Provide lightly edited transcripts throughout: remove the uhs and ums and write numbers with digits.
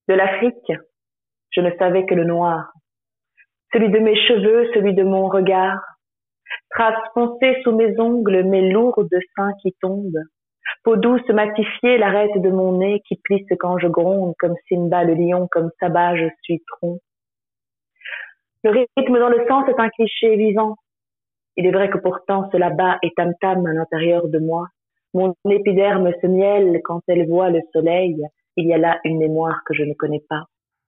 De l'Afrique, je ne savais que le noir. Celui de mes cheveux, celui de mon regard. Traces foncées sous mes ongles, mes lourds seins qui tombent. Peau douce matifiée, l'arête de mon nez qui plisse quand je gronde, comme Simba le lion, comme Saba je suis tronc. Le rythme dans le sang, c'est un cliché vivant. Il est vrai que pourtant cela bat et tam-tam à l'intérieur de moi. Mon épiderme se mielle quand elle voit le soleil. Il y a là une mémoire que je ne connais pas.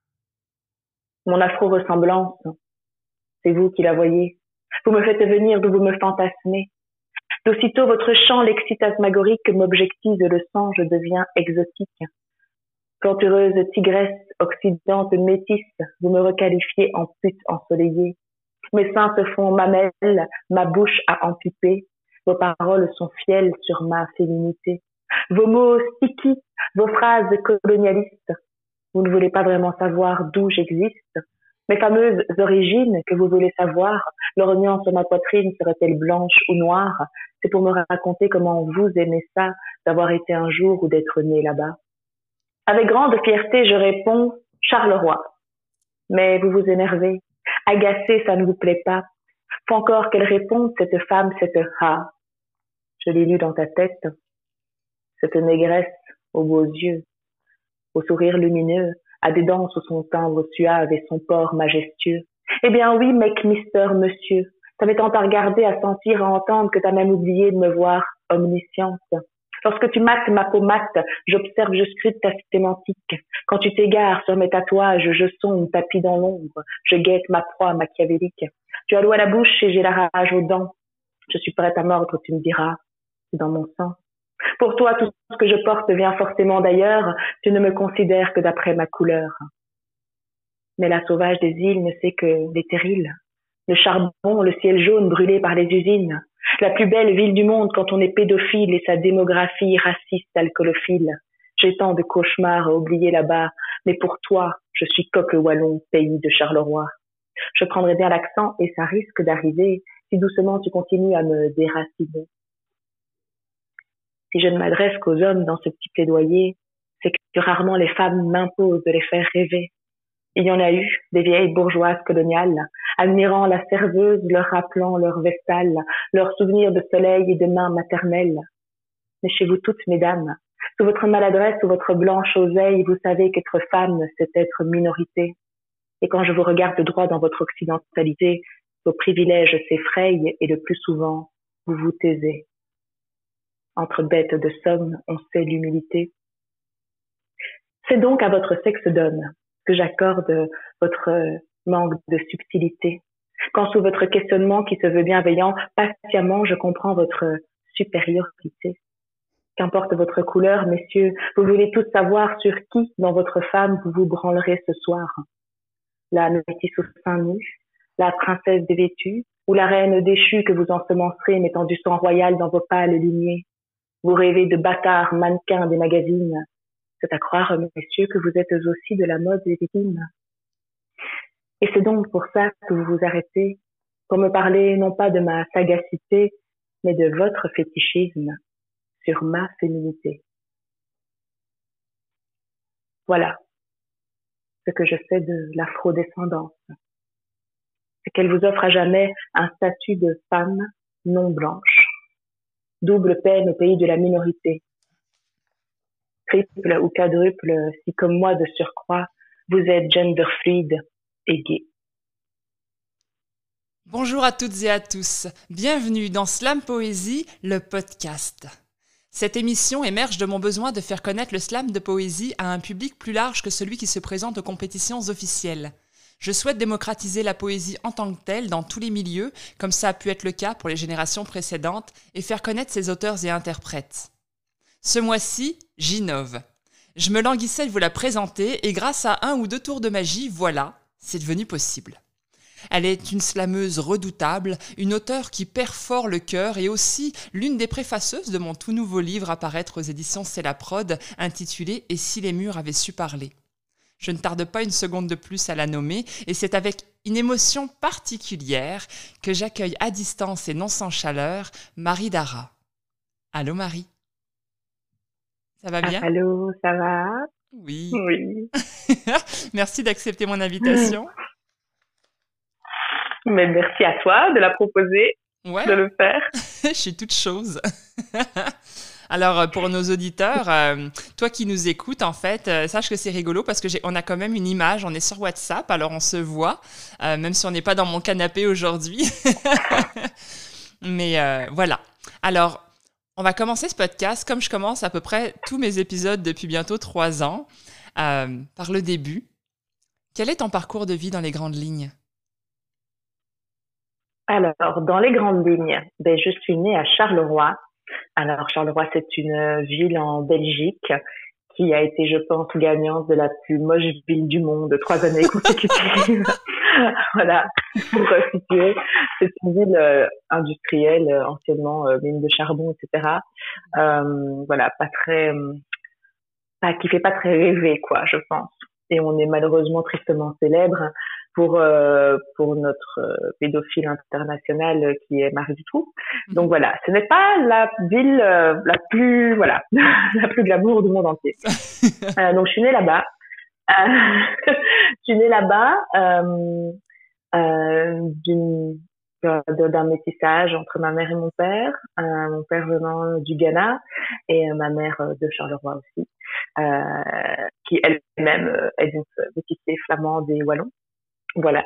Mon afro-ressemblance, c'est vous qui la voyez. Vous me faites venir d'où vous me fantasmez. D'aussitôt votre chant lexitasmagorique m'objectise le sang, je deviens exotique. Plantureuse tigresse, occidente métisse, vous me requalifiez en pute ensoleillée. Mes seins se font mamelles, ma bouche a empipé. Vos paroles sont fielles sur ma féminité. Vos mots sticky, vos phrases colonialistes. Vous ne voulez pas vraiment savoir d'où j'existe. Mes fameuses origines que vous voulez savoir, l'orient sur ma poitrine serait-elle blanche ou noire? C'est pour me raconter comment vous aimez ça, d'avoir été un jour ou d'être né là-bas. Avec grande fierté, je réponds Charleroi. Mais vous vous énervez. Agacé, ça ne vous plaît pas. Faut encore qu'elle réponde, cette femme, cette ha. Je l'ai lu dans ta tête. Cette négresse aux beaux yeux, au sourire lumineux, à des dents sous son timbre suave et son port majestueux. Eh bien oui, mec, mister, monsieur. Ça m'est tant à regarder, à sentir, à entendre que t'as même oublié de me voir omnisciente. Lorsque tu mates ma peau mate, j'observe, je scrute ta sémantique. Quand tu t'égares sur mes tatouages, je sonde, tapis dans l'ombre. Je guette ma proie machiavélique. Tu as l'eau à la bouche et j'ai la rage aux dents. Je suis prête à mordre, tu me diras. C'est dans mon sang. Pour toi, tout ce que je porte vient forcément d'ailleurs. Tu ne me considères que d'après ma couleur. Mais la sauvage des îles ne sait que les terrils. Le charbon, le ciel jaune brûlé par les usines. La plus belle ville du monde quand on est pédophile et sa démographie raciste alcoolophile. J'ai tant de cauchemars à oublier là-bas, mais pour toi, je suis coq wallon, pays de Charleroi. Je prendrai bien l'accent et ça risque d'arriver si doucement tu continues à me déraciner. Si je ne m'adresse qu'aux hommes dans ce petit plaidoyer, c'est que rarement les femmes m'imposent de les faire rêver. Il y en a eu, des vieilles bourgeoises coloniales, admirant la serveuse, leur rappelant leur vestale, leurs souvenirs de soleil et de mains maternelles. Mais chez vous toutes, mesdames, sous votre maladresse, sous votre blanche oseille, vous savez qu'être femme, c'est être minorité. Et quand je vous regarde droit dans votre occidentalité, vos privilèges s'effrayent et le plus souvent, vous vous taisez. Entre bêtes de somme, on sait l'humilité. C'est donc à votre sexe d'homme que j'accorde votre manque de subtilité. Quand sous votre questionnement qui se veut bienveillant, patiemment je comprends votre supériorité. Qu'importe votre couleur, messieurs, vous voulez tous savoir sur qui, dans votre femme, vous vous branlerez ce soir. La métisse au sein nu, la princesse dévêtue, ou la reine déchue que vous ensemencerez mettant du sang royal dans vos pâles lignées. Vous rêvez de bâtards mannequins des magazines. C'est à croire, messieurs, que vous êtes aussi de la mode légitime. Et c'est donc pour ça que vous vous arrêtez, pour me parler non pas de ma sagacité, mais de votre fétichisme sur ma féminité. Voilà ce que je sais de l'afrodescendance. C'est qu'elle vous offre à jamais un statut de femme non blanche. Double peine au pays de la minorité. Triple ou quadruple, si comme moi de surcroît, vous êtes gender fluide et gay. Bonjour à toutes et à tous, bienvenue dans Slam Poésie, le podcast. Cette émission émerge de mon besoin de faire connaître le slam de poésie à un public plus large que celui qui se présente aux compétitions officielles. Je souhaite démocratiser la poésie en tant que telle dans tous les milieux, comme ça a pu être le cas pour les générations précédentes, et faire connaître ses auteurs et interprètes. Ce mois-ci, j'innove. Je me languissais de vous la présenter et grâce à un ou deux tours de magie, voilà, c'est devenu possible. Elle est une slameuse redoutable, une auteure qui perfore le cœur et aussi l'une des préfaceuses de mon tout nouveau livre à paraître aux éditions C'est la prod, intitulé « Et si les murs avaient su parler ». Je ne tarde pas une seconde de plus à la nommer et c'est avec une émotion particulière que j'accueille à distance et non sans chaleur Marie Dara. Allô Marie? Ça va bien? Allô, ça va? Oui. Oui. Merci d'accepter mon invitation. Mais merci à toi de la proposer, Ouais, de le faire. je suis toute chose. Alors, pour nos auditeurs, toi qui nous écoutes, en fait, sache que c'est rigolo parce que on a quand même une image, on est sur WhatsApp, alors on se voit, même si on n'est pas dans mon canapé aujourd'hui. Mais voilà. Alors, on va commencer ce podcast, comme je commence à peu près tous mes épisodes depuis bientôt 3 ans, par le début. Quel est ton parcours de vie dans les grandes lignes? Alors, dans les grandes lignes, je suis née à Charleroi. Alors, Charleroi, c'est une ville en Belgique qui a été, je pense, gagnante de la plus moche ville du monde 3 années consécutives. Voilà, pour situer. C'est une ville industrielle, anciennement mine de charbon, etc. Voilà, pas très, qui fait pas très rêver, quoi, je pense. Et on est malheureusement tristement célèbre pour notre pédophile international qui est Maritou. Donc voilà, ce n'est pas la ville la plus voilà la plus glamour du monde entier. Donc je suis née là-bas. Je suis née là-bas d'un métissage entre ma mère et mon père venant du Ghana et ma mère de Charleroi aussi, qui elle-même est donc métissée flamande et wallon. Voilà.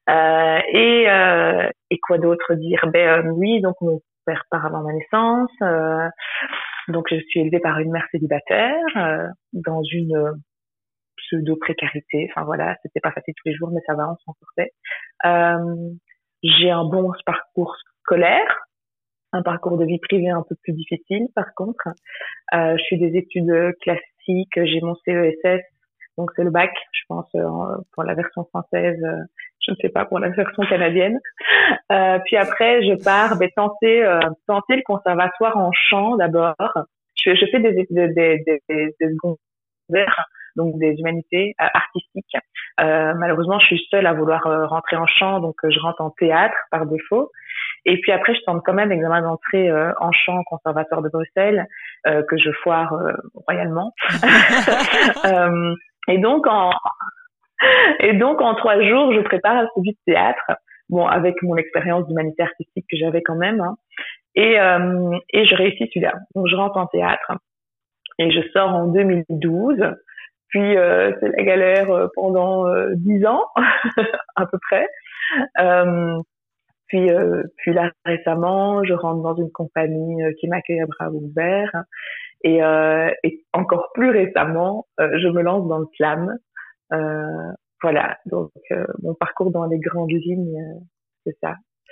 Et quoi d'autre dire? Oui, donc mon père part avant ma naissance. Donc je suis élevée par une mère célibataire dans une pseudo-précarité. Enfin voilà, c'était pas facile tous les jours, mais ça va, on s'en sortait. J'ai un bon parcours scolaire, un parcours de vie privée un peu plus difficile par contre. Je suis des études classiques, j'ai mon CESS, donc c'est le bac, je pense, pour la version française, je ne sais pas pour la version canadienne. Puis après, je pars tenter le conservatoire en chant d'abord. Je fais des secondaires, donc des humanités artistiques. Malheureusement, je suis seule à vouloir rentrer en chant, donc je rentre en théâtre par défaut. Et puis après, je tente quand même l'examen d'entrée en chant au Conservatoire de Bruxelles, que je foire royalement. Et donc en 3 jours, je prépare la suivi de théâtre, bon, avec mon expérience d'humanité artistique que j'avais quand même, hein. Et je réussis celui-là. Donc je rentre en théâtre et je sors en 2012. Puis c'est la galère pendant 10 ans à peu près. Puis là récemment, je rentre dans une compagnie qui m'accueille à bras ouverts. Et encore plus récemment, je me lance dans le slam. Voilà, donc mon parcours dans les grandes lignes, c'est ça.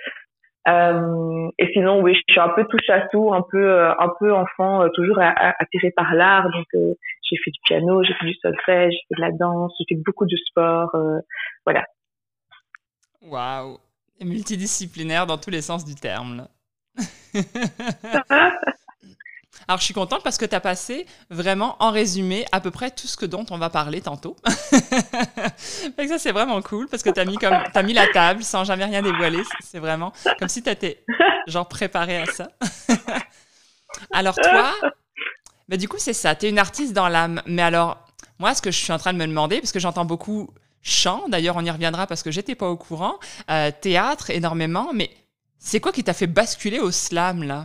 Et sinon, oui, je suis un peu touche à tout, un peu enfant, toujours attirée par l'art. Donc, j'ai fait du piano, j'ai fait du solfège, j'ai fait de la danse, j'ai fait beaucoup de sport, voilà. Waouh, multidisciplinaire dans tous les sens du terme, là. Alors, je suis contente parce que tu as passé vraiment en résumé à peu près tout ce dont on va parler tantôt. Fait que ça, c'est vraiment cool parce que t'as mis la table sans jamais rien dévoiler. C'est vraiment comme si tu étais genre préparé à ça. Alors toi, du coup, c'est ça. Tu es une artiste dans l'âme. Mais alors, moi, ce que je suis en train de me demander, parce que j'entends beaucoup chant, d'ailleurs, on y reviendra parce que j'étais pas au courant, théâtre énormément, mais c'est quoi qui t'a fait basculer au slam, là?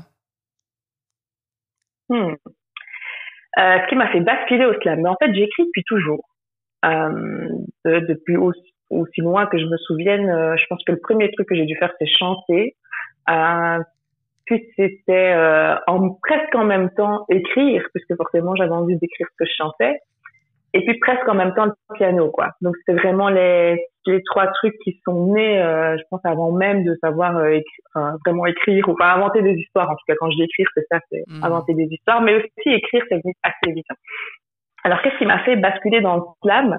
Ce qui m'a fait basculer au slam, mais en fait j'écris depuis toujours, depuis aussi loin que je me souvienne. Je pense que le premier truc que j'ai dû faire c'est chanter, puis c'était presque en même temps écrire, puisque forcément j'avais envie d'écrire ce que je chantais, et puis presque en même temps le piano, quoi. Donc c'était vraiment les 3 trucs qui sont nés, je pense, avant même de savoir vraiment écrire, ou pas inventer des histoires. En tout cas, quand je dis écrire, c'est ça, c'est inventer des histoires, mais aussi écrire, c'est assez vite. Alors qu'est-ce qui m'a fait basculer dans le slam?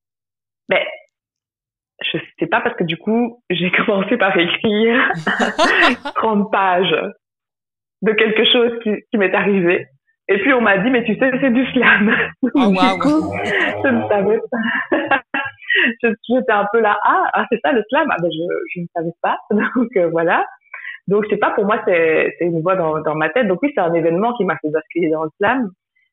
Je sais pas, parce que du coup j'ai commencé par écrire 30 pages de quelque chose qui m'est arrivé. Et puis on m'a dit, mais tu sais, c'est du slam. Oh, wow. Du coup, je ne savais pas. J'étais un peu là, c'est ça le slam? Je ne savais pas. Donc voilà. Donc je sais pas, pour moi c'est une voix dans ma tête. Donc oui, c'est un événement qui m'a fait basculer dans le slam.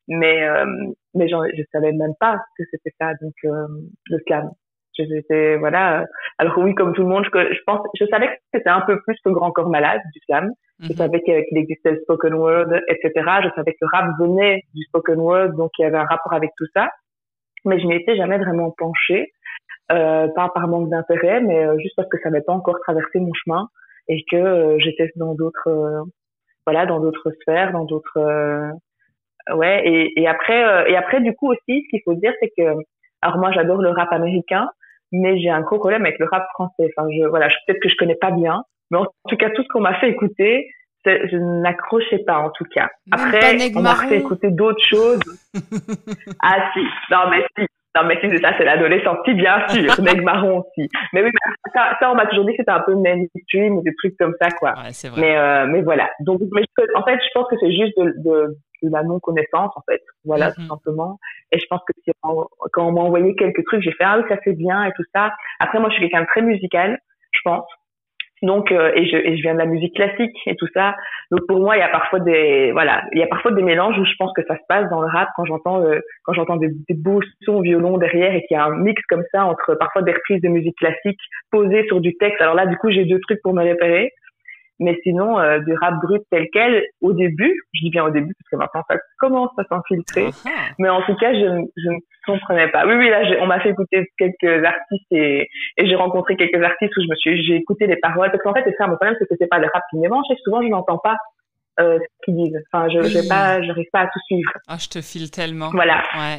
mais je savais même pas que c'était ça, donc le slam. J'étais voilà. Alors oui, comme tout le monde, je savais que c'était un peu plus que Grand Corps Malade du slam. Je savais qu'il existait le spoken word, etc. Je savais que le rap venait du spoken word, donc il y avait un rapport avec tout ça. Mais je m'y étais jamais vraiment penchée, pas par manque d'intérêt, mais juste parce que ça n'avait pas encore traversé mon chemin et que j'étais dans d'autres, voilà, dans d'autres sphères, dans d'autres, ouais. Et après, du coup aussi, ce qu'il faut dire, c'est que, alors moi, j'adore le rap américain, mais j'ai un gros problème avec le rap français. Enfin, peut-être que je connais pas bien, mais en tout cas, tout ce qu'on m'a fait écouter, je n'accrochais pas, en tout cas. Après, on m'a fait écouter d'autres choses. Ah, si. Non, mais si. Non, mais si, c'est ça, c'est l'adolescence. Si, bien sûr. Neg Marron aussi. Mais oui, ça, on m'a toujours dit que c'était un peu mainstream ou des trucs comme ça, quoi. Ouais, c'est vrai. Mais voilà. Donc, en fait, je pense que c'est juste de la non-connaissance, en fait. Voilà, tout simplement. Et je pense que quand on m'a envoyé quelques trucs, j'ai fait, ah oui, ça c'est bien et tout ça. Après, moi, je suis quelqu'un de très musical, je pense. Donc, et je viens de la musique classique et tout ça. Donc, pour moi, il y a parfois des mélanges où je pense que ça se passe dans le rap quand j'entends des beaux sons violon derrière et qu'il y a un mix comme ça entre parfois des reprises de musique classique posées sur du texte. Alors là, du coup, j'ai deux trucs pour me repérer. Mais sinon, du rap brut tel quel, au début, je dis bien au début, parce que maintenant ça commence à s'infiltrer, mais en tout cas, je ne comprenais pas. Oui, là, on m'a fait écouter quelques artistes et j'ai rencontré quelques artistes où j'ai écouté les paroles, parce qu'en fait, c'est ça, mon problème, c'est que c'est pas le rap qui me dérange, et souvent, je n'entends pas ce qu'ils disent. Enfin, j'arrive pas à tout suivre. Ah, je te file tellement. Voilà. Ouais.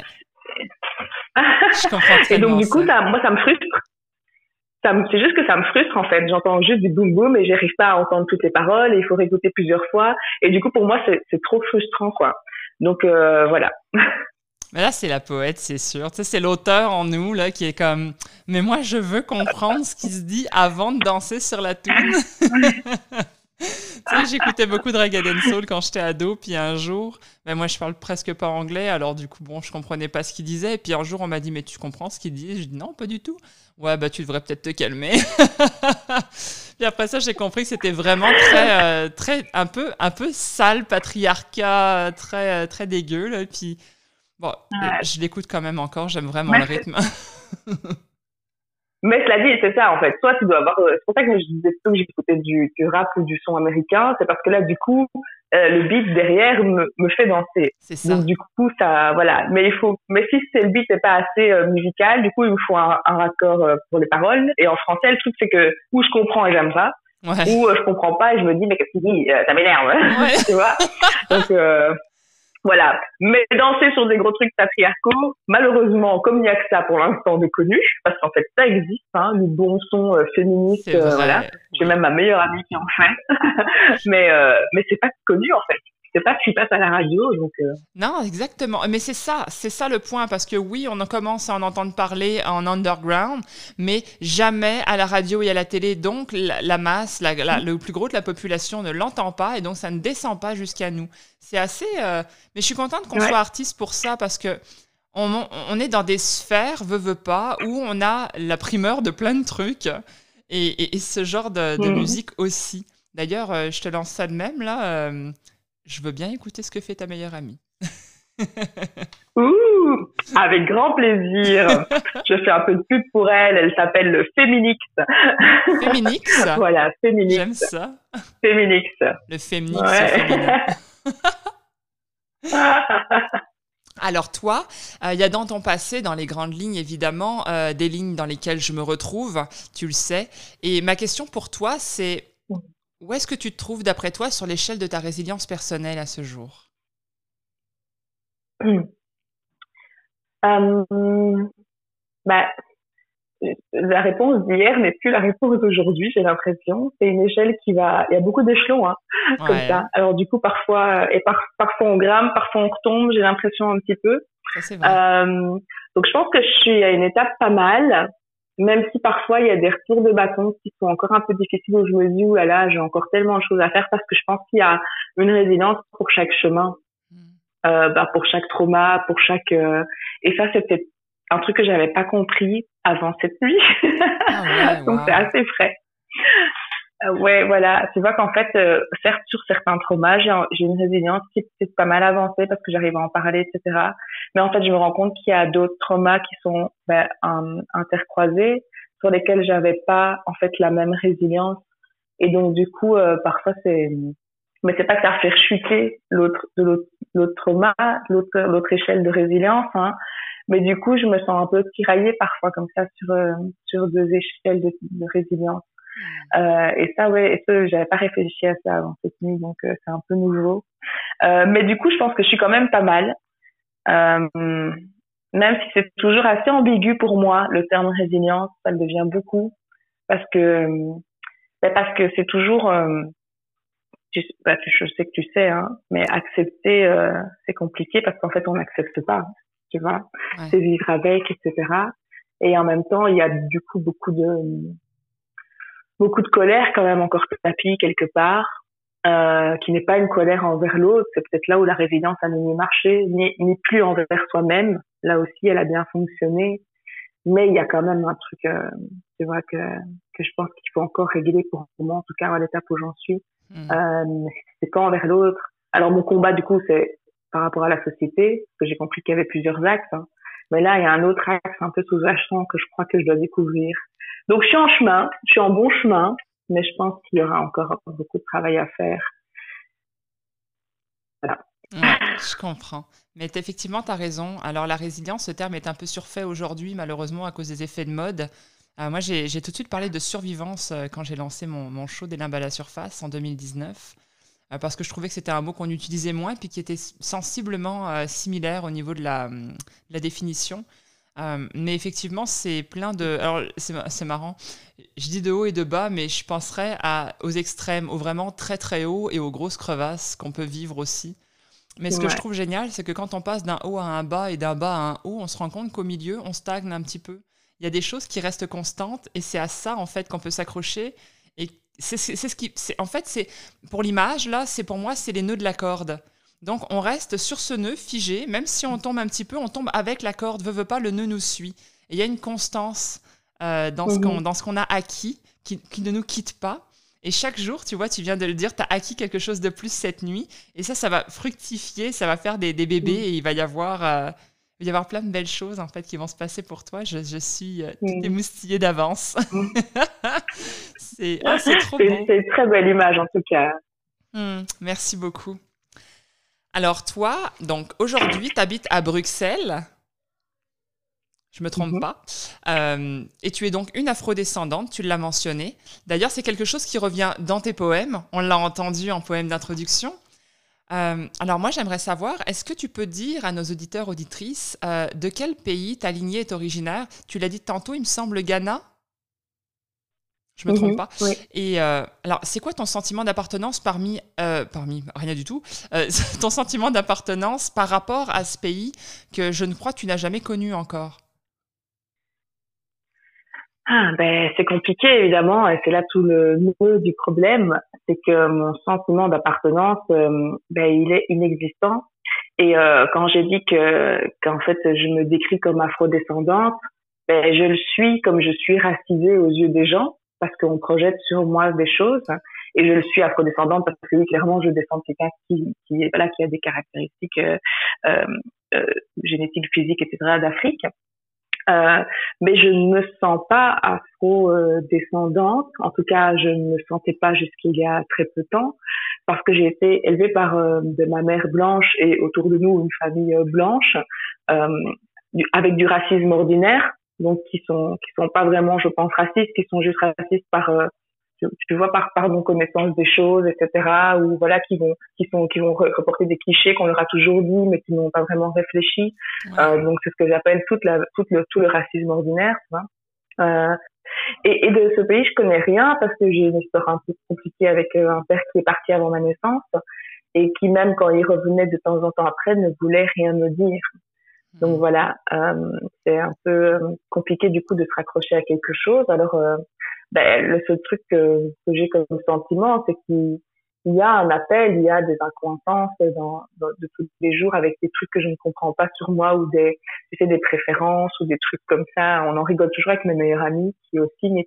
Je comprends tellement. Et donc, du coup, moi, ça me frustre. C'est juste que ça me frustre, en fait. J'entends juste du boum boum et j'arrive pas à entendre toutes les paroles et il faut réécouter plusieurs fois. Et du coup, pour moi, c'est trop frustrant, quoi. Donc, voilà. Mais là, c'est la poète, c'est sûr. Tu sais, c'est l'auteur en nous, là, qui est comme, mais moi, je veux comprendre ce qui se dit avant de danser sur la toune. Tu sais, j'écoutais beaucoup de reggae dancehall quand j'étais ado, puis un jour, moi je parle presque pas anglais, alors du coup, bon, je comprenais pas ce qu'il disait, et puis un jour on m'a dit, mais tu comprends ce qu'il dit? Je dis, non, pas du tout. Ouais, bah tu devrais peut-être te calmer. Puis après ça, j'ai compris que c'était vraiment un peu sale, patriarcat, très dégueu, là, puis bon, je l'écoute quand même encore, j'aime vraiment le rythme. Mais cela dit, c'est ça, en fait. Toi, tu dois avoir, c'est pour ça que je disais plutôt que j'écoutais du rap ou du son américain, c'est parce que là, du coup, le beat derrière me fait danser. C'est ça. Donc, du coup, ça, voilà. Mais si le beat n'est pas assez musical, du coup, il me faut un raccord pour les paroles. Et en français, le truc, c'est que, ou je comprends et j'aime pas, ou je comprends pas et je me dis, mais qu'est-ce qu'il dit? Ça m'énerve. Ouais. Tu vois? Donc, voilà. Mais danser sur des gros trucs patriarcaux, malheureusement, comme il n'y a que ça pour l'instant de connu, parce qu'en fait, ça existe, hein, le bon son féministe, voilà. J'ai même ma meilleure amie qui en fait. mais c'est pas connu, en fait. C'est pas ce qui passe à la radio, donc... Non, exactement. Mais c'est ça le point, parce que oui, on commence à en entendre parler en underground, mais jamais à la radio et à la télé. Donc, la masse, le plus gros de la population ne l'entend pas, et donc ça ne descend pas jusqu'à nous. C'est assez... Mais je suis contente qu'on soit artiste pour ça, parce que on est dans des sphères, veut pas, où on a la primeur de plein de trucs, et ce genre de musique aussi. D'ailleurs, je te lance ça de même, là... je veux bien écouter ce que fait ta meilleure amie. Ouh, avec grand plaisir. Je fais un peu de pub pour elle. Elle s'appelle le Féminix. Féminix? Voilà, Féminix. J'aime ça. Féminix. Le Féminix féminin. Alors toi, il y a dans ton passé, dans les grandes lignes évidemment, des lignes dans lesquelles je me retrouve, tu le sais. Et ma question pour toi, c'est... où est-ce que tu te trouves, d'après toi, sur l'échelle de ta résilience personnelle à ce jour? La réponse d'hier n'est plus la réponse d'aujourd'hui, j'ai l'impression. C'est une échelle il y a beaucoup d'échelons, hein, comme ça. Alors du coup, parfois on grimpe, parfois on retombe, j'ai l'impression un petit peu. Ça, c'est vrai. Donc je pense que je suis à une étape pas mal. Même si parfois il y a des retours de bâton qui sont encore un peu difficiles où je me dis, ouh là là, j'ai encore tellement de choses à faire, parce que je pense qu'il y a une résilience pour chaque chemin, pour chaque trauma, pour chaque, et ça c'est peut-être un truc que j'avais pas compris avant cette nuit. Donc c'est assez frais. Ouais, voilà. Tu vois qu'en fait, certes, sur certains traumas, j'ai une résilience qui est peut-être pas mal avancée parce que j'arrive à en parler, etc. Mais en fait, je me rends compte qu'il y a d'autres traumas qui sont intercroisés, sur lesquels j'avais pas en fait la même résilience. Et donc du coup, parfois mais c'est pas que ça fait chuter l'autre trauma, l'autre échelle de résilience, hein. Mais du coup, je me sens un peu tiraillée parfois comme ça sur deux échelles de résilience. Hmm. Et ça, ouais, et ça, j'avais pas réfléchi à ça avant cette nuit, donc c'est un peu nouveau. Mais du coup, je pense que je suis quand même pas mal, euh, même si c'est toujours assez ambigu pour moi, le terme résilience, ça le devient beaucoup, parce que parce que c'est toujours, je sais que tu sais, hein, mais accepter, c'est compliqué parce qu'en fait, on n'accepte pas, tu vois, Ouais. c'est vivre avec, etc. Et en même temps, il y a du coup beaucoup de colère quand même encore tapis quelque part, qui n'est pas une colère envers l'autre. C'est peut-être là où la résilience a ni marché, ni plus envers soi-même. Là aussi, elle a bien fonctionné, mais il y a quand même un truc, tu vois, que je pense qu'il faut encore régler pour moi, en tout cas à l'étape où j'en suis. Hmm. C'est pas envers l'autre. Alors mon combat, du coup, c'est par rapport à la société, parce que j'ai compris qu'il y avait plusieurs axes, hein. Mais là, il y a un autre axe un peu sous-jacent que je crois que je dois découvrir. Donc je suis en chemin, je suis en bon chemin, mais je pense qu'il y aura encore beaucoup de travail à faire. Voilà. Ouais, je comprends. Mais effectivement, tu as raison. Alors, la résilience, ce terme est un peu surfait aujourd'hui, malheureusement, à cause des effets de mode. Moi, j'ai tout de suite parlé de survivance quand j'ai lancé mon show des limbes à la surface en 2019, parce que je trouvais que c'était un mot qu'on utilisait moins, puis qui était sensiblement similaire au niveau de la définition. Mais effectivement, c'est plein de... Alors, c'est marrant. Je dis de haut et de bas, mais je penserais aux extrêmes, au vraiment très très haut et aux grosses crevasses qu'on peut vivre aussi. Mais ce que je Ouais. trouve génial, c'est que quand on passe d'un haut à un bas et d'un bas à un haut, on se rend compte qu'au milieu, on stagne un petit peu. Il y a des choses qui restent constantes et c'est à ça en fait qu'on peut s'accrocher. Et c'est ce qui, en fait, c'est pour l'image là, c'est pour moi, c'est les nœuds de la corde. Donc on reste sur ce nœud figé, même si on tombe un petit peu, on tombe avec la corde. Veut pas, le nœud nous suit. Et il y a une constance Mhm. dans ce qu'on a acquis qui ne nous quitte pas. Et chaque jour, tu vois, tu viens de le dire, tu as acquis quelque chose de plus cette nuit. Et ça va fructifier, ça va faire des bébés Mhm. et il va y avoir plein de belles choses en fait qui vont se passer pour toi. Je suis toute Mhm. émoustillée d'avance. Mhm. C'est trop beau. C'est une très belle image en tout cas. Merci beaucoup. Alors toi, donc aujourd'hui, tu habites à Bruxelles. Je me trompe Mhm. pas. Et tu es donc une afrodescendante, tu l'as mentionné. D'ailleurs, c'est quelque chose qui revient dans tes poèmes. On l'a entendu en poème d'introduction. Alors moi, j'aimerais savoir, est-ce que tu peux dire à nos auditeurs, auditrices, de quel pays ta lignée est originaire? Tu l'as dit tantôt, il me semble Ghana. Je me trompe Mhm. pas. Oui. Et alors, c'est quoi ton sentiment d'appartenance parmi rien du tout, ton sentiment d'appartenance par rapport à ce pays que je ne crois que tu n'as jamais connu encore? Ah, ben, c'est compliqué, évidemment, et c'est là tout le nœud du problème, c'est que mon sentiment d'appartenance, ben, il est inexistant. Et quand j'ai dit qu'en fait, je me décris comme afrodescendante, ben, je le suis comme je suis racisée aux yeux des gens, parce qu'on projette sur moi des choses, et je le suis afrodescendante parce que oui, clairement, je descends de quelqu'un voilà, qui a des caractéristiques euh, euh, génétiques, physiques, etc., d'Afrique. Euh, mais je ne me sens pas afro-descendante. En tout cas, je ne me sentais pas jusqu'il y a très peu de temps parce que j'ai été élevée par de ma mère blanche et autour de nous une famille blanche euh, avec du racisme ordinaire, donc qui sont pas vraiment, je pense, racistes, qui sont juste racistes par tu vois par non connaissance des choses, etc. Ou voilà qui vont reporter des clichés qu'on leur a toujours dit mais qui n'ont pas vraiment réfléchi. Ouais. Donc c'est ce que j'appelle tout le racisme ordinaire. Tu vois. Et de ce pays, je connais rien parce que j'ai une histoire un peu compliquée avec un père qui est parti avant ma naissance et qui même quand il revenait de temps en temps après ne voulait rien me dire. Donc Hmm. voilà, c'est un peu compliqué du coup de se raccrocher à quelque chose. Alors ben, le seul truc que j'ai comme sentiment, c'est qu'il y a un appel, il y a des incohérences de tous les jours avec des trucs que je ne comprends pas sur moi ou tu sais, des préférences ou des trucs comme ça. On en rigole toujours avec mes meilleurs amis qui est aussi métis.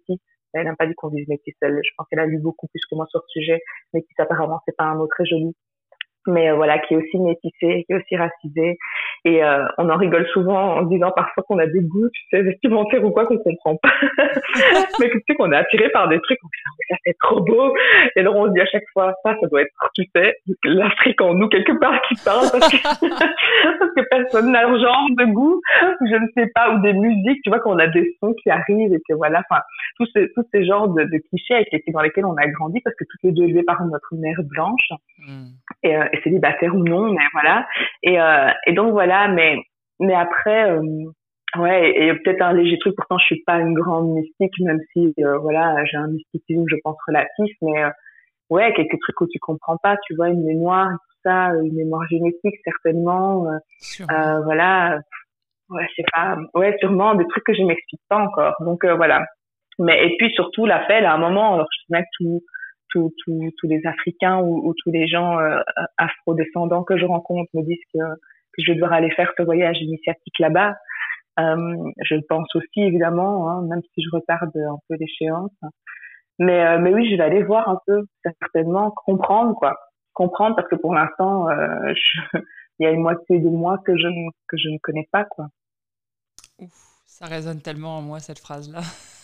Elle n'aime pas dit qu'on vise métis seul. Je pense qu'elle a lu beaucoup plus que moi sur ce sujet. Métis, apparemment, c'est pas un mot très joli. Mais voilà, qui est aussi métissé, qui est aussi racisé. Et on en rigole souvent en disant parfois qu'on a des goûts, tu sais, vestimentaires ou quoi qu'on comprend pas. Mais tu sais qu'on est attiré par des trucs, on dit ça c'est trop beau. Et alors on se dit à chaque fois, ça doit être, tu sais, l'Afrique en nous quelque part qui parle parce que personne n'a le genre de goût, je ne sais pas, ou des musiques, tu vois, qu'on a des sons qui arrivent et que voilà, enfin, tous ces genres de clichés dans lesquels on a grandi parce que toutes les deux élevées par notre mère blanche. Et célibataire ou non, mais voilà. Et donc voilà, mais après, ouais, et peut-être un léger truc. Pourtant, je suis pas une grande mystique, même si voilà, j'ai un mysticisme, je pense, relatif, mais ouais, quelques trucs où tu comprends pas, tu vois, une mémoire, tout ça, une mémoire génétique certainement, voilà, ouais, je sais pas, ouais, sûrement des trucs que je m'explique pas encore. Donc voilà. Mais et puis surtout l'appel à un moment, alors je sais que tous les Africains ou tous les gens afro-descendants que je rencontre me disent que je vais devoir aller faire ce voyage initiatique là-bas. Je le pense aussi évidemment, hein, même si je retarde un peu l'échéance. Mais oui, je vais aller voir un peu, certainement, comprendre parce que pour l'instant, il y a une moitié de moi que je ne connais pas, quoi. Ouf, ça résonne tellement en moi cette phrase-là.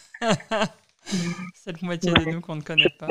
Cette moitié de nous qu'on ne connaît pas.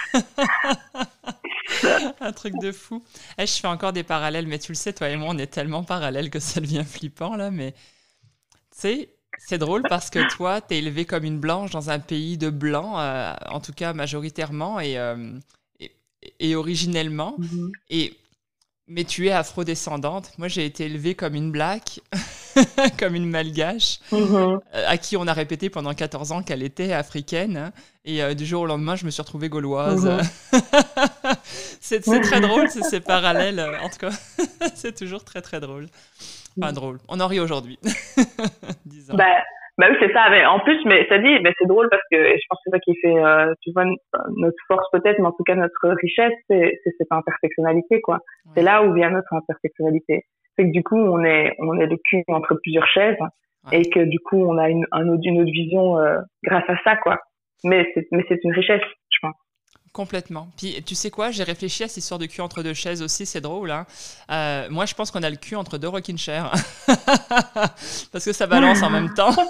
Un truc de fou. Je fais encore des parallèles, mais tu le sais, toi et moi, on est tellement parallèles que ça devient flippant, là. Mais tu sais, c'est drôle parce que toi, t'es élevée comme une blanche dans un pays de blancs, en tout cas majoritairement et originellement. Mais tu es afrodescendante. Moi, j'ai été élevée comme une black, comme une malgache, à qui on a répété pendant 14 ans qu'elle était africaine. Hein, et du jour au lendemain, je me suis retrouvée gauloise. C'est très drôle, ces parallèles. En tout cas, c'est toujours très, très drôle. Enfin, drôle. On en rit aujourd'hui, disons. Bah oui, c'est ça. Mais en plus, mais ça dit, mais c'est drôle parce que je pense que c'est ça qui fait, tu vois, notre force peut-être, mais en tout cas notre richesse, c'est cette imperfectionnalité, quoi. Ouais. C'est là où vient notre imperfectionnalité. C'est que du coup, on est le cul entre plusieurs chaises, ouais. Et que du coup, on a une autre vision grâce à ça, quoi. Mais c'est une richesse, je pense. Complètement. Puis, tu sais quoi, j'ai réfléchi à cette histoire de cul entre deux chaises aussi, c'est drôle. Hein. Moi, je pense qu'on a le cul entre deux rocking chairs. Parce que ça balance en même temps.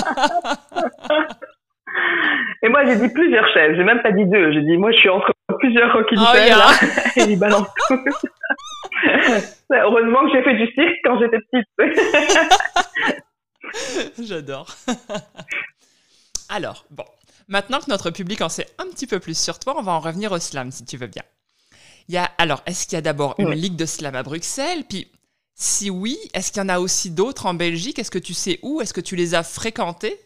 Et moi, j'ai dit plusieurs chaises. J'ai même pas dit deux. J'ai dit, moi, je suis entre plusieurs rocking chairs, yeah. Là. Et ils balancent tout. Heureusement que j'ai fait du cirque quand j'étais petite. J'adore. Alors, bon. Maintenant que notre public en sait un petit peu plus sur toi, on va en revenir au slam, si tu veux bien. Alors, est-ce qu'il y a d'abord une ligue de slam à Bruxelles? Puis, si oui, est-ce qu'il y en a aussi d'autres en Belgique? Est-ce que tu sais où? Est-ce que tu les as fréquentés?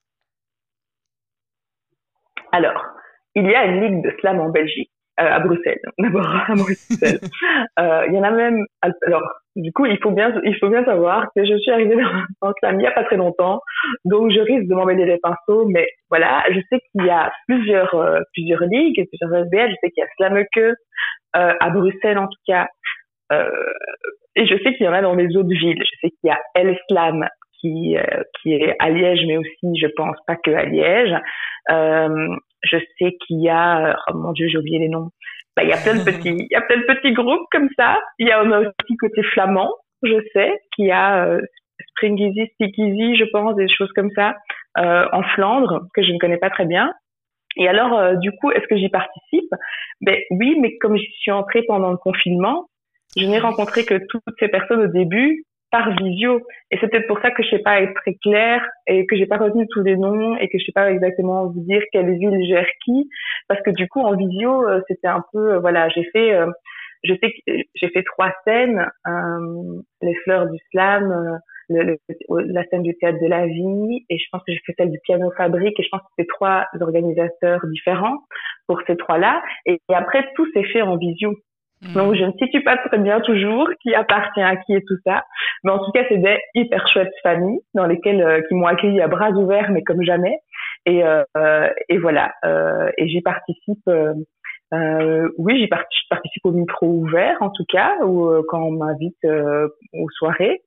Alors, il y a une ligue de slam en Belgique, à Bruxelles. D'abord, à Bruxelles. Il y en a même... Alors, du coup, il faut bien savoir que je suis arrivée dans slam il n'y a pas très longtemps, donc je risque de m'emmêler les pinceaux, mais voilà, je sais qu'il y a plusieurs ligues, plusieurs SBL, je sais qu'il y a Slameke, à Bruxelles en tout cas, et je sais qu'il y en a dans les autres villes. Je sais qu'il y a El Slam qui est à Liège, mais aussi, je pense, pas que à Liège. Je sais qu'il y a, oh mon Dieu, j'ai oublié les noms. Il y a plein de petits groupes comme ça. Il y a aussi côté flamand, je sais, qu'il y a Spring Easy, Stick Easy, je pense, des choses comme ça, en Flandre, que je ne connais pas très bien. Et alors, du coup, est-ce que j'y participe? Oui, mais comme j'y suis entrée pendant le confinement, je n'ai rencontré que toutes ces personnes au début par visio. Et c'est peut-être pour ça que je sais pas être très claire et que j'ai pas retenu tous les noms et que je sais pas exactement vous dire quelle ville gère qui. Parce que du coup, en visio, c'était un peu, voilà, je sais que j'ai fait 3 scènes, les Fleurs du Slam, la scène du Théâtre de la Vie, et je pense que j'ai fait celle du Piano Fabrique, et je pense que c'était 3 organisateurs différents pour ces 3-là. Et après, tout s'est fait en visio. Donc, je ne situe pas très bien toujours qui appartient à qui et tout ça. Mais en tout cas, c'est des hyper chouettes familles dans lesquelles, qui m'ont accueilli à bras ouverts, mais comme jamais. Et voilà. Et j'y participe, oui, je participe au micro ouvert, en tout cas, ou quand on m'invite aux soirées.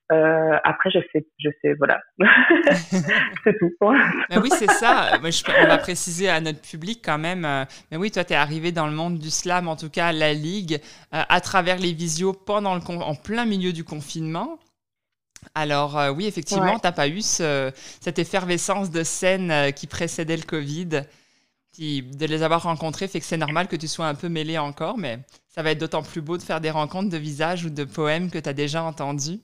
Après, je sais, voilà. C'est tout. Ben oui, c'est ça. On va préciser à notre public quand même. Mais oui, toi, tu es arrivé dans le monde du slam, en tout cas à la Ligue, à travers les visios en plein milieu du confinement. Alors oui, effectivement, Ouais. tu n'as pas eu cette effervescence de scène qui précédait le Covid. De les avoir rencontrés fait que c'est normal que tu sois un peu mêlé encore, mais ça va être d'autant plus beau de faire des rencontres de visages ou de poèmes que tu as déjà entendus.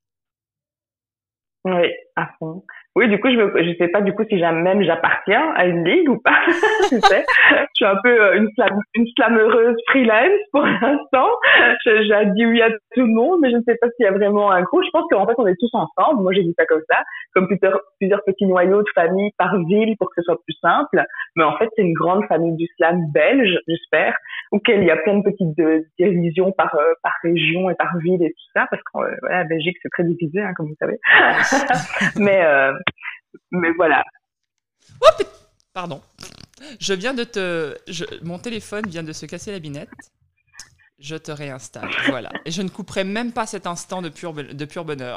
Oui, à fond. Oui, du coup, je sais pas du coup si même j'appartiens à une ligue ou pas. Tu sais, je suis un peu une slammeuse freelance pour l'instant. J'ai dit oui à tout le monde, mais je ne sais pas s'il y a vraiment un groupe. Je pense qu'en fait, on est tous ensemble. Moi, j'ai dit ça comme ça, comme plusieurs petits noyaux de famille par ville pour que ce soit plus simple. Mais en fait, c'est une grande famille du slam belge, j'espère, auquel il y a plein de petites divisions par région et par ville et tout ça, parce que voilà, la Belgique, c'est très divisé, hein, comme vous savez. Oui. mais, euh, mais voilà. Oh, pardon. Mon téléphone vient de se casser la binette. Je te réinstalle. Voilà. Et je ne couperai même pas cet instant de pur bonheur.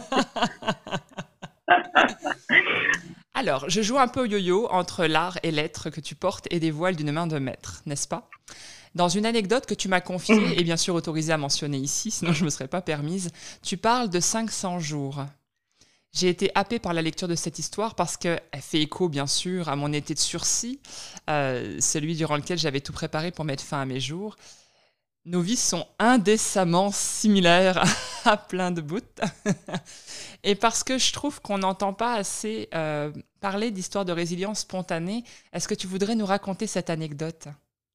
Alors, je joue un peu au yo-yo entre l'art et l'être que tu portes et dévoiles d'une main de maître, n'est-ce pas? Dans une anecdote que tu m'as confiée, et bien sûr autorisée à mentionner ici, sinon je ne me serais pas permise, tu parles de 500 jours. J'ai été happée par la lecture de cette histoire parce qu'elle fait écho, bien sûr, à mon été de sursis, celui durant lequel j'avais tout préparé pour mettre fin à mes jours. Nos vies sont indécemment similaires à plein de bouts. Et parce que je trouve qu'on n'entend pas assez parler d'histoire de résilience spontanée, est-ce que tu voudrais nous raconter cette anecdote?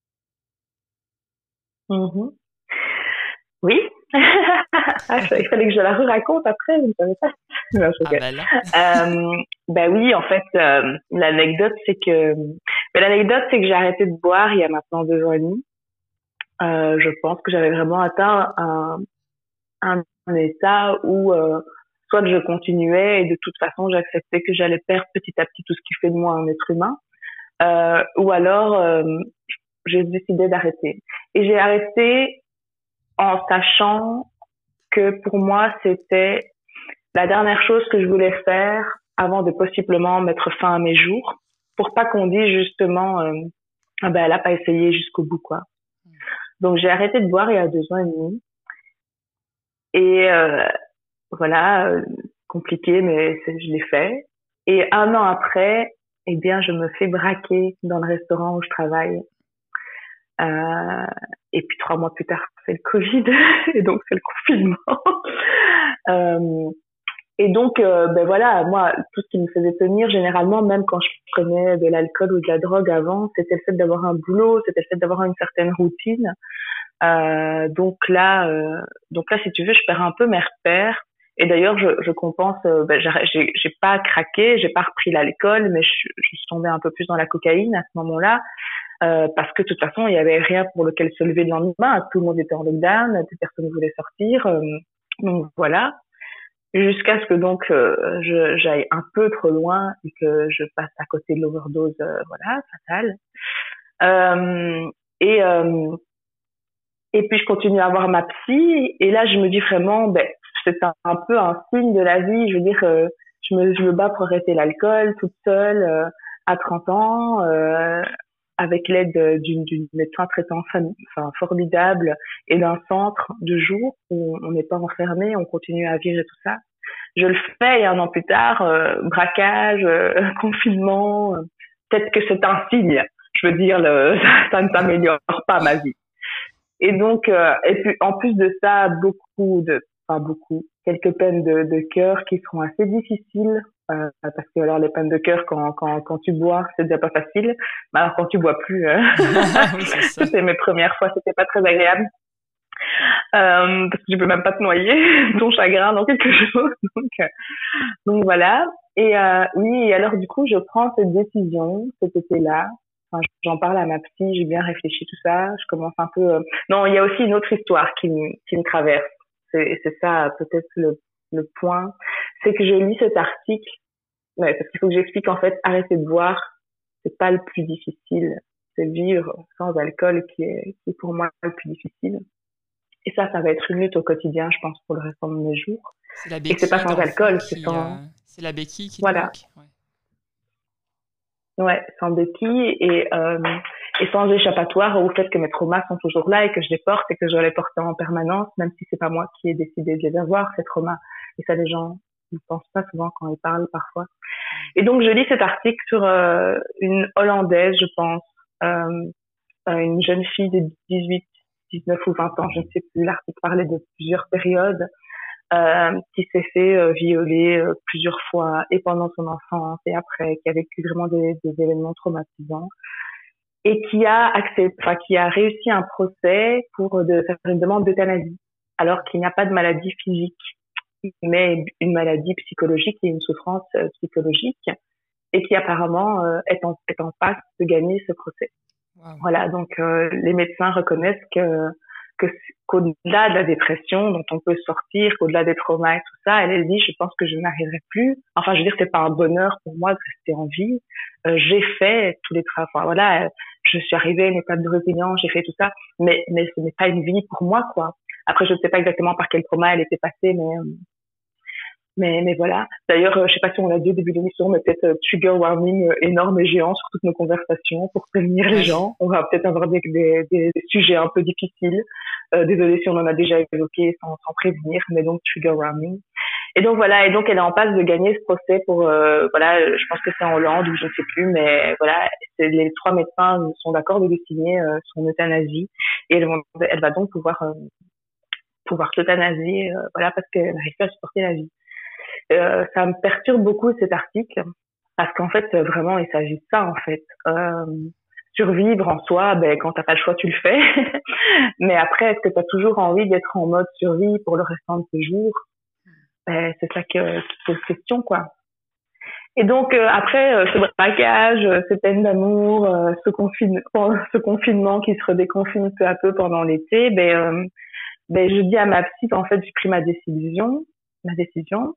Mm-hmm. Oui. Il fallait que je la raconte après, vous ne savez pas. Non, Ah ben là. Ben oui, en fait, l'anecdote, c'est que j'ai arrêté de boire il y a maintenant 2 ans et demi. Je pense que j'avais vraiment atteint un état où soit je continuais et de toute façon j'acceptais que j'allais perdre petit à petit tout ce qui fait de moi un être humain, ou alors j'ai décidé d'arrêter. Et j'ai arrêté en sachant que pour moi c'était la dernière chose que je voulais faire avant de possiblement mettre fin à mes jours, pour pas qu'on dise justement ah ben elle a pas essayé jusqu'au bout quoi. Donc j'ai arrêté de boire il y a 2 ans et demi. Et voilà, compliqué, mais je l'ai fait. Et 1 an après, eh bien, je me fais braquer dans le restaurant où je travaille. Euh, et puis 3 mois plus tard, c'est le Covid, et donc c'est le confinement. euh, et donc, ben voilà, moi, tout ce qui me faisait tenir, généralement, même quand je prenais de l'alcool ou de la drogue avant, c'était le fait d'avoir un boulot, c'était le fait d'avoir une certaine routine. Donc là, si tu veux, je perds un peu mes repères. Et d'ailleurs, je compense. J'ai pas craqué, j'ai pas repris l'alcool, mais je suis tombée un peu plus dans la cocaïne à ce moment-là, parce que de toute façon, il y avait rien pour lequel se lever le lendemain. Tout le monde était en lockdown, personne ne voulait sortir. Donc voilà. Jusqu'à ce que donc j'aille un peu trop loin et que je passe à côté de l'overdose, voilà, fatale. Euh, et euh, et puis je continue à voir ma psy et là je me dis vraiment ben c'est un peu un signe de la vie. Je veux dire je me bats pour arrêter l'alcool toute seule à 30 ans avec l'aide d'une médecin traitant enfin formidable et d'un centre de jour où on n'est pas enfermé, on continue à vivre et tout ça. Je le fais et 1 an plus tard braquage, confinement, peut-être que c'est un signe. Je veux dire ça ne s'améliore pas ma vie. Et donc, et puis en plus de ça, pas beaucoup, quelques peines de cœur qui seront assez difficiles, parce que alors les peines de cœur quand tu bois, c'est déjà pas facile. Mais alors quand tu bois plus, Oui, c'est ça. c'était mes premières fois, c'était pas très agréable, parce que tu peux même pas te noyer, ton chagrin dans quelque chose. Donc voilà. Et oui, et alors du coup, je prends cette décision cet été-là. Enfin, j'en parle à ma psy, j'ai bien réfléchi tout ça. Je commence un peu. Non, il y a aussi une autre histoire qui me traverse. C'est ça peut-être le point, c'est que je lis cet article. Ouais, parce qu'il faut que j'explique en fait, arrêter de boire, c'est pas le plus difficile. C'est vivre sans alcool qui est pour moi le plus difficile. Et ça va être une lutte au quotidien, je pense, pour le restant de mes jours. C'est la Et que c'est pas béquille sans d'enfant alcool, c'est qui... sans, c'est la béquille qui te voilà, manque. Ouais. ouais, sans béquille et sans échappatoire au fait que mes traumas sont toujours là et que je les porte et que je dois les porter en permanence, même si c'est pas moi qui ai décidé de les avoir, ces traumas. Et ça, les gens ne pensent pas souvent quand ils parlent parfois. Et donc, je lis cet article sur une Hollandaise, je pense, euh, une jeune fille de 18, 19 ou 20 ans, je ne sais plus. L'article parlait de plusieurs périodes, qui s'est fait violer plusieurs fois et pendant son enfance et après, qui a vécu vraiment des événements traumatisants et qui a accepté, enfin, qui a réussi un procès pour faire une demande d'euthanasie, alors qu'il n'y a pas de maladie physique, mais une maladie psychologique et une souffrance psychologique, et qui apparemment est en passe de gagner ce procès. Wow. Voilà, donc les médecins reconnaissent que qu'au-delà de la dépression dont on peut sortir, qu'au-delà des traumas et tout ça, elle dit, je pense que je n'arriverai plus. Enfin, je veux dire, c'est pas un bonheur pour moi de rester en vie. J'ai fait tous les travaux. Enfin, voilà, je suis arrivée à une étape de résilience, j'ai fait tout ça, mais ce n'est pas une vie pour moi, quoi. Après, je ne sais pas exactement par quel trauma elle était passée, mais voilà. D'ailleurs, je sais pas si on l'a dit au début de l'émission, mais peut-être trigger warning énorme et géant sur toutes nos conversations pour prévenir les gens. On va peut-être avoir des sujets un peu difficiles. Désolée si on en a déjà évoqué sans prévenir, mais donc trigger warning. Et donc voilà, et donc elle est en passe de gagner ce procès pour voilà, je pense que c'est en Hollande ou je ne sais plus, mais voilà, les trois médecins sont d'accord de lui signer son euthanasie et elle va donc pouvoir s'euthanasier, voilà, parce qu'elle n'arrive pas à supporter la vie. Ça me perturbe beaucoup cet article parce qu'en fait vraiment il s'agit de ça en fait. Survivre en soi, ben quand t'as pas le choix tu le fais. Mais après est-ce que t'as toujours envie d'être en mode survie pour le restant de tes jours? Ben, c'est ça qui pose question quoi. Et donc après ce braquage, ces peines d'amour, ce confinement qui se redéconfine peu à peu pendant l'été, ben je dis à ma psy qu'en fait j'ai pris ma décision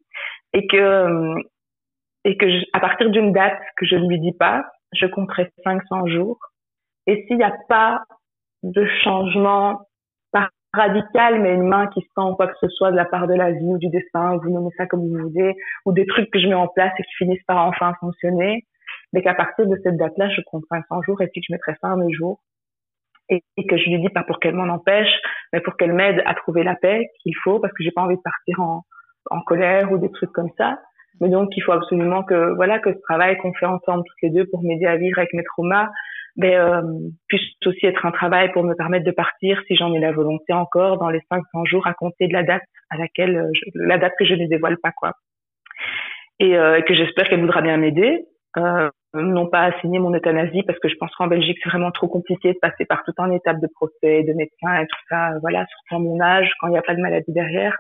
et que à partir d'une date que je ne lui dis pas, je compterai 500 jours. Et s'il n'y a pas de changement, pas radical, mais une main qui se tend ou quoi que ce soit de la part de la vie ou du destin, vous nommez ça comme vous voulez, ou des trucs que je mets en place et qui finissent par enfin fonctionner, mais qu'à partir de cette date-là, je compte 500 jours et puis que je mettrai fin à mes jours. Et que je lui dis pas pour qu'elle m'en empêche, mais pour qu'elle m'aide à trouver la paix qu'il faut, parce que j'ai pas envie de partir en colère ou des trucs comme ça. Mais donc, il faut absolument que, voilà, que ce travail qu'on fait ensemble toutes les deux pour m'aider à vivre avec mes traumas, puisse aussi être un travail pour me permettre de partir, si j'en ai la volonté encore, dans les 500 jours à compter de la date à laquelle, la date que je ne dévoile pas, quoi. Et que j'espère qu'elle voudra bien m'aider. Non pas à signer mon euthanasie parce que je pense qu'en Belgique c'est vraiment trop compliqué de passer par toute une étape de procès, de médecin et tout ça, voilà, surtout à mon âge quand il n'y a pas de maladie derrière.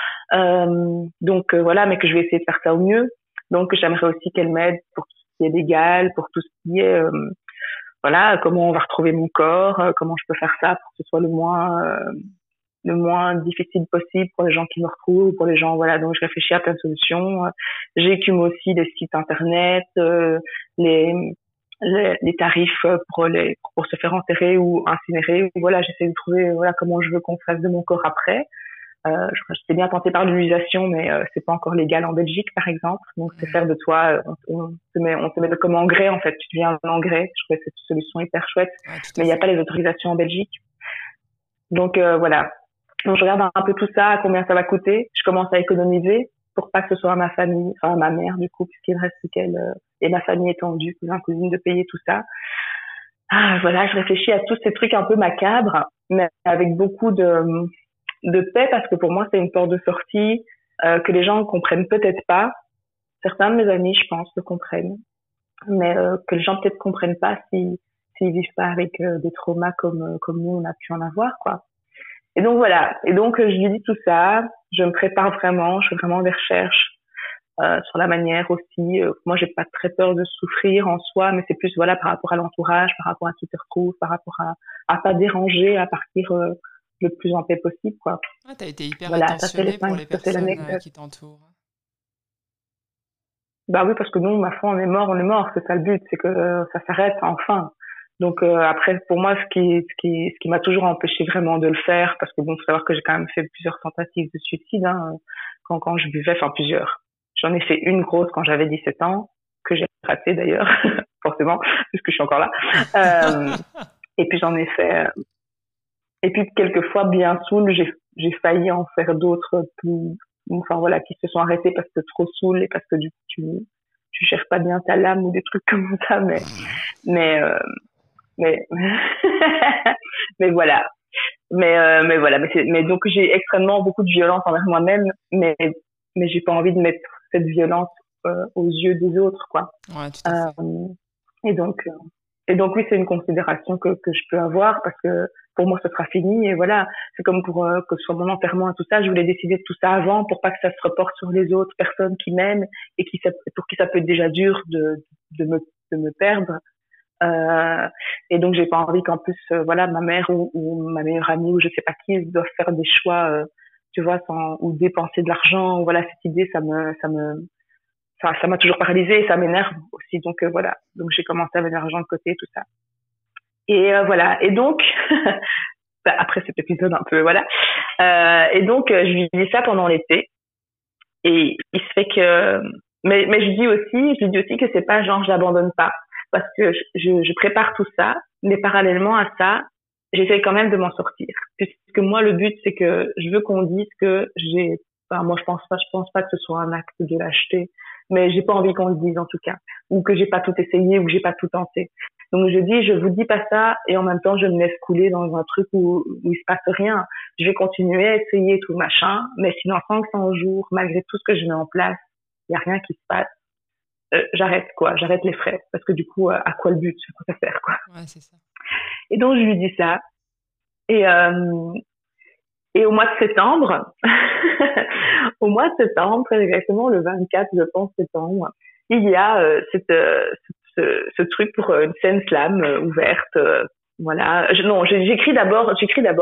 Donc voilà, mais que je vais essayer de faire ça au mieux. Donc j'aimerais aussi qu'elle m'aide pour tout ce qui est légal, pour tout ce qui est voilà, comment on va retrouver mon corps, comment je peux faire ça pour que ce soit le moins difficile possible pour les gens qui me retrouvent, pour les gens, voilà, donc je réfléchis à plein de solutions. J'écume aussi les sites internet, les tarifs pour se faire enterrer ou incinérer. Voilà, j'essaie de trouver, voilà, comment je veux qu'on fasse de mon corps après. J'étais bien tentée par l'utilisation, mais c'est pas encore légal en Belgique, par exemple. Donc, c'est faire de toi, on te met comme engrais, en fait. Tu deviens un engrais. Je trouvais cette solution hyper chouette. Ouais, Mais il n'y a pas les autorisations en Belgique. Donc, voilà. Donc, je regarde un peu tout ça, combien ça va coûter. Je commence à économiser pour pas que ce soit à ma famille, enfin à ma mère, du coup, puisqu'il ne reste qu'elle et ma famille étendue, cousin, cousine, de payer tout ça. Ah, voilà, je réfléchis à tous ces trucs un peu macabres, mais avec beaucoup de paix, parce que pour moi, c'est une porte de sortie que les gens ne comprennent peut-être pas. Certains de mes amis, je pense, le comprennent, mais que les gens peut-être comprennent pas s'ils vivent pas avec des traumas comme nous, on a pu en avoir, quoi. Et donc voilà. Et donc je lui dis tout ça. Je me prépare vraiment. Je fais vraiment des recherches sur la manière aussi. Moi, j'ai pas très peur de souffrir en soi, mais c'est plus voilà par rapport à l'entourage, par rapport à qui te retrouve, par rapport à pas déranger, à partir le plus en paix possible, quoi. Ah, t'as été hyper Voilà, ça c'est attentionné pour les personnes qui t'entourent. Bah oui, parce que nous, ma foi, on est mort. C'est ça le but, c'est que ça s'arrête enfin. Donc après, pour moi, ce qui m'a toujours empêché vraiment de le faire, parce que bon, faut savoir que j'ai quand même fait plusieurs tentatives de suicide, hein, quand je buvais, enfin plusieurs. J'en ai fait une grosse quand j'avais 17 ans, que j'ai ratée d'ailleurs, forcément, puisque je suis encore là. Et puis j'en ai fait, et puis quelquefois bien saoul, j'ai failli en faire d'autres plus, enfin voilà, qui se sont arrêtés parce que trop saoul et parce que du coup tu gères pas bien ta lame ou des trucs comme ça, mais mais mais voilà. Mais voilà, mais donc j'ai extrêmement beaucoup de violence envers moi-même, mais j'ai pas envie de mettre cette violence aux yeux des autres, quoi. Ouais, tout à fait. Et donc oui, c'est une considération que je peux avoir parce que pour moi ce sera fini et voilà, c'est comme pour que ce soit mon enterrement et tout ça, je voulais décider de tout ça avant pour pas que ça se reporte sur les autres personnes qui m'aiment et pour qui ça peut être déjà dur de me perdre. Et donc j'ai pas envie qu'en plus voilà ma mère ou ma meilleure amie ou je sais pas qui doivent faire des choix tu vois ou dépenser de l'argent, voilà, cette idée ça m'a toujours paralysée et ça m'énerve aussi, donc voilà, donc j'ai commencé à mettre l'argent de côté, tout ça, et voilà, et donc après cet épisode un peu voilà, et donc je lui dis ça pendant l'été et il se fait que mais je lui dis aussi que c'est pas genre je l'abandonne pas parce que je prépare tout ça, mais parallèlement à ça, j'essaie quand même de m'en sortir. Puisque moi, le but, c'est que je veux qu'on dise que enfin, moi, je pense pas que ce soit un acte de lâcheté, mais j'ai pas envie qu'on le dise, en tout cas. Ou que j'ai pas tout essayé, ou que j'ai pas tout tenté. Donc, je vous dis pas ça, et en même temps, je me laisse couler dans un truc où il se passe rien. Je vais continuer à essayer tout machin, mais si dans 500 jours, malgré tout ce que je mets en place, il y a rien qui se passe, j'arrête les frais, parce que du coup à quoi le but, à quoi ça sert, quoi. Ouais, c'est ça. Et donc je lui dis ça et au mois de septembre très exactement le 24 je pense septembre, il y a ce truc pour une scène slam ouverte, voilà. J'écris d'abord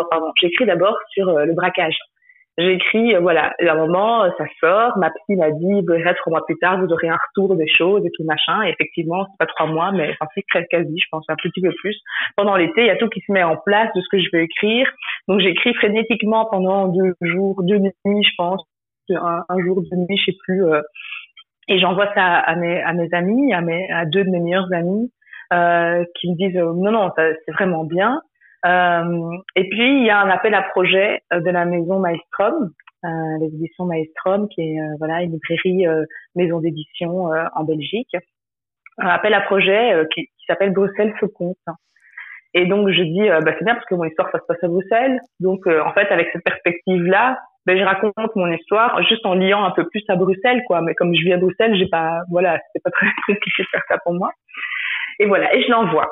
sur le braquage. J'ai écrit, voilà, à un moment, ça sort, ma psy m'a dit, bref, 3 mois plus tard, vous aurez un retour des choses et tout machin, et effectivement, c'est pas 3 mois, mais enfin, c'est quasi, je pense, un petit peu plus. Pendant l'été, il y a tout qui se met en place de ce que je veux écrire. Donc, j'écris frénétiquement pendant 2 jours, 2 nuits, je pense, un jour, 2 nuits, je sais plus, et j'envoie ça à mes amis, à 2 de mes meilleurs amis, qui me disent, non, c'est vraiment bien. Et puis il y a un appel à projet de la maison Maelstrom, les éditions Maelstrom, qui est voilà une librairie maison d'édition en Belgique. Un appel à projet qui s'appelle Bruxelles se compte. Et donc je dis c'est bien parce que mon histoire ça se passe à Bruxelles. Donc en fait avec cette perspective là, je raconte mon histoire juste en liant un peu plus à Bruxelles, quoi. Mais comme je vis à Bruxelles, c'était pas très compliqué de faire ça pour moi. Et voilà, et je l'envoie.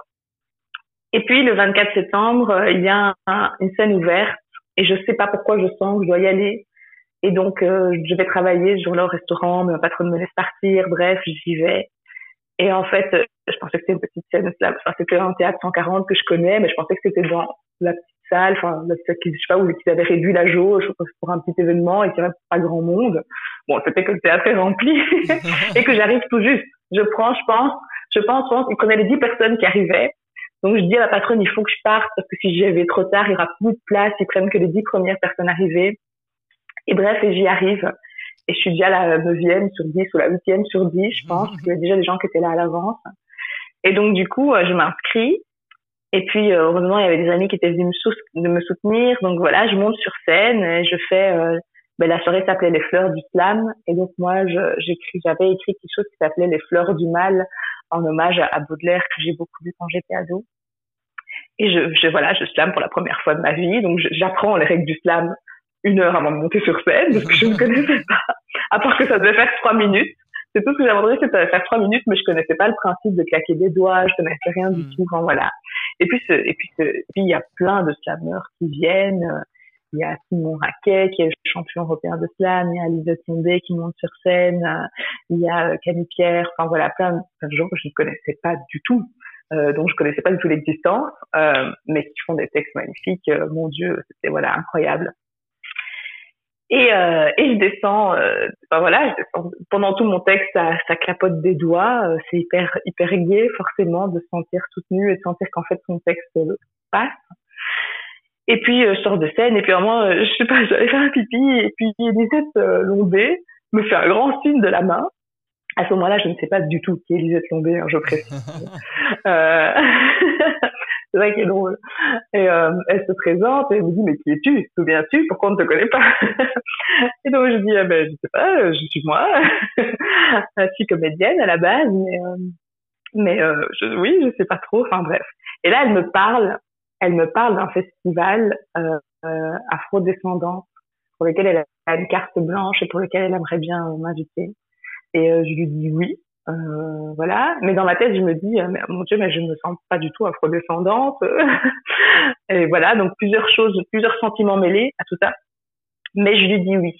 Et puis, le 24 septembre, il y a une scène ouverte et je sais pas pourquoi je sens que je dois y aller. Et donc, je vais travailler ce jour-là au restaurant, mais ma patronne me laisse partir. Bref, j'y vais. Et en fait, je pensais que c'était une petite scène, enfin, c'était un théâtre 140 que je connais, mais je pensais que c'était dans la petite salle, enfin, la petite salle, je sais pas, où ils avaient réduit la jauge pour un petit événement et qu'il n'y avait pas grand monde. Bon, c'était que le théâtre est rempli et que j'arrive tout juste. Je pense, il connaît les 10 personnes qui arrivaient. Donc, je dis à la patronne, il faut que je parte parce que si j'y vais trop tard, il y aura plus de place. Ils prennent que les 10 premières personnes arrivées. Et bref, et j'y arrive. Et je suis déjà la 9e sur 10 ou la 8e sur 10, je pense. Parce qu'il y a déjà des gens qui étaient là à l'avance. Et donc, du coup, je m'inscris. Et puis, heureusement, il y avait des amis qui étaient venus me soutenir. Donc, voilà, je monte sur scène et je fais, la soirée s'appelait Les Fleurs du Slam. Et donc, moi, j'avais écrit quelque chose qui s'appelait Les Fleurs du Mal en hommage à Baudelaire que j'ai beaucoup lu quand j'étais ado. Et je slam pour la première fois de ma vie. Donc, j'apprends les règles du slam 1 heure avant de monter sur scène parce que je ne connaissais pas. À part que ça devait faire 3 minutes. C'est tout ce que j'avais entendu, c'était faire 3 minutes, mais je connaissais pas le principe de claquer des doigts, je connaissais rien du tout. Enfin, voilà. Et puis il y a plein de slameurs qui viennent. Il y a Simon Raquet, qui est le champion européen de slam. Il y a Lisa Tondé qui monte sur scène. Il y a Camille Pierre. Enfin, voilà, plein de gens que je ne connaissais pas du tout. Donc je connaissais pas du tout l'existence, mais qui font des textes magnifiques. Mon Dieu, c'était voilà incroyable. Et je descends, je descends. Pendant tout mon texte, ça clapote des doigts. C'est hyper gai, forcément, de se sentir soutenu et de sentir qu'en fait son texte passe. Et puis, je sors de scène, et puis moi, je sais pas, j'allais faire un pipi, et puis Elisette Lombé me fait un grand signe de la main. À ce moment-là, je ne sais pas du tout qui est Elisette Lombé, hein, je précise. C'est vrai qu'elle est drôle. Et elle se présente et elle me dit, mais qui es-tu? Te souviens-tu? Pourquoi on ne te connaît pas? Et donc je dis, je sais pas, je suis moi. Je suis comédienne à la base, mais oui, je sais pas trop. Enfin bref. Et là, elle me parle d'un festival afro-descendant pour lequel elle a une carte blanche et pour lequel elle aimerait bien m'inviter. Et je lui dis oui. Voilà, mais dans ma tête je me dis mais, mon Dieu, mais je ne me sens pas du tout afrodescendante. Et voilà, donc plusieurs sentiments mêlés à tout ça, mais je lui dis oui.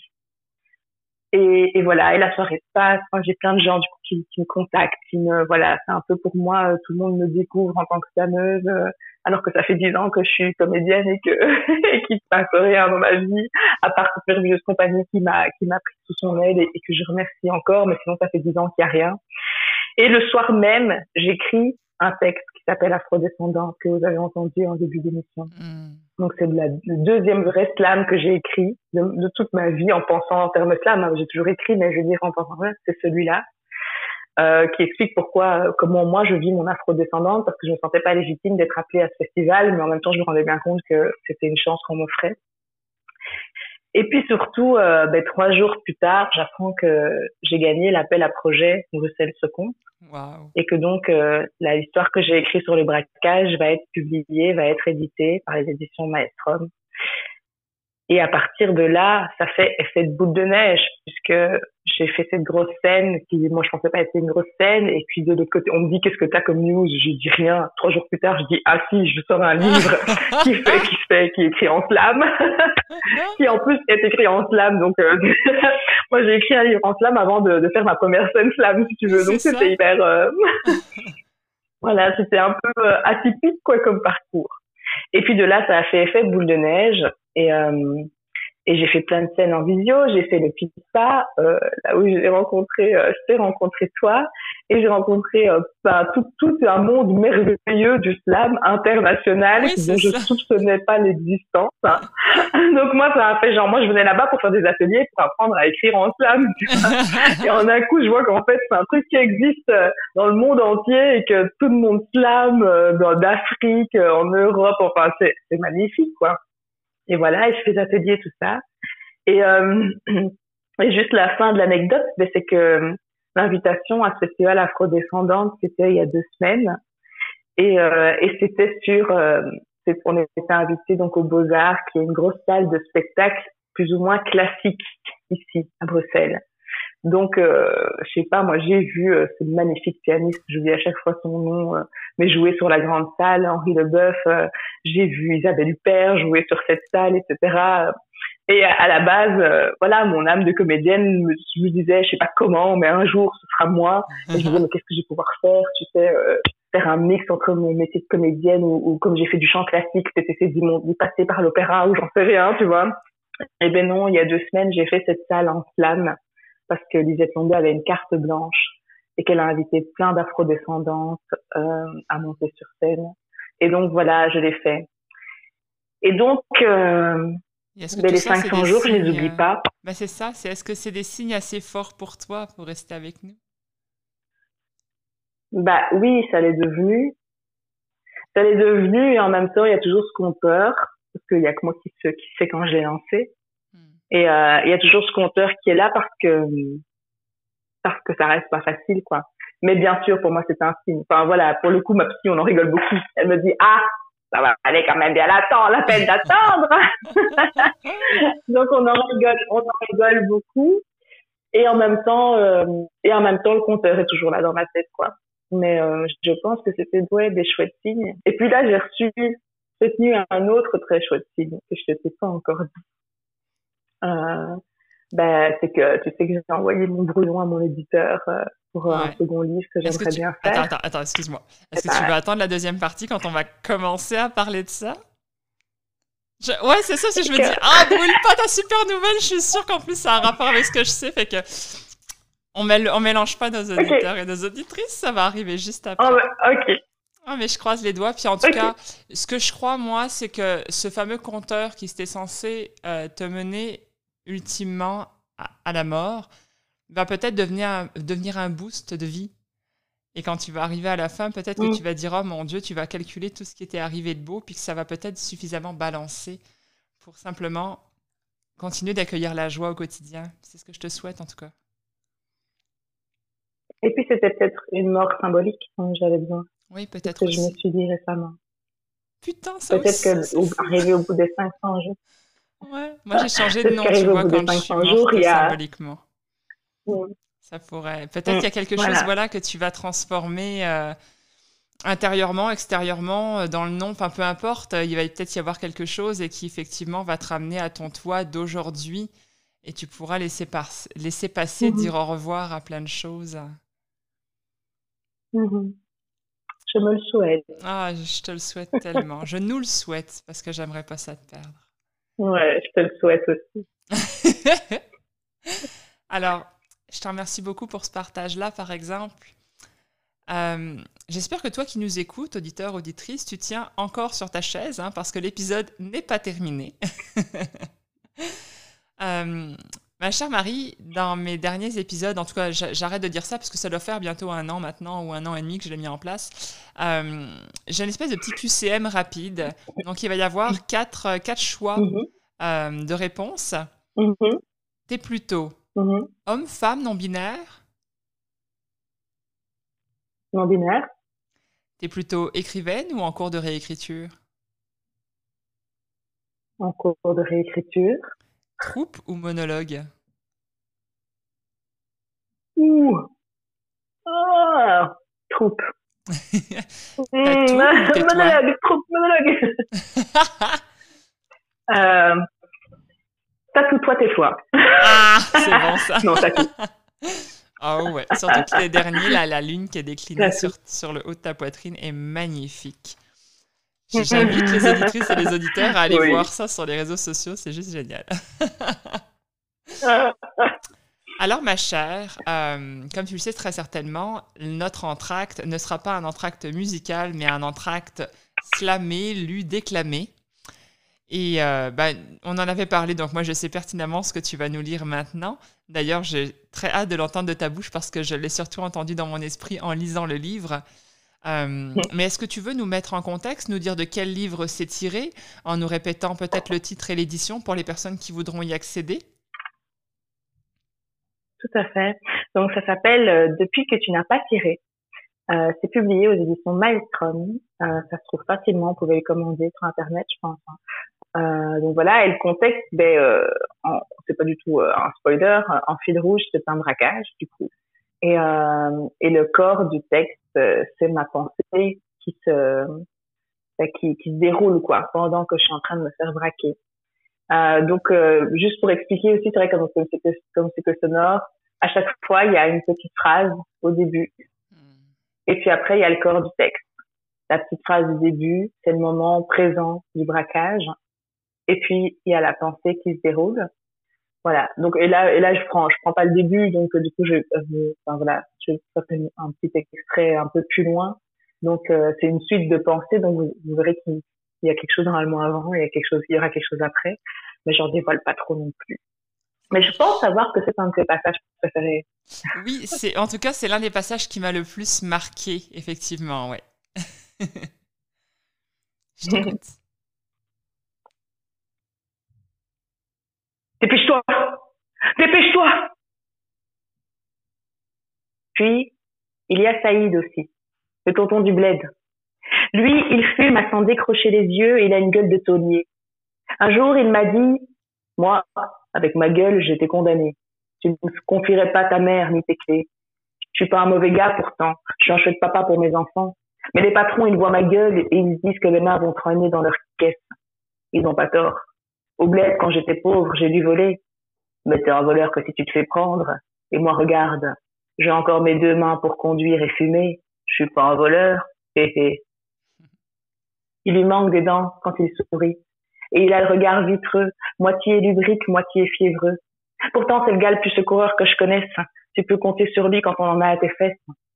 Et voilà, et la soirée se passe. Moi, j'ai plein de gens du coup qui me contactent, voilà, c'est un peu pour moi, tout le monde me découvre en tant que slameuse, alors que ça fait 10 ans que je suis comédienne et qu'il se passe rien dans ma vie, à part cette merveilleuse compagnie qui m'a pris sous son aile et que je remercie encore, mais sinon ça fait 10 ans qu'il y a rien. Et le soir même, j'écris un texte qui s'appelle Afrodescendante, que vous avez entendu en début d'émission. Donc c'est le deuxième vrai slam que j'ai écrit de toute ma vie en pensant en termes slam. J'ai toujours écrit, mais je veux dire en pensant c'est celui-là, qui explique comment moi je vis mon afrodescendante, parce que je me sentais pas légitime d'être appelée à ce festival, mais en même temps je me rendais bien compte que c'était une chance qu'on m'offrait. Et puis surtout, 3 jours plus tard, j'apprends que j'ai gagné l'appel à projet Bruxelles se compte. Wow. Et que donc l'histoire que j'ai écrite sur le braquage va être publiée, va être éditée par les éditions Maelstrom. Et à partir de là, ça fait effet de boule de neige, puisque j'ai fait cette grosse scène qui, moi, je pensais pas être une grosse scène. Et puis de l'autre côté, on me dit qu'est-ce que t'as comme news? Je dis rien. 3 jours plus tard, je dis ah si, je sors un livre qui est écrit en slam, qui en plus est écrit en slam. Donc moi, j'ai écrit un livre en slam avant de faire ma première scène slam, si tu veux. Donc c'était hyper voilà, c'était un peu atypique quoi comme parcours. Et puis de là, ça a fait effet boule de neige. Et j'ai fait plein de scènes en visio. J'ai fait le PIPA, là où j'ai rencontré toi, et j'ai rencontré tout un monde merveilleux du slam international, dont je soupçonnais pas l'existence. Hein. Donc moi, ça a fait genre, moi je venais là-bas pour faire des ateliers, pour apprendre à écrire en slam. Tu vois. Et en un coup, je vois qu'en fait, c'est un truc qui existe dans le monde entier et que tout le monde slam, d'Afrique, en Europe, enfin c'est magnifique quoi. Et voilà, et je fais des ateliers, tout ça. Et juste la fin de l'anecdote, c'est que l'invitation à ce festival afrodescendante, c'était il y a 2 semaines. Et c'était on était invité donc au Beaux-Arts, qui est une grosse salle de spectacle plus ou moins classique ici, à Bruxelles. Donc, je sais pas, moi j'ai vu ce magnifique pianiste, je dis à chaque fois son nom, mais jouer sur la grande salle, Henri Leboeuf, j'ai vu Isabelle Huppert jouer sur cette salle, etc. Et à la base, voilà, mon âme de comédienne me disait, je sais pas comment, mais un jour ce sera moi. Et je me disais, mais qu'est-ce que je vais pouvoir faire, tu sais, faire un mix entre mon métier de comédienne ou comme j'ai fait du chant classique, peut-être essayer d'y passer par l'opéra ou j'en sais rien, tu vois. Et ben non, il y a 2 semaines, j'ai fait cette salle en slam parce que Lisette Lombé avait une carte blanche et qu'elle a invité plein d'afrodescendantes à monter sur scène. Et donc voilà, je l'ai fait. Et donc, les 500 jours, je les oublie pas. Ben c'est ça, est-ce que c'est des signes assez forts pour toi pour rester avec nous? Bah oui, ça l'est devenu. Ça l'est devenu et en même temps, il y a toujours ce compteur, parce qu'il y a que moi qui sais quand je l'ai lancé. Et il y a toujours ce compteur qui est là parce que ça reste pas facile, quoi. Mais bien sûr, pour moi, c'est un signe. Enfin voilà, pour le coup, ma psy, on en rigole beaucoup. Elle me dit ça va aller quand même bien la peine d'attendre. Donc on en rigole beaucoup. Et en même temps, le compteur est toujours là dans ma tête, quoi. Mais je pense que c'était des chouettes signes. Et puis là, j'ai reçu cette nuit un autre très chouette signe que je ne t'ai pas encore dit. C'est que tu sais que j'ai envoyé mon brouillon à mon éditeur pour un second livre que j'aimerais bien faire. Attends, excuse-moi. Est-ce que tu veux attendre la deuxième partie quand on va commencer à parler de ça? Ouais, c'est ça, si je me dis brûle pas ta super nouvelle, je suis sûre qu'en plus ça a un rapport avec ce que je sais, fait que on mélange pas nos auditeurs et nos auditrices, ça va arriver juste après. Ok. Ah, mais je croise les doigts. Puis en tout Ok. cas, ce que je crois, moi, c'est que ce fameux compteur qui était censé te mener ultimement à la mort va peut-être devenir un boost de vie. Et quand tu vas arriver à la fin, peut-être que tu Mm. vas dire, oh mon Dieu, tu vas calculer tout ce qui était arrivé de beau, puis que ça va peut-être suffisamment balancer pour simplement continuer d'accueillir la joie au quotidien. C'est ce que je te souhaite en tout cas. Et puis c'était peut-être une mort symbolique dont j'avais besoin. Oui, C'est ce peut-être que je me aussi. suis dit récemment. Putain, ça Peut-être aussi, que c'est fou. arrivé au bout des 500 jours, Ouais. Moi, j'ai changé de peut-être nom, tu qu'arrivé au vois, bout des quand je suis 500 jours, il morte y a... symboliquement. Mm. Ça pourrait. Peut-être qu'il y a quelque chose, Voilà. voilà, que tu vas transformer intérieurement, extérieurement, dans le nom, enfin peu importe. Il va peut-être y avoir quelque chose et qui effectivement va te ramener à ton toi d'aujourd'hui et tu pourras laisser passer, Mhm. dire au revoir à plein de choses. Mhm. Je me le souhaite. Ah, je te le souhaite tellement. Je nous le souhaite parce que j'aimerais pas ça te perdre. Ouais, je te le souhaite aussi. Alors, je te remercie beaucoup pour ce partage-là, par exemple. J'espère que toi qui nous écoutes, auditeur, auditrice, tu tiens encore sur ta chaise, hein, parce que l'épisode n'est pas terminé. Ma chère Marie, dans mes derniers épisodes, en tout cas, j'arrête de dire ça parce que ça doit faire bientôt 1 an maintenant ou 1 an et demi que je l'ai mis en place. J'ai une espèce de petit QCM rapide. Donc, il va y avoir quatre choix Mhm. de réponses. Mhm. T'es plutôt Mhm. homme, femme, non-binaire? Non-binaire, T'es plutôt écrivaine ou en cours de réécriture? en cours de réécriture. Troupe ou monologue? Ouh. Ah, troupe. T'as tout ou tais-toi? Monologue, troupe, monologue. Euh, t'as tout, toi, tes choix. Ah, c'est bon ça. Non, t'as tout. Oh ouais, surtout que les derniers, là, la lune qui est déclinée T'as tout. sur le haut de ta poitrine est magnifique. J'invite les auditrices et les auditeurs à aller Oui. voir ça sur les réseaux sociaux, c'est juste génial. Alors ma chère, comme tu le sais très certainement, notre entracte ne sera pas un entracte musical, mais un entracte slamé, lu, déclamé. Et on en avait parlé, donc moi je sais pertinemment ce que tu vas nous lire maintenant. D'ailleurs, j'ai très hâte de l'entendre de ta bouche parce que je l'ai surtout entendu dans mon esprit en lisant le livre. Mais est-ce que tu veux nous mettre en contexte, nous dire de quel livre c'est tiré, en nous répétant peut-être le titre et l'édition pour les personnes qui voudront y accéder? Tout à fait. Donc, ça s'appelle Depuis que tu n'as pas tiré. C'est publié aux éditions Maelstrom. Ça se trouve facilement. Vous pouvez le commander sur Internet, je pense. Donc voilà, et le contexte, c'est pas du tout un spoiler. En fil rouge, c'est un braquage, du coup. Et le corps du texte, c'est ma pensée qui se déroule, quoi, pendant que je suis en train de me faire braquer. Juste pour expliquer aussi, c'est vrai, comme c'est que sonore, à chaque fois, il y a une petite phrase au début. Et puis après, il y a le corps du texte. La petite phrase du début, c'est le moment présent du braquage. Et puis, il y a la pensée qui se déroule. Voilà. Donc, et là, je prends pas le début. Donc, du coup, je fais un petit extrait un peu plus loin. Donc, c'est une suite de pensées. Donc, vous verrez qu'il y a quelque chose normalement avant, il y aura quelque chose après. Mais j'en dévoile pas trop non plus. Mais je pense savoir que c'est un de tes passages préférés. Oui, en tout cas, c'est l'un des passages qui m'a le plus marqué, effectivement, ouais. Je t'écoute. Dépêche-toi! Dépêche-toi! Puis, il y a Saïd aussi, le tonton du bled. Lui, il fume à s'en décrocher les yeux et il a une gueule de taulier. Un jour, il m'a dit, moi, avec ma gueule, j'étais condamné. Tu ne confierais pas ta mère ni tes clés. Je suis pas un mauvais gars pourtant. Je suis un chouette papa pour mes enfants. Mais les patrons, ils voient ma gueule et ils disent que les mains vont traîner dans leur caisse. Ils n'ont pas tort. Au bled, quand j'étais pauvre, j'ai dû voler. Mais t'es un voleur que si tu te fais prendre. Et moi, regarde, j'ai encore mes 2 mains pour conduire et fumer. Je suis pas un voleur. Hé hé. Il lui manque des dents quand il sourit. Et il a le regard vitreux, moitié lubrique, moitié fiévreux. Pourtant, c'est le gars le plus secoureur que je connaisse. Tu peux compter sur lui quand on en a à tes fesses.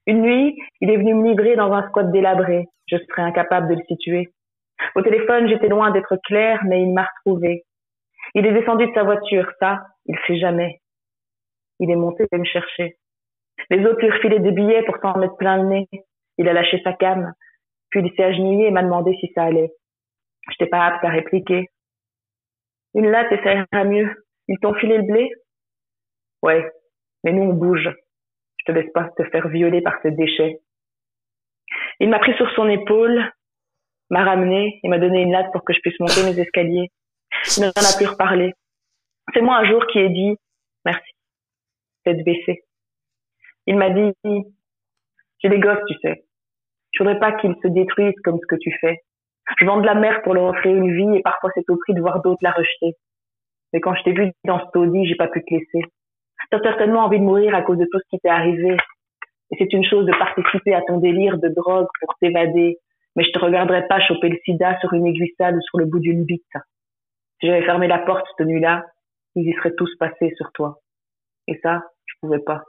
Une nuit, il est venu me livrer dans un squat délabré. Je serais incapable de le situer. Au téléphone, j'étais loin d'être claire, mais il m'a retrouvée. Il est descendu de sa voiture, ça, il fait jamais. Il est monté me chercher. Les autres lui refilaient des billets pour s'en mettre plein le nez. Il a lâché sa canne, puis il s'est agenouillé et m'a demandé si ça allait. J'étais pas apte à répliquer. Une latte et ça ira mieux. Ils t'ont filé le blé? Ouais, mais nous on bouge. Je te laisse pas te faire violer par ces déchets. Il m'a pris sur son épaule, m'a ramené et m'a donné une latte pour que je puisse monter mes escaliers. Il n'en a plus reparlé. C'est moi un jour qui ai dit merci, tête baissée. Il m'a dit j'ai des gosses, tu sais. Je voudrais pas qu'ils se détruisent comme ce que tu fais. Je vends de la merde pour leur offrir une vie et parfois c'est au prix de voir d'autres la rejeter. Mais quand je t'ai vu dans ce taudis, j'ai pas pu te laisser. T'as certainement envie de mourir à cause de tout ce qui t'est arrivé. Et c'est une chose de participer à ton délire de drogue pour t'évader. Mais je te regarderais pas choper le sida sur une aiguille sale ou sur le bout d'une bite. Si j'avais fermé la porte cette nuit-là, ils y seraient tous passés sur toi. Et ça, je pouvais pas.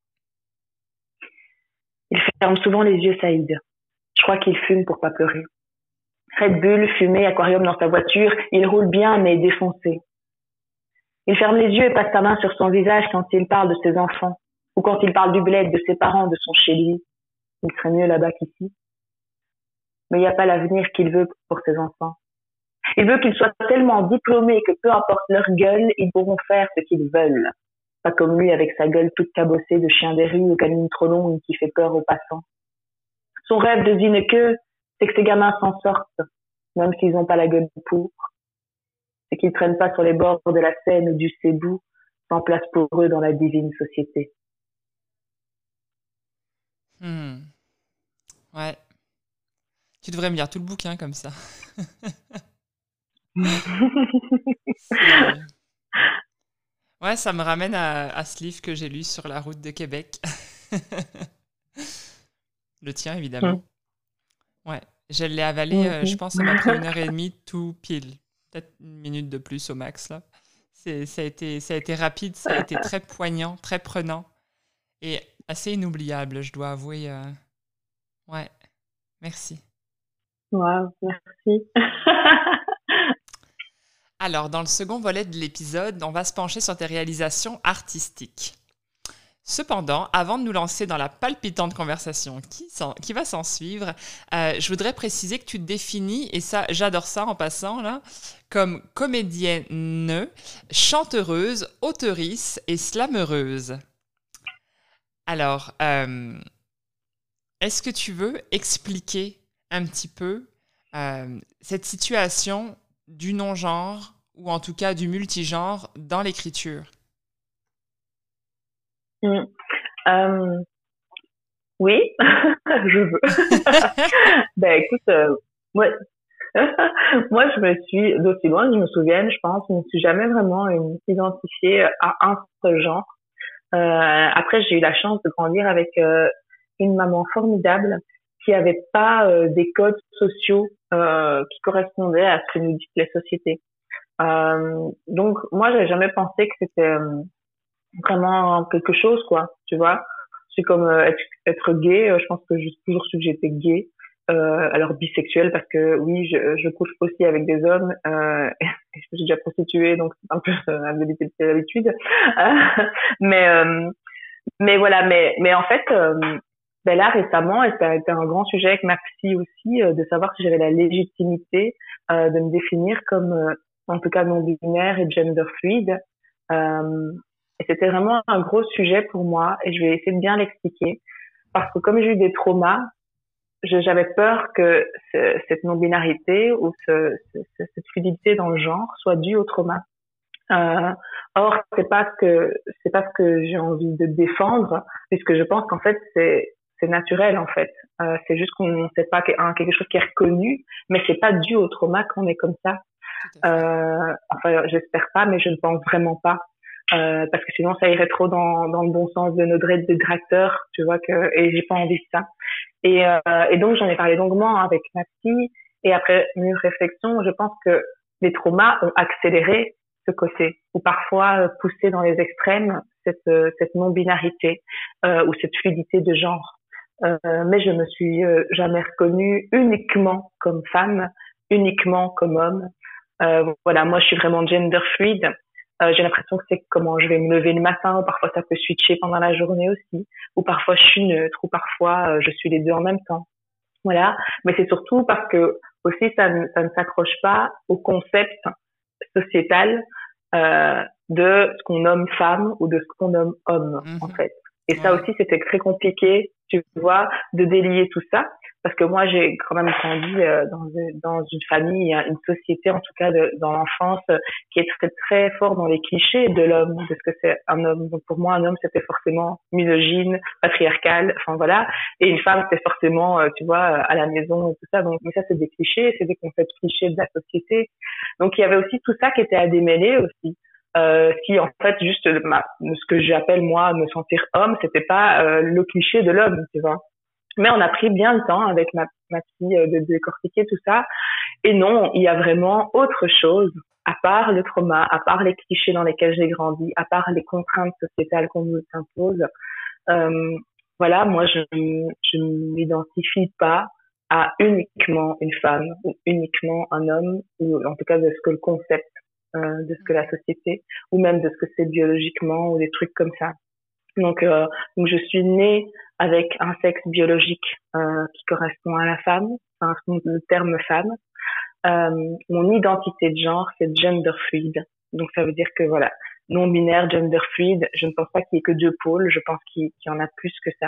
Il ferme souvent les yeux, Saïd. Je crois qu'il fume pour pas pleurer. Red Bull, fumée, aquarium dans sa voiture, il roule bien mais est défoncé. Il ferme les yeux et passe sa main sur son visage quand il parle de ses enfants, ou quand il parle du bled, de ses parents, de son chez lui. Il serait mieux là-bas qu'ici. Mais il n'y a pas l'avenir qu'il veut pour ses enfants. Il veut qu'ils soient tellement diplômés que peu importe leur gueule, ils pourront faire ce qu'ils veulent. Pas comme lui avec sa gueule toute cabossée de chien des rues aux canines trop longues qui fait peur aux passants. Son rêve de Zineke, c'est que ces gamins s'en sortent, même s'ils n'ont pas la gueule pour. C'est qu'ils traînent pas sur les bords de la Seine ou du Cébou, sans place pour eux dans la divine société. Ouais. Tu devrais me lire tout le bouquin comme ça. Ouais, ça me ramène à ce livre que j'ai lu sur la route de Québec. Le tien, évidemment. Ouais, je l'ai avalé, je pense, ça m'a pris 1h30 tout pile. Peut-être 1 minute de plus au max, là. Ça a été rapide, ça a été très poignant, très prenant et assez inoubliable, je dois avouer. Ouais, merci. Wow, merci. Alors, dans le second volet de l'épisode, on va se pencher sur tes réalisations artistiques. Cependant, avant de nous lancer dans la palpitante conversation qui va s'en suivre, je voudrais préciser que tu te définis, et ça, j'adore ça en passant, là, comme comédienne, chanteuse, auteurice et slammeuse. Alors, est-ce que tu veux expliquer un petit peu cette situation du non-genre, ou en tout cas du multigenre, dans l'écriture? Oui, je veux. Ben écoute, moi, moi je me suis, d'aussi loin que je me souvienne, je pense, je ne me suis jamais vraiment identifiée à un seul genre. Après, j'ai eu la chance de grandir avec une maman formidable qui avait pas des codes sociaux qui correspondaient à ce que nous disent les sociétés. Donc moi, j'avais jamais pensé que c'était vraiment quelque chose, quoi, tu vois. C'est comme être gay, je pense que j'ai toujours su que j'étais gay, alors bisexuelle parce que oui, je couche aussi avec des hommes, et je me suis déjà prostituée, donc c'est un peu de l'habitude. Mais voilà, mais en fait, ben là récemment, et ça a été un grand sujet avec ma psy aussi, de savoir si j'avais la légitimité de me définir comme, en tout cas non binaire et gender fluide. Et c'était vraiment un gros sujet pour moi, et je vais essayer de bien l'expliquer, parce que comme j'ai eu des traumas, j'avais peur que cette non-binarité ou cette fluidité dans le genre soit due au trauma. Or, c'est pas ce que j'ai envie de défendre, puisque je pense qu'en fait c'est naturel en fait. C'est juste qu'on sait pas quelque chose qui est reconnu, mais c'est pas dû au trauma qu'on est comme ça. Enfin, j'espère pas, mais je ne pense vraiment pas. Parce que sinon ça irait trop dans le bon sens de notre détracteur, tu vois, et j'ai pas envie de ça. Et donc j'en ai parlé longuement avec ma psy, et après une réflexion, je pense que les traumas ont accéléré ce côté, ou parfois poussé dans les extrêmes cette non-binarité ou cette fluidité de genre. mais je me suis jamais reconnue uniquement comme femme, uniquement comme homme. Voilà, moi je suis vraiment gender fluide. J'ai l'impression que c'est comment je vais me lever le matin, ou parfois ça peut switcher pendant la journée aussi, ou parfois je suis neutre, ou parfois je suis les deux en même temps. Voilà, mais c'est surtout parce que aussi ça ne s'accroche pas au concept sociétal de ce qu'on nomme femme ou de ce qu'on nomme homme en Mhm. fait. Et ça Ouais. aussi c'était très compliqué, tu vois, de délier tout ça parce que moi j'ai quand même grandi dans une famille, une société en tout cas dans l'enfance qui est très très fort dans les clichés de l'homme, de ce que c'est un homme. Donc pour moi un homme c'était forcément misogyne, patriarcal, enfin voilà, et une femme c'est forcément tu vois à la maison et tout ça. Donc mais ça c'est des clichés, c'est des concepts clichés de la société. Donc il y avait aussi tout ça qui était à démêler aussi. Qui en fait juste ce que j'appelle moi me sentir homme, c'était pas le cliché de l'homme, tu vois. Mais on a pris bien le temps avec ma fille de décortiquer tout ça. Et non, il y a vraiment autre chose à part le trauma, à part les clichés dans lesquels j'ai grandi, à part les contraintes sociétales qu'on nous impose. Euh, voilà, moi je m'identifie pas à uniquement une femme ou uniquement un homme, ou en tout cas de ce que le concept de ce que la société, ou même de ce que c'est biologiquement, ou des trucs comme ça. Donc je suis née avec un sexe biologique qui correspond à la femme, enfin le terme femme. Mon identité de genre, c'est gender fluide. Donc ça veut dire que voilà, non binaire, gender fluide. Je ne pense pas qu'il y ait que deux pôles. Je pense qu'il y en a plus que ça.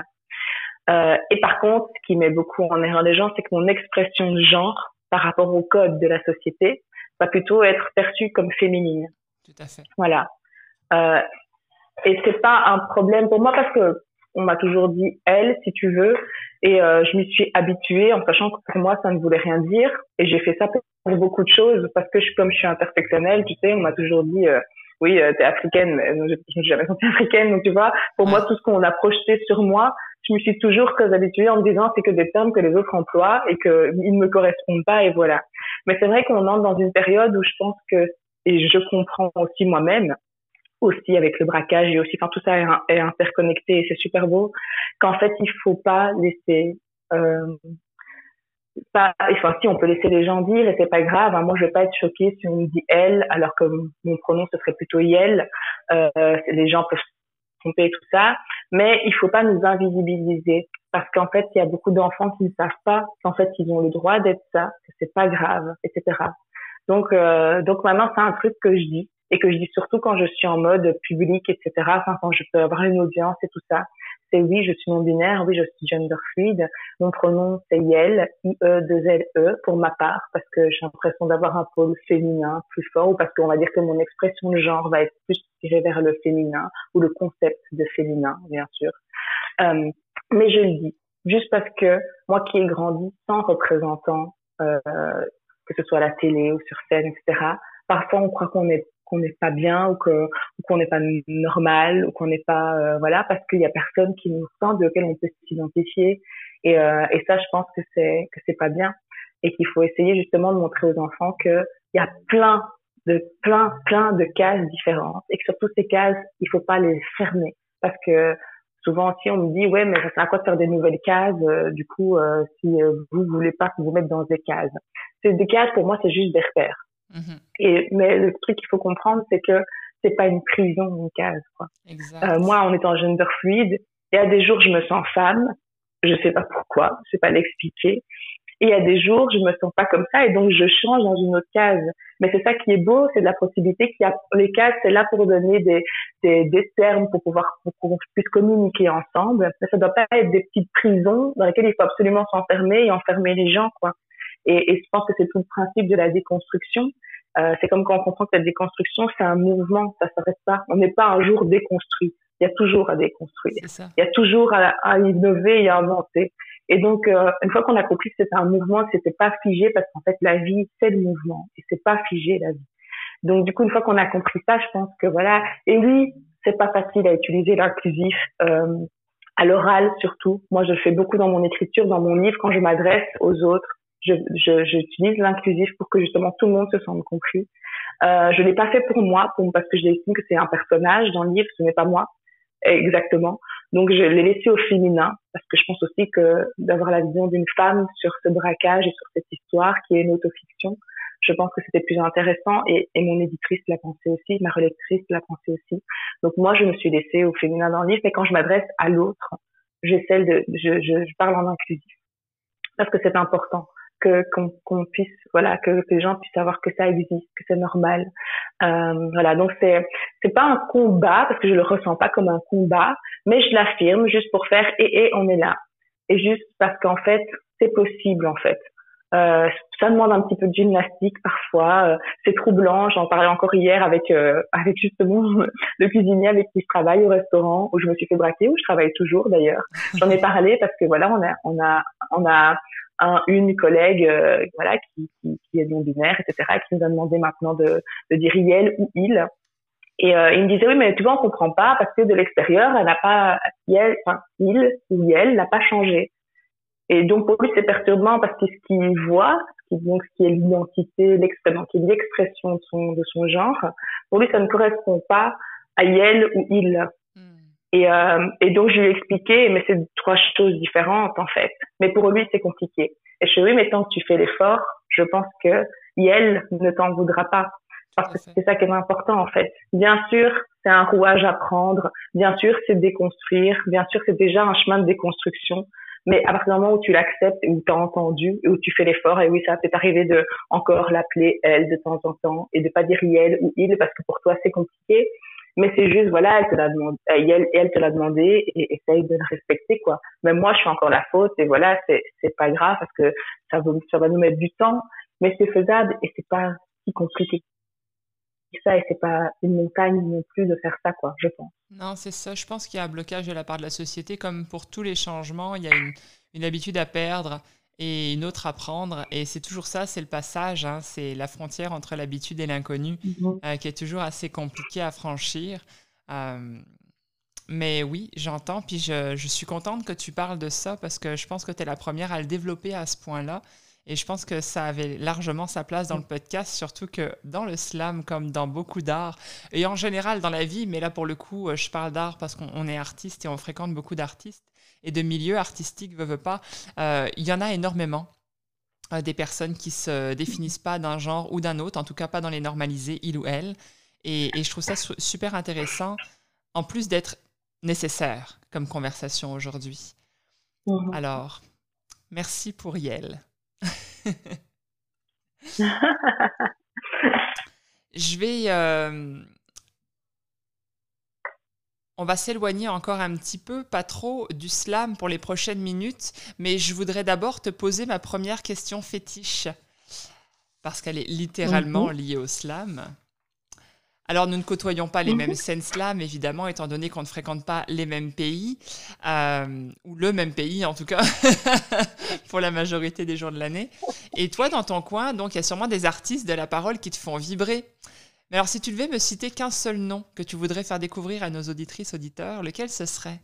Et par contre, ce qui met beaucoup en erreur les gens, c'est que mon expression de genre par rapport au code de la société va plutôt être perçue comme féminine. Tout à fait. Voilà. Euh, et c'est pas un problème pour moi parce que on m'a toujours dit elle, si tu veux, et je m'y suis habituée en sachant que pour moi ça ne voulait rien dire. Et j'ai fait ça pour beaucoup de choses parce que comme je suis intersectionnelle, tu sais, on m'a toujours dit oui, t'es africaine, mais je me suis jamais sentie africaine, donc tu vois, pour moi Ouais. tout ce qu'on a projeté sur moi, je me suis toujours très habituée en me disant c'est que des termes que les autres emploient et qu'ils ne me correspondent pas et voilà. Mais c'est vrai qu'on entre dans une période où je pense que, et je comprends aussi moi-même, aussi avec le braquage et aussi, enfin tout ça est interconnecté et c'est super beau, qu'en fait il faut pas laisser, euh, pas, enfin si on peut laisser les gens dire et c'est pas grave, hein, moi je vais pas être choquée si on me dit elle alors que mon pronom ce serait plutôt yel, les gens peuvent se tromper et tout ça, mais il faut pas nous invisibiliser parce qu'en fait il y a beaucoup d'enfants qui ne savent pas qu'en fait ils ont le droit d'être ça, que c'est pas grave, etc. Donc maintenant, c'est un truc que je dis et que je dis surtout quand je suis en mode public, etc. Enfin, quand je peux avoir une audience et tout ça. C'est oui, je suis non-binaire, oui, je suis gender fluide. Mon pronom, c'est Yel, I-E-2-L-E, pour ma part, parce que j'ai l'impression d'avoir un pôle féminin plus fort, ou parce qu'on va dire que mon expression de genre va être plus tirée vers le féminin, ou le concept de féminin, bien sûr. Euh, mais je le dis, juste parce que moi qui ai grandi sans représentant, que ce soit à la télé ou sur scène, etc., parfois on croit qu'on n'est pas bien ou qu'on n'est pas normal ou qu'on n'est pas voilà parce qu'il y a personne qui nous sent de auquel on peut s'identifier et ça je pense que c'est pas bien et qu'il faut essayer justement de montrer aux enfants que il y a plein de cases différentes et que surtout ces cases il faut pas les fermer parce que souvent aussi on me dit ouais mais ça sert à quoi de faire des nouvelles cases du coup si vous voulez pas vous mettre dans des cases. C'est des cases pour moi c'est juste des repères. Mhm. Mais le truc qu'il faut comprendre c'est que c'est pas une prison une case quoi. Moi Exact. en étant gender fluide il y a des jours je me sens femme, je sais pas pourquoi, je sais pas l'expliquer. Et il y a des jours, je me sens pas comme ça et donc je change dans une autre case. Mais c'est ça qui est beau, c'est de la possibilité qu'il y a, les cases, c'est là pour donner des termes pour qu'on puisse communiquer ensemble. Mais ça doit pas être des petites prisons dans lesquelles il faut absolument s'enfermer et enfermer les gens, quoi. Et je pense que c'est tout le principe de la déconstruction. C'est comme quand on comprend que la déconstruction, c'est un mouvement, ça s'arrête pas. On n'est pas un jour déconstruit. Il y a toujours à déconstruire. C'est ça. Il y a toujours à innover et à inventer. Et donc, une fois qu'on a compris que c'était un mouvement, que c'était pas figé, parce qu'en fait, la vie, c'est le mouvement, et c'est pas figé, la vie. Donc, du coup, une fois qu'on a compris ça, je pense que voilà. Et oui, c'est pas facile à utiliser l'inclusif, à l'oral surtout. Moi, je le fais beaucoup dans mon écriture, dans mon livre, quand je m'adresse aux autres. J'utilise l'inclusif pour que justement tout le monde se sente compris. Je l'ai pas fait pour moi, parce que j'estime que c'est un personnage dans le livre, ce n'est pas moi exactement. Donc, je l'ai laissé au féminin parce que je pense aussi que d'avoir la vision d'une femme sur ce braquage et sur cette histoire qui est une autofiction, je pense que c'était plus intéressant et mon éditrice l'a pensé aussi, ma relectrice l'a pensé aussi. Donc, moi, je me suis laissée au féminin dans le livre, mais quand je m'adresse à l'autre, je parle en inclusif parce que c'est important qu'on puisse, voilà, que les gens puissent savoir que ça existe, que c'est normal. Voilà, donc c'est pas un combat parce que je le ressens pas comme un combat, mais je l'affirme juste pour faire et on est là. Et juste parce qu'en fait, c'est possible en fait. Ça demande un petit peu de gymnastique parfois. C'est troublant. J'en parlais encore hier avec justement le cuisinier avec qui je travaille au restaurant où je me suis fait braquer, où je travaille toujours d'ailleurs. J'en ai parlé parce que voilà, on a une collègue voilà qui est non binaire, etc., qui nous a demandé maintenant de dire elle ou il. Et il me disait oui, mais tu vois, on comprend pas parce que de l'extérieur, elle n'a pas il ou elle n'a pas changé. Et donc pour lui c'est perturbant parce que ce qu'il voit, donc ce qui est l'identité, qui est l'expression de son genre, pour lui ça ne correspond pas à elle ou il. Et donc je lui ai expliqué, mais c'est trois choses différentes en fait. Mais pour lui c'est compliqué. Et je lui ai dit oui, mais tant que tu fais l'effort, je pense que elle ne t'en voudra pas. Parce que c'est ça qui est important en fait. Bien sûr, c'est un rouage à prendre. Bien sûr, c'est déconstruire. Bien sûr, c'est déjà un chemin de déconstruction. Mais à partir du moment où tu l'acceptes, où tu as entendu, et où tu fais l'effort, et oui, ça peut t'arriver de encore l'appeler elle de temps en temps, et de pas dire elle ou il, parce que pour toi c'est compliqué. Mais c'est juste, voilà, elle te l'a demandé, elle te l'a demandé, et essaye de le respecter, quoi. Même moi, je suis encore la faute, et voilà, c'est pas grave, parce que ça va nous mettre du temps, mais c'est faisable, et c'est pas si compliqué. Ça, et c'est pas une montagne non plus de faire ça, quoi, je pense. Non, c'est ça. Je pense qu'il y a un blocage de la part de la société. Comme pour tous les changements, il y a une habitude à perdre et une autre à prendre. Et c'est toujours ça, c'est le passage. Hein, c'est la frontière entre l'habitude et l'inconnu qui est toujours assez compliquée à franchir. Mais oui, j'entends. Puis je suis contente que tu parles de ça parce que je pense que tu es la première à le développer à ce point-là. Et je pense que ça avait largement sa place dans le podcast, surtout que dans le slam, comme dans beaucoup d'arts, et en général dans la vie, mais là pour le coup, je parle d'art parce qu'on est artiste et on fréquente beaucoup d'artistes et de milieux artistiques, veut pas. Il y en a énormément, des personnes qui se définissent pas d'un genre ou d'un autre, en tout cas pas dans les normalisés, il ou elle. Et je trouve ça super intéressant, en plus d'être nécessaire comme conversation aujourd'hui. Alors, merci pour Yel. Je vais... On va s'éloigner encore un petit peu, pas trop, du slam pour les prochaines minutes, mais je voudrais d'abord te poser ma première question fétiche, parce qu'elle est littéralement liée au slam. Alors, nous ne côtoyons pas les mêmes scènes slam, évidemment, étant donné qu'on ne fréquente pas les mêmes pays, ou le même pays, en tout cas, pour la majorité des jours de l'année. Et toi, dans ton coin, donc, il y a sûrement des artistes de la parole qui te font vibrer. Mais alors, si tu devais me citer qu'un seul nom que tu voudrais faire découvrir à nos auditrices, auditeurs, lequel ce serait?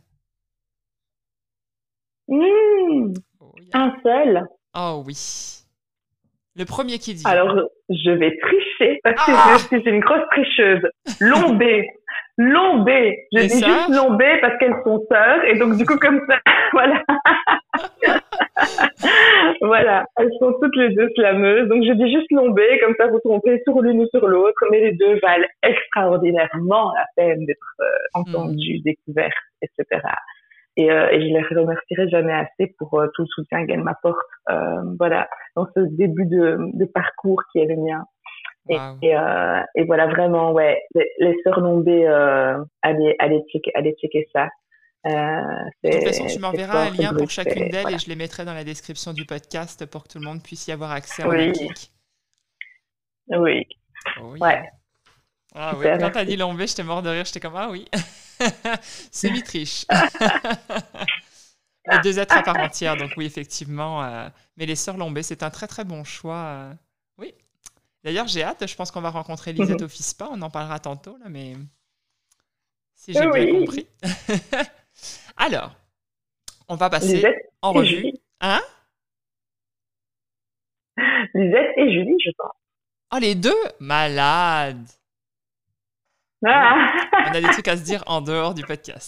Un seul? Oh oui. Le premier qui dit. Alors, je vais tricher parce que je suis une grosse tricheuse. Lombé. Je dis juste Lombé parce qu'elles sont sœurs et donc du coup comme ça, voilà. Voilà, elles sont toutes les deux slameuses. Donc je dis juste Lombé, comme ça vous trompez sur l'une ou sur l'autre, mais les deux valent extraordinairement la peine d'être entendues, découvertes, etc. Et je les remercierai jamais assez pour tout le soutien qu'elles m'apportent, voilà, dans ce début de parcours qui est le mien. Wow. Et voilà, vraiment, ouais, les sœurs Lombé, allez checker ça. De toute façon, tu m'enverras un lien pour chacune d'elles et je les mettrai dans la description du podcast pour que tout le monde puisse y avoir accès en un clic. Oui. Oh, yeah. Ouais. Ah oui, quand t'as dit Lombé, j'étais mort de rire, j'étais comme, ah oui, c'est mi-triche. Les deux êtres à part entière, donc oui, effectivement. Mais les sœurs Lombé, c'est un très très bon choix. Oui. D'ailleurs, j'ai hâte, je pense qu'on va rencontrer Lisette au FISPA, on en parlera tantôt, là, mais si j'ai bien compris. Alors, on va passer Lisette en revue. Julie. Hein? Lisette et Julie, je pense. Oh, les deux? Malade! Ah. On a des trucs à se dire en dehors du podcast.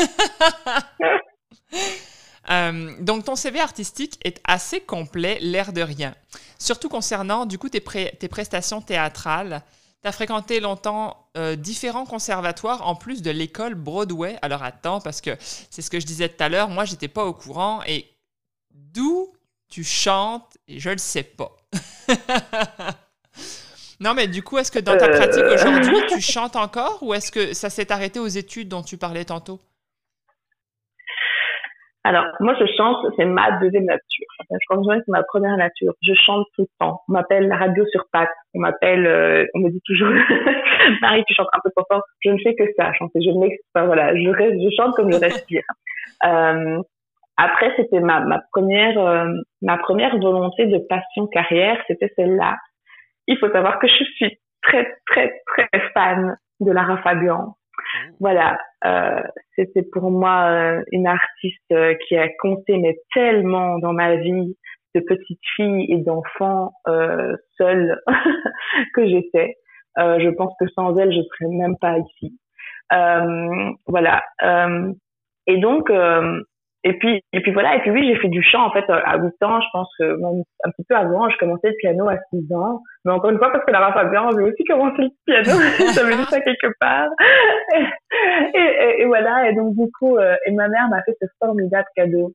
Donc, ton CV artistique est assez complet, l'air de rien. Surtout concernant, du coup, tes prestations théâtrales. Tu as fréquenté longtemps différents conservatoires en plus de l'école Broadway. Alors, attends, parce que c'est ce que je disais tout à l'heure. Moi, j'étais pas au courant. Et d'où tu chantes, et je le sais pas. Non, mais du coup, est-ce que dans ta pratique aujourd'hui, tu chantes encore ou est-ce que ça s'est arrêté aux études dont tu parlais tantôt? Alors, moi, je chante, c'est ma deuxième nature. Enfin, je pense que c'est ma première nature. Je chante tout le temps. On m'appelle la radio sur pattes. On me dit toujours, Marie, tu chantes un peu trop fort. Je ne fais que ça, chanter. Enfin, voilà, je chante comme je respire. Après, c'était ma première volonté de passion carrière, c'était celle-là. Il faut savoir que je suis très, très, très fan de Lara Fabian. Voilà, c'était pour moi une artiste qui a compté mais tellement dans ma vie de petite fille et d'enfant seule que j'étais. Je pense que sans elle, je serais même pas ici. Voilà. Et donc, et puis voilà. Et puis oui, j'ai fait du chant en fait à 8 ans. Je pense que même un petit peu avant, je commençais le piano à 6 ans. Mais encore une fois, parce que Lara Fabian, j'ai aussi commencé le piano. J'avais lu ça quelque part. Et voilà. Et donc du coup, et ma mère m'a fait ce formidable cadeau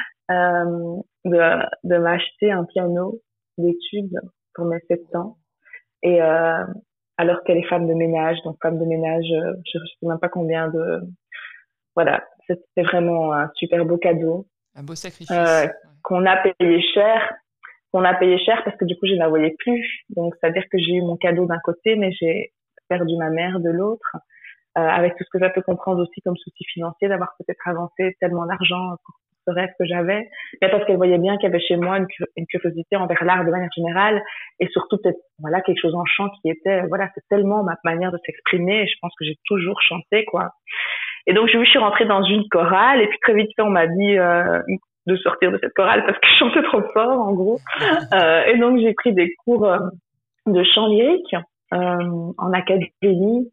de m'acheter un piano d'études pour mes 7 ans. Et alors qu'elle est femme de ménage, donc femme de ménage, je sais même pas combien de voilà, c'était vraiment un super beau cadeau. Un beau sacrifice. Qu'on a payé cher, parce que du coup, je n'en voyais plus. Donc, c'est-à-dire que j'ai eu mon cadeau d'un côté, mais j'ai perdu ma mère de l'autre, avec tout ce que ça peut comprendre aussi comme souci financier, d'avoir peut-être avancé tellement d'argent pour ce rêve que j'avais. Mais parce qu'elle voyait bien qu'il y avait chez moi une curiosité envers l'art de manière générale, et surtout peut-être, voilà, quelque chose en chant qui était, voilà, c'est tellement ma manière de s'exprimer, et je pense que j'ai toujours chanté, quoi. Et donc, je suis rentrée dans une chorale et puis très vite, on m'a dit de sortir de cette chorale parce que je chantais trop fort, en gros. Et donc, j'ai pris des cours de chant lyrique en académie.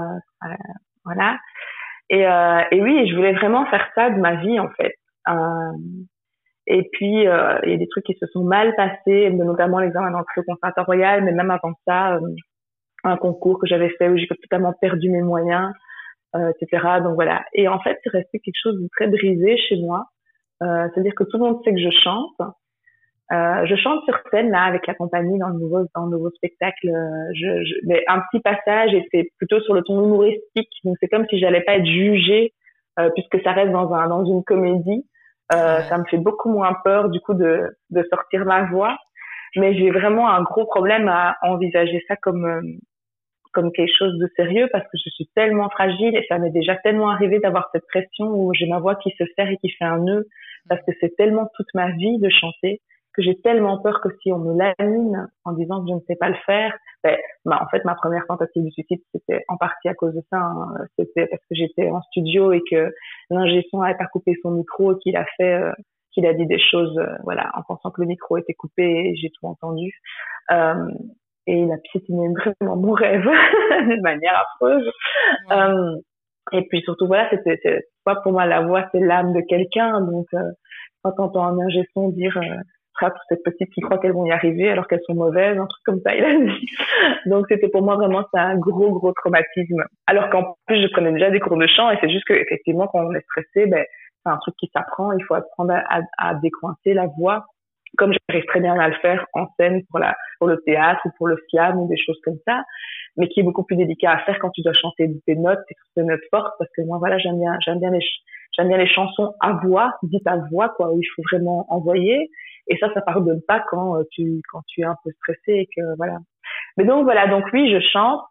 Voilà. Et oui, je voulais vraiment faire ça de ma vie, en fait. Et puis, il y a des trucs qui se sont mal passés, notamment l'examen d'entrée au Conservatoire Royal, mais même avant ça, un concours que j'avais fait où j'ai totalement perdu mes moyens. Etc. Donc voilà. Et en fait, c'est resté quelque chose de très brisé chez moi. C'est-à-dire que tout le monde sait que je chante. Je chante sur scène là avec la compagnie dans le nouveau spectacle. Mais un petit passage était plutôt sur le ton humoristique. Donc c'est comme si j'allais pas être jugée puisque ça reste dans une comédie. Ça me fait beaucoup moins peur du coup de sortir ma voix. Mais j'ai vraiment un gros problème à envisager ça comme quelque chose de sérieux parce que je suis tellement fragile et ça m'est déjà tellement arrivé d'avoir cette pression où j'ai ma voix qui se serre et qui fait un nœud parce que c'est tellement toute ma vie de chanter que j'ai tellement peur que si on me lamine en disant que je ne sais pas le faire, en fait ma première tentative de suicide c'était en partie à cause de ça, hein. C'était parce que j'étais en studio et que l'ingé son avait pas coupé son micro et qu'il a dit des choses voilà en pensant que le micro était coupé et j'ai tout entendu. Et il a piétiné vraiment mon rêve d'une manière affreuse. Ouais. Et puis surtout, voilà, c'est pas pour moi la voix, c'est l'âme de quelqu'un. Donc, quand on entend un ingé son dire toutes ces petites qui croient qu'elles vont y arriver alors qu'elles sont mauvaises, un truc comme ça, il a dit. Donc, c'était pour moi vraiment c'est un gros traumatisme. Alors qu'en plus, je prenais déjà des cours de chant et c'est juste que effectivement, quand on est stressé, c'est un truc qui s'apprend. Il faut apprendre à décoincer la voix. Comme j'arrive très bien à le faire en scène pour le théâtre ou pour le slam ou des choses comme ça, mais qui est beaucoup plus délicat à faire quand tu dois chanter des notes, des notes fortes, parce que moi, voilà, j'aime bien les chansons à voix, dites à voix, quoi, où il faut vraiment envoyer. Et ça pardonne pas quand tu es un peu stressé et que, voilà. Mais donc, voilà. Donc, oui, je chante.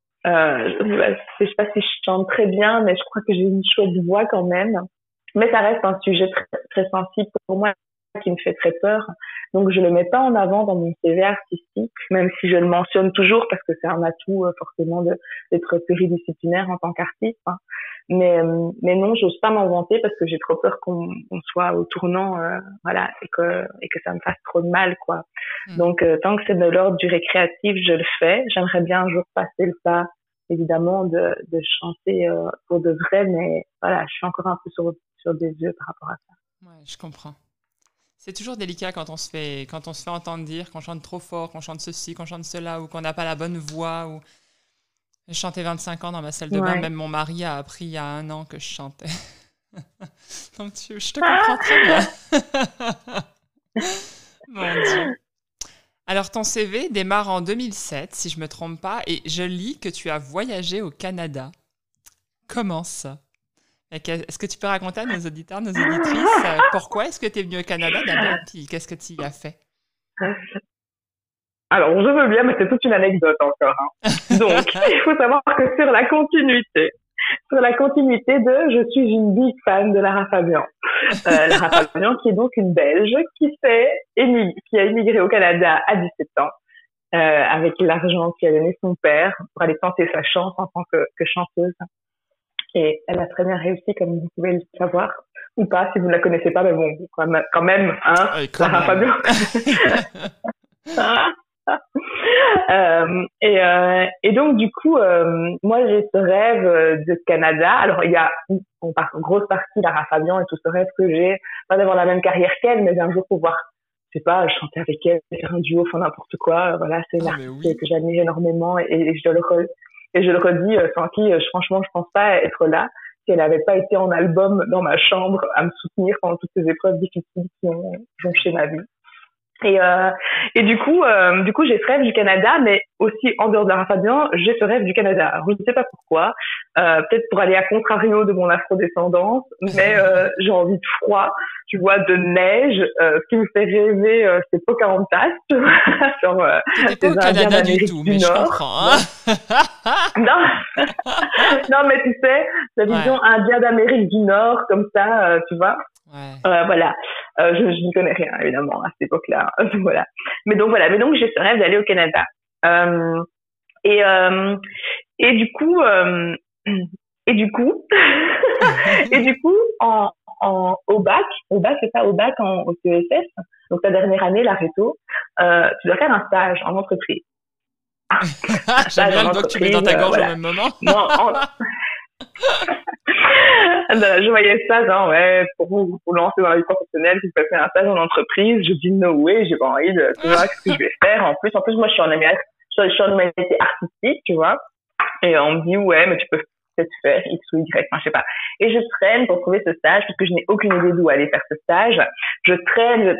Je sais pas si je chante très bien, mais je crois que j'ai une chouette voix quand même. Mais ça reste un sujet très, très sensible pour moi, qui me fait très peur. Donc, je le mets pas en avant dans mon CV artistique, même si je le mentionne toujours parce que c'est un atout, forcément, d'être pluridisciplinaire en tant qu'artiste, hein. Mais non, j'ose pas m'en vanter parce que j'ai trop peur qu'on soit au tournant, voilà, et que ça me fasse trop de mal, quoi. Donc, tant que c'est de l'ordre du récréatif, je le fais. J'aimerais bien un jour passer le pas évidemment de chanter pour de vrai, mais voilà, je suis encore un peu sur des œufs par rapport à ça. Ouais, je comprends. C'est toujours délicat quand on se fait entendre dire qu'on chante trop fort, qu'on chante ceci, qu'on chante cela, ou qu'on n'a pas la bonne voix. Ou... Je chantais 25 ans dans ma salle de bain, même mon mari a appris il y a 1 an que je chantais. Donc je te comprends très bien. Mon Dieu. Alors ton CV démarre en 2007, si je ne me trompe pas, et je lis que tu as voyagé au Canada. Comment ça? Est-ce que tu peux raconter à nos auditeurs, nos auditrices, pourquoi est-ce que tu es venu au Canada d'abord, puis qu'est-ce que tu y as fait? Alors, je veux bien, mais c'est toute une anecdote encore. Donc, il faut savoir que sur la continuité je suis une big fan de Lara Fabian. Lara Fabian, qui est donc une Belge qui a émigré au Canada à 17 ans, avec l'argent qu'a donné son père pour aller tenter sa chance en tant que chanteuse. Et elle a très bien réussi, comme vous pouvez le savoir, ou pas, si vous ne la connaissez pas, mais bon, quand même, Lara Fabian. Et donc du coup, moi j'ai ce rêve de Canada. Alors il y a une grosse partie Lara Fabian et tout ce rêve que j'ai, pas d'avoir la même carrière qu'elle, mais un jour pouvoir, je sais pas, chanter avec elle, faire un duo, enfin n'importe quoi. Voilà, c'est une artiste que j'admire énormément et je le redis, sans qui franchement je pense pas être là si elle n'avait pas été en album dans ma chambre à me soutenir pendant toutes ces épreuves difficiles qui ont jonché ma vie. Et du coup, j'ai ce rêve du Canada, mais aussi en dehors de Lara Fabian, j'ai ce rêve du Canada. Alors, je ne sais pas pourquoi, peut-être pour aller à contrario de mon afrodescendance, mais j'ai envie de froid, tu vois, de neige. Ce qui me fait rêver, c'est Pocahontas, sur t'étais pas au Canada du tout, mais je comprends. Non, non, mais tu sais, la vision indien d'Amérique du Nord, comme ça, tu vois. Voilà, je n'y connais rien évidemment à cette époque-là. Voilà. Mais donc j'ai ce rêve d'aller au Canada. Et du coup au bac c'est ça, au bac au CESS, donc ta dernière année, la réto, tu dois faire un stage en entreprise. J'aime bien le doigt que tu mets dans ta gorge au même moment. Non, je voyais ça, genre, ouais, pour lancer dans la vie professionnelle, tu peux faire un stage en entreprise. Je dis, no way, j'ai pas envie de, tu vois, qu'est-ce que je vais faire. En plus, moi, je suis en humanité artistique, tu vois. Et on me dit, ouais, mais tu peux peut-être faire X ou Y, enfin, je sais pas. Et je traîne pour trouver ce stage, parce que je n'ai aucune idée d'où aller faire ce stage. Je traîne,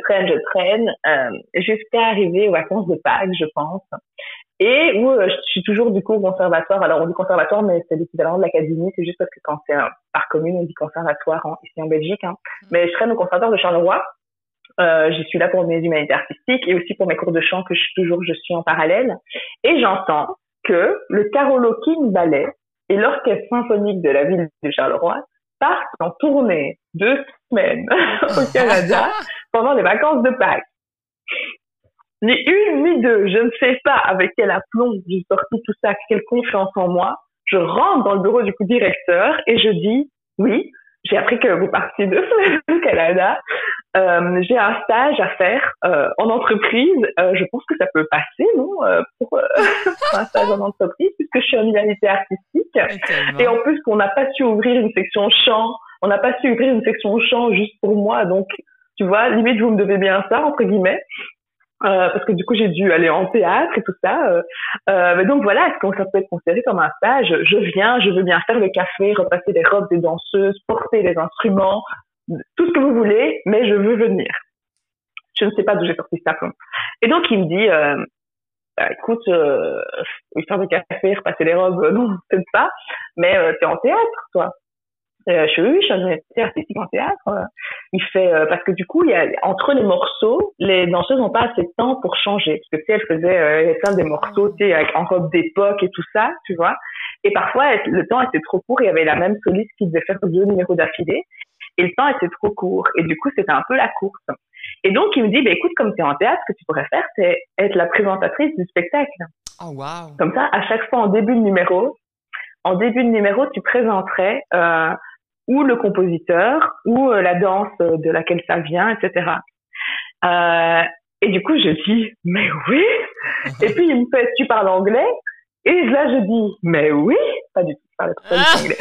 jusqu'à arriver aux vacances de Pâques, je pense. Et où je suis toujours du coup au conservatoire. Alors on dit conservatoire, mais c'est l'équivalent de l'académie. C'est juste parce que quand c'est par commune, on dit conservatoire ici en Belgique. Mais je traîne au conservatoire de Charleroi. J'y suis là pour mes humanités artistiques et aussi pour mes cours de chant que je suis en parallèle. Et j'entends que le Carolo King Ballet et l'orchestre symphonique de la ville de Charleroi partent en tournée 2 semaines au Canada pendant les vacances de Pâques. Ni une, ni deux. Je ne sais pas avec quel aplomb j'ai sorti tout ça, quelle confiance en moi. Je rentre dans le bureau du directeur et je dis, oui, j'ai appris que vous partiez 2 semaines au Canada. J'ai un stage à faire en entreprise. Je pense que ça peut passer, non, pour un stage en entreprise, puisque je suis en humanité artistique. Et en plus, qu'on n'a pas su ouvrir une section chant. On n'a pas su ouvrir une section chant juste pour moi. Donc, tu vois, limite, vous me devez bien ça, entre guillemets. Parce que du coup j'ai dû aller en théâtre et tout ça. Mais donc voilà, est-ce que ça peut être considéré comme un stage? Je veux bien faire le café, repasser les robes des danseuses, porter les instruments, tout ce que vous voulez, mais je veux venir. Je ne sais pas d'où j'ai sorti ça. Et donc il me dit, écoute, faire le café, repasser les robes, non, peut-être pas, mais t'es en théâtre, toi. Je suis en université artistique en théâtre. Il fait parce que du coup, il y a entre les morceaux, les danseuses n'ont pas assez de temps pour changer. Parce que tu sais, elles faisaient plein des morceaux, tu sais, en robe d'époque et tout ça, tu vois. Et parfois, le temps était trop court. Il y avait la même soliste qui devait faire 2 numéros d'affilée. Et le temps était trop court. Et du coup, c'était un peu la course. Et donc, il me dit, écoute, comme tu es en théâtre, ce que tu pourrais faire, c'est être la présentatrice du spectacle. Oh, wow. Comme ça, à chaque fois, en début de numéro, tu présenterais ou le compositeur, ou la danse de laquelle ça vient, etc. Et du coup, je dis, mais oui. Et puis, il me fait, tu parles anglais? Et là, je dis, mais oui, pas du tout, je parle très anglais.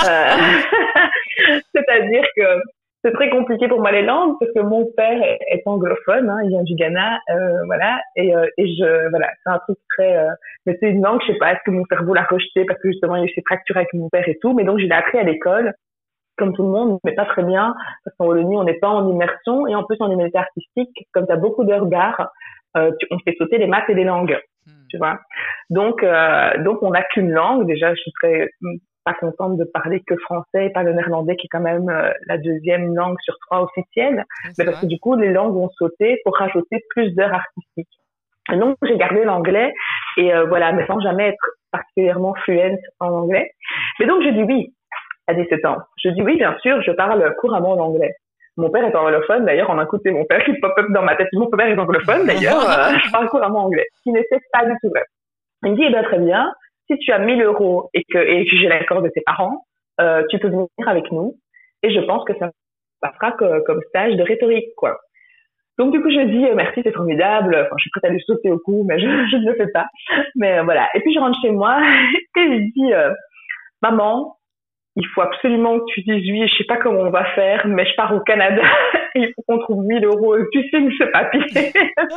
C'est-à-dire que c'est très compliqué pour moi les langues parce que mon père est anglophone, hein, il vient du Ghana, voilà, et voilà, c'est un truc très, mais c'est une langue, je sais pas, est-ce que mon cerveau l'a rejeté parce que justement il y a eu ces fractures avec mon père et tout, mais donc je l'ai appris à l'école, comme tout le monde, mais pas très bien, parce qu'en Wallonie on n'est pas en immersion, et en plus en humanité artistique, comme t'as beaucoup d'heures d'art, on fait sauter les maths et les langues, tu vois. Donc on n'a qu'une langue, déjà je suis très pas contente de parler que français et pas le néerlandais qui est quand même la deuxième langue sur 3 officielle, mais parce que du coup les langues ont sauté pour rajouter plus d'heures artistiques. Et donc j'ai gardé l'anglais et voilà, mais sans jamais être particulièrement fluente en anglais. Mais donc je dis oui à 17 ans. Je dis oui, bien sûr, je parle couramment l'anglais. Mon père est anglophone, d'ailleurs, en un coup, c'est mon père qui pop-up dans ma tête. Mon père est anglophone, d'ailleurs, je parle couramment anglais, ce qui n'était pas du tout vrai. Il me dit, eh bien, très bien, si tu as 1 000 € et que j'ai l'accord de tes parents, tu peux venir avec nous, et je pense que ça fera comme stage de rhétorique, quoi. Donc, du coup, je dis, merci, c'est formidable, enfin, je suis prête à lui sauter au cou, mais je ne le fais pas. Mais voilà. Et puis, je rentre chez moi, et je dis, maman, il faut absolument que tu dises oui, je sais pas comment on va faire, mais je pars au Canada, et il faut qu'on trouve 1 000 € et tu signes ce papier.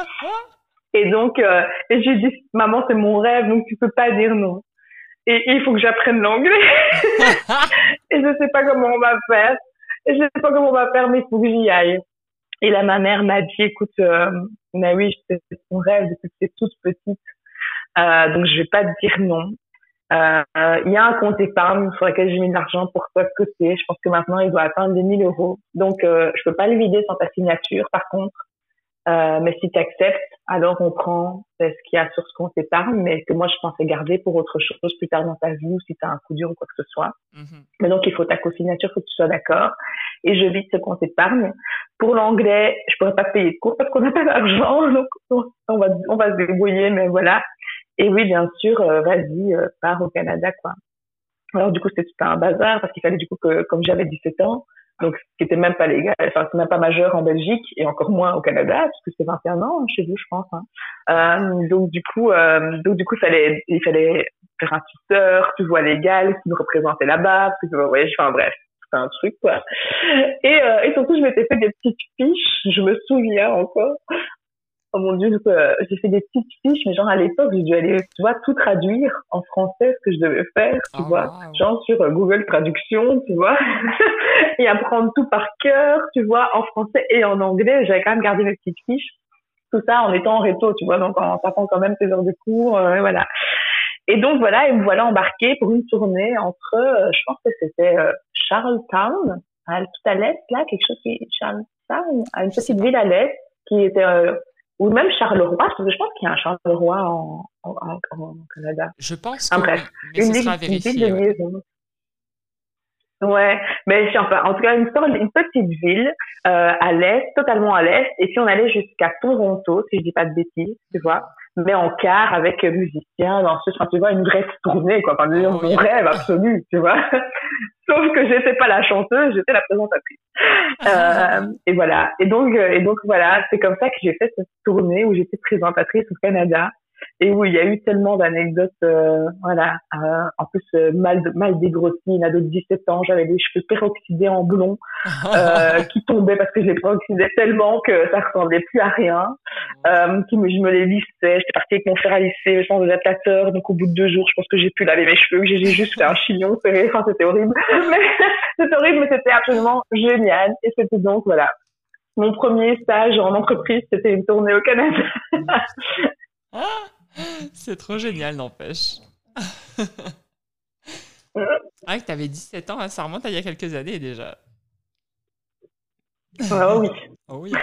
Et donc, et j'ai dit, maman, c'est mon rêve, donc tu peux pas dire non. Et il faut que j'apprenne l'anglais. Et je sais pas comment on va faire. Et je sais pas comment on va faire, mais il faut que j'y aille. Et là, ma mère m'a dit, écoute, mais oui, c'est ton rêve depuis que t'es toute petite. Donc je vais pas te dire non. Il y a un compte épargne sur lequel j'ai mis de l'argent pour toi de côté. Je pense que maintenant, il doit atteindre les 1 000 €. Donc, je peux pas le vider sans ta signature, par contre. Mais si tu acceptes, alors on prend ce qu'il y a sur ce compte épargne, mais que moi je pensais garder pour autre chose plus tard dans ta vie ou si tu as un coup dur ou quoi que ce soit. Mais donc il faut ta co-signature, faut que tu sois d'accord. Et je vide ce compte épargne. Pour l'anglais, je pourrais pas payer de cours parce qu'on n'a pas d'argent, donc on va se débrouiller, mais voilà. Et oui, bien sûr, vas-y, pars au Canada, quoi. Alors du coup, c'était tout un bazar parce qu'il fallait du coup que, comme j'avais 17 ans, donc ce qui était même pas légal, enfin c'est même pas majeur en Belgique et encore moins au Canada parce que c'est 21 ans chez vous, je pense. Hein. Donc du coup, il fallait faire un tuteur, tu vois, légal, qui nous représentait là-bas, parce que ouais, enfin bref, c'est un truc quoi. Et surtout, je m'étais fait des petites fiches, je me souviens encore. Oh mon Dieu, j'ai fait des petites fiches, mais genre à l'époque, j'ai dû aller, tu vois, tout traduire en français, ce que je devais faire, tu vois, genre sur Google Traduction, tu vois, et apprendre tout par cœur, tu vois, en français et en anglais. J'avais quand même gardé mes petites fiches, tout ça en étant en réto, tu vois, donc en tapant quand même tes heures de cours, voilà. Et donc voilà, et me voilà embarquée pour une tournée entre, je pense que c'était Charlottetown, tout à l'est, là, quelque chose qui est Charlottetown, une petite ville à l'est, qui était ou même Charleroi, parce que je pense qu'il y a un Charleroi en Canada. Je pense que bref, oui, mais ce sera vérifié. Ouais, mais enfin, en tout cas, une petite ville à l'est, totalement à l'est, et puis on allait jusqu'à Toronto, si je dis pas de bêtises, tu vois, mais en car avec musiciens, danseuses, enfin, tu vois, une vraie tournée, quoi, enfin, mon rêve absolu, tu vois. Sauf que j'étais pas la chanteuse, j'étais la présentatrice. Et voilà. Et donc voilà, c'est comme ça que j'ai fait cette tournée où j'étais présentatrice au Canada et où il y a eu tellement d'anecdotes, voilà. En plus, mal dégrossi, une ado de 17 ans, j'avais des cheveux peroxydés en blond, qui tombaient parce que je les peroxydais tellement que ça ressemblait plus à rien, je me les lissais, j'étais partie avec mon fer à lisser sans adaptateur, donc au bout de 2 jours, je pense que j'ai pu laver mes cheveux, que j'ai juste fait un chignon serré, enfin, c'était horrible. C'était horrible, mais c'était absolument génial. Et c'était donc, voilà, mon premier stage en entreprise, c'était une tournée au Canada. C'est trop génial, n'empêche. Ah, que t'avais 17 ans, hein, ça remonte à il y a quelques années déjà. Oh oui. Oh oui.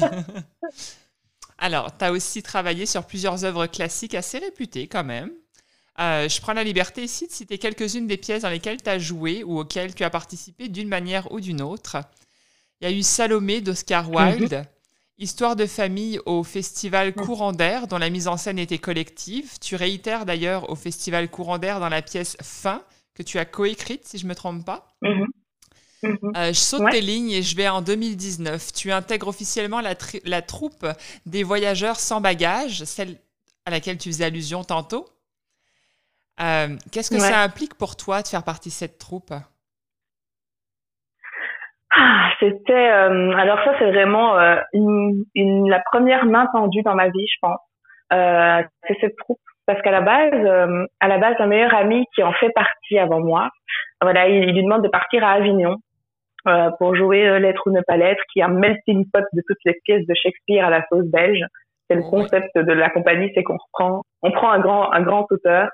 Alors, t'as aussi travaillé sur plusieurs œuvres classiques assez réputées quand même. Je prends la liberté ici de citer quelques-unes des pièces dans lesquelles tu as joué ou auxquelles tu as participé d'une manière ou d'une autre. Il y a eu Salomé d'Oscar Wilde, Histoire de famille au Festival Courant d'Air, dont la mise en scène était collective. Tu réitères d'ailleurs au Festival Courant d'Air dans la pièce Fin, que tu as coécrite, si je ne me trompe pas. Je saute tes lignes et je vais en 2019. Tu intègres officiellement la troupe des Voyageurs sans bagages, celle à laquelle tu faisais allusion tantôt. Qu'est-ce que ça implique pour toi de faire partie de cette troupe? C'était alors ça c'est vraiment la première main tendue dans ma vie, je pense. C'est cette troupe parce qu'à la base un meilleur ami qui en fait partie avant moi, voilà, il lui demande de partir à Avignon pour jouer L'être ou ne pas l'être, qui est un melting pot de toutes les pièces de Shakespeare à la sauce belge. C'est le concept de la compagnie, c'est qu'on prend un grand auteur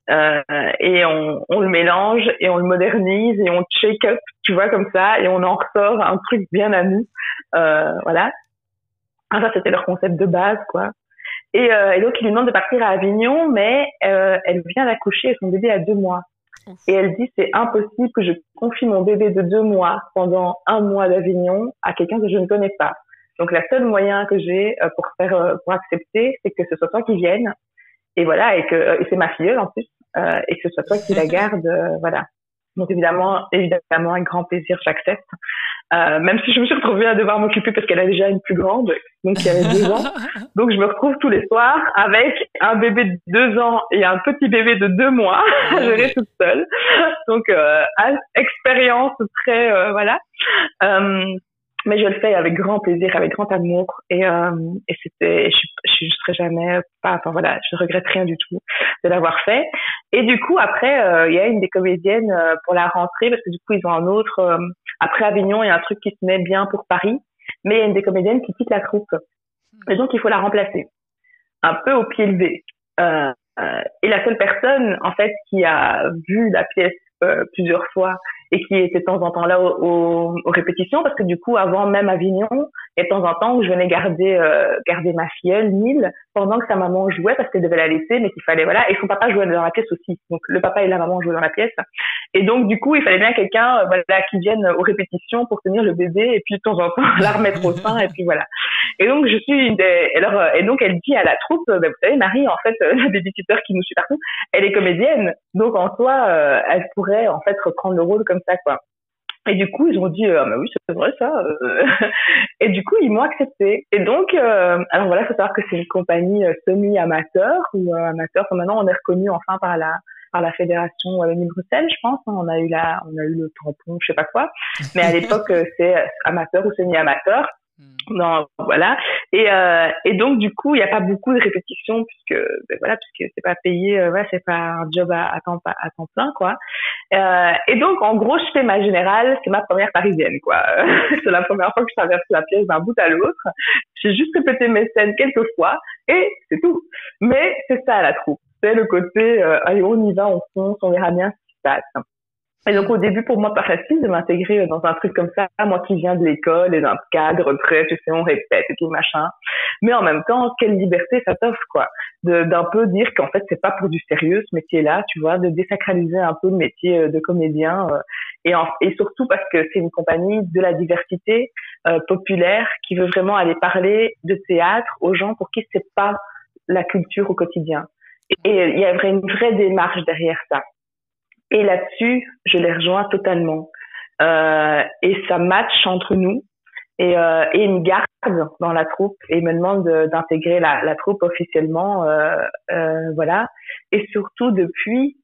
et on le mélange et on le modernise et on shake up, tu vois, comme ça, et on en ressort un truc bien à nous. Voilà. Ça, c'était leur concept de base, quoi. Et donc, il lui demande de partir à Avignon, mais elle vient d'accoucher et son bébé a 2 mois. Et elle dit, c'est impossible que je confie mon bébé de 2 mois pendant 1 mois d'Avignon à quelqu'un que je ne connais pas. Donc, la seule moyen que j'ai pour accepter, c'est que ce soit toi qui vienne. Et voilà, et c'est ma filleule en plus, et que ce soit toi qui la garde, voilà. Donc évidemment, avec grand plaisir, j'accepte. Même si je me suis retrouvée à devoir m'occuper parce qu'elle a déjà une plus grande, donc qui avait 2 ans. Donc je me retrouve tous les soirs avec un bébé de 2 ans et un petit bébé de 2 mois à gérer toute seule. Donc expérience très voilà. Mais je le fais avec grand plaisir, avec grand amour, et je serai jamais pas, enfin voilà, je regrette rien du tout de l'avoir fait. Et du coup, après, il y a une des comédiennes pour la rentrée, parce que du coup, ils ont un autre, après Avignon, il y a un truc qui se met bien pour Paris, mais il y a une des comédiennes qui quitte la troupe. Et donc, il faut la remplacer. Un peu au pied levé. Et la seule personne, en fait, qui a vu la pièce plusieurs fois et qui était de temps en temps là aux répétitions, parce que du coup, avant même Avignon, il y a de temps en temps où je venais garder ma filleule, Nil, pendant que sa maman jouait, parce qu'elle devait la laisser, mais qu'il fallait, voilà, et son papa jouait dans la pièce aussi. Donc, le papa et la maman jouaient dans la pièce. Et donc, du coup, il fallait bien quelqu'un, voilà, qui vienne aux répétitions pour tenir le bébé, et puis de temps en temps, la remettre au sein, et puis voilà. Et donc, je suis et donc, elle dit à la troupe, vous savez, Marie, en fait, la babysitter qui nous suit partout, elle est comédienne. Donc, en soi, elle pourrait, en fait, reprendre le rôle comme ça, quoi. Et du coup, ils ont dit, ah, bah oui, c'est vrai, ça. Et du coup, ils m'ont accepté. Et donc, alors voilà, faut savoir que c'est une compagnie semi-amateur ou amateur. Enfin, maintenant, on est reconnu enfin par la fédération Wallonie-Bruxelles, je pense. On a eu le tampon, je sais pas quoi. Mais à l'époque, c'est amateur ou semi-amateur. Non, voilà. Et donc du coup, il y a pas beaucoup de répétitions puisque c'est pas payé, c'est pas un job à temps plein, quoi. Et donc en gros, je fais ma générale, c'est ma première parisienne, quoi. C'est la première fois que je traverse la pièce d'un bout à l'autre. J'ai juste répété mes scènes quelques fois et c'est tout. Mais c'est ça la troupe. C'est le côté allez, on y va, on fonce, on verra bien ce qui se passe. Et donc, au début, pour moi, pas facile de m'intégrer dans un truc comme ça, moi qui viens de l'école et d'un cadre très, tu sais, on répète et tout machin. Mais en même temps, quelle liberté ça t'offre, quoi. D'un peu dire qu'en fait, c'est pas pour du sérieux, ce métier-là, tu vois, de désacraliser un peu le métier de comédien. Et surtout parce que c'est une compagnie de la diversité populaire qui veut vraiment aller parler de théâtre aux gens pour qui c'est pas la culture au quotidien. Et il y a une vraie démarche derrière ça. Et là-dessus, je les rejoins totalement. Et ça match entre nous. Et ils me gardent dans la troupe et ils me demandent d'intégrer la troupe officiellement. Voilà. Et surtout depuis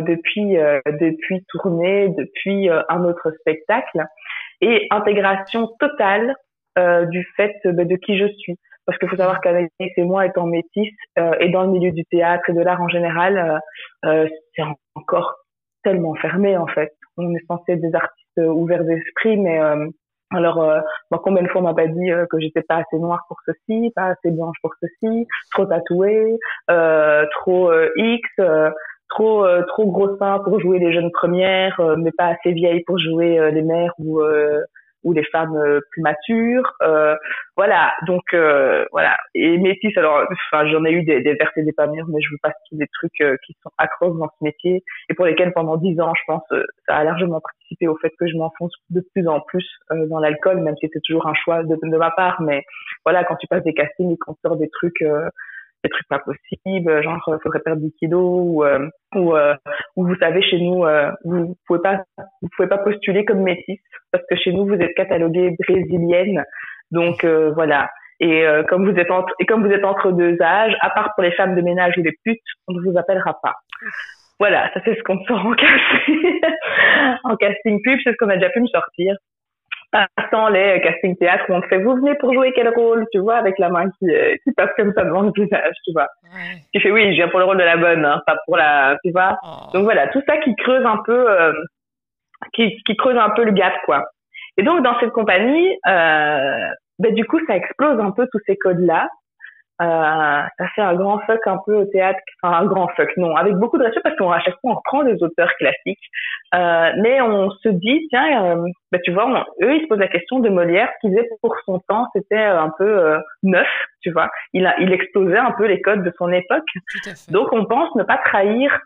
tournée, depuis un autre spectacle. Et intégration totale du fait de qui je suis. Parce qu'il faut savoir qu'Anaïs et moi, étant métis, et dans le milieu du théâtre et de l'art en général, c'est encore tellement fermé en fait. On est censé être des artistes ouverts d'esprit, mais moi, combien de fois on m'a pas dit que j'étais pas assez noire pour ceci, pas assez blanche pour ceci, trop tatouée, trop X, trop gros seins pour jouer les jeunes premières, mais pas assez vieille pour jouer les mères ou les femmes plus matures. Voilà, donc voilà. Et métis, alors, enfin, j'en ai eu des vertes et des pas mûres, mais je vous passe tous des trucs qui sont atroces dans ce métier et pour lesquels pendant 10 ans, je pense, ça a largement participé au fait que je m'enfonce de plus en plus dans l'alcool, même si c'est toujours un choix de ma part. Mais voilà, quand tu passes des castings et qu'on sort des trucs pas possibles, genre faudrait perdre 10 kilos ou vous savez, chez nous, vous pouvez pas postuler comme métis parce que chez nous vous êtes cataloguée brésilienne. Donc voilà. Et comme vous êtes entre deux âges, à part pour les femmes de ménage ou les putes, on ne vous appellera pas. Voilà, ça c'est ce qu'on me sort en casting, en casting pub, c'est ce qu'on a déjà pu me sortir. Sans les castings théâtre où on te fait vous venez pour jouer quel rôle, tu vois, avec la main qui passe comme ça devant le visage, tu vois. Ouais. Tu fais oui, je viens pour le rôle de la bonne, hein, pas pour la, tu vois. Oh. Donc voilà, tout ça qui creuse un peu, qui creuse un peu le gap, quoi. Et donc dans cette compagnie, ben du coup ça explose un peu tous ces codes-là. Ça fait un grand fuck un peu au théâtre, enfin un grand fuck, non, avec beaucoup de respect parce qu'à chaque fois on reprend des auteurs classiques, mais on se dit tiens, bah tu vois, eux ils se posent la question de Molière, ce qu'il faisait pour son temps, c'était un peu neuf, tu vois, il explosait un peu les codes de son époque, Tout à fait. donc on pense ne pas trahir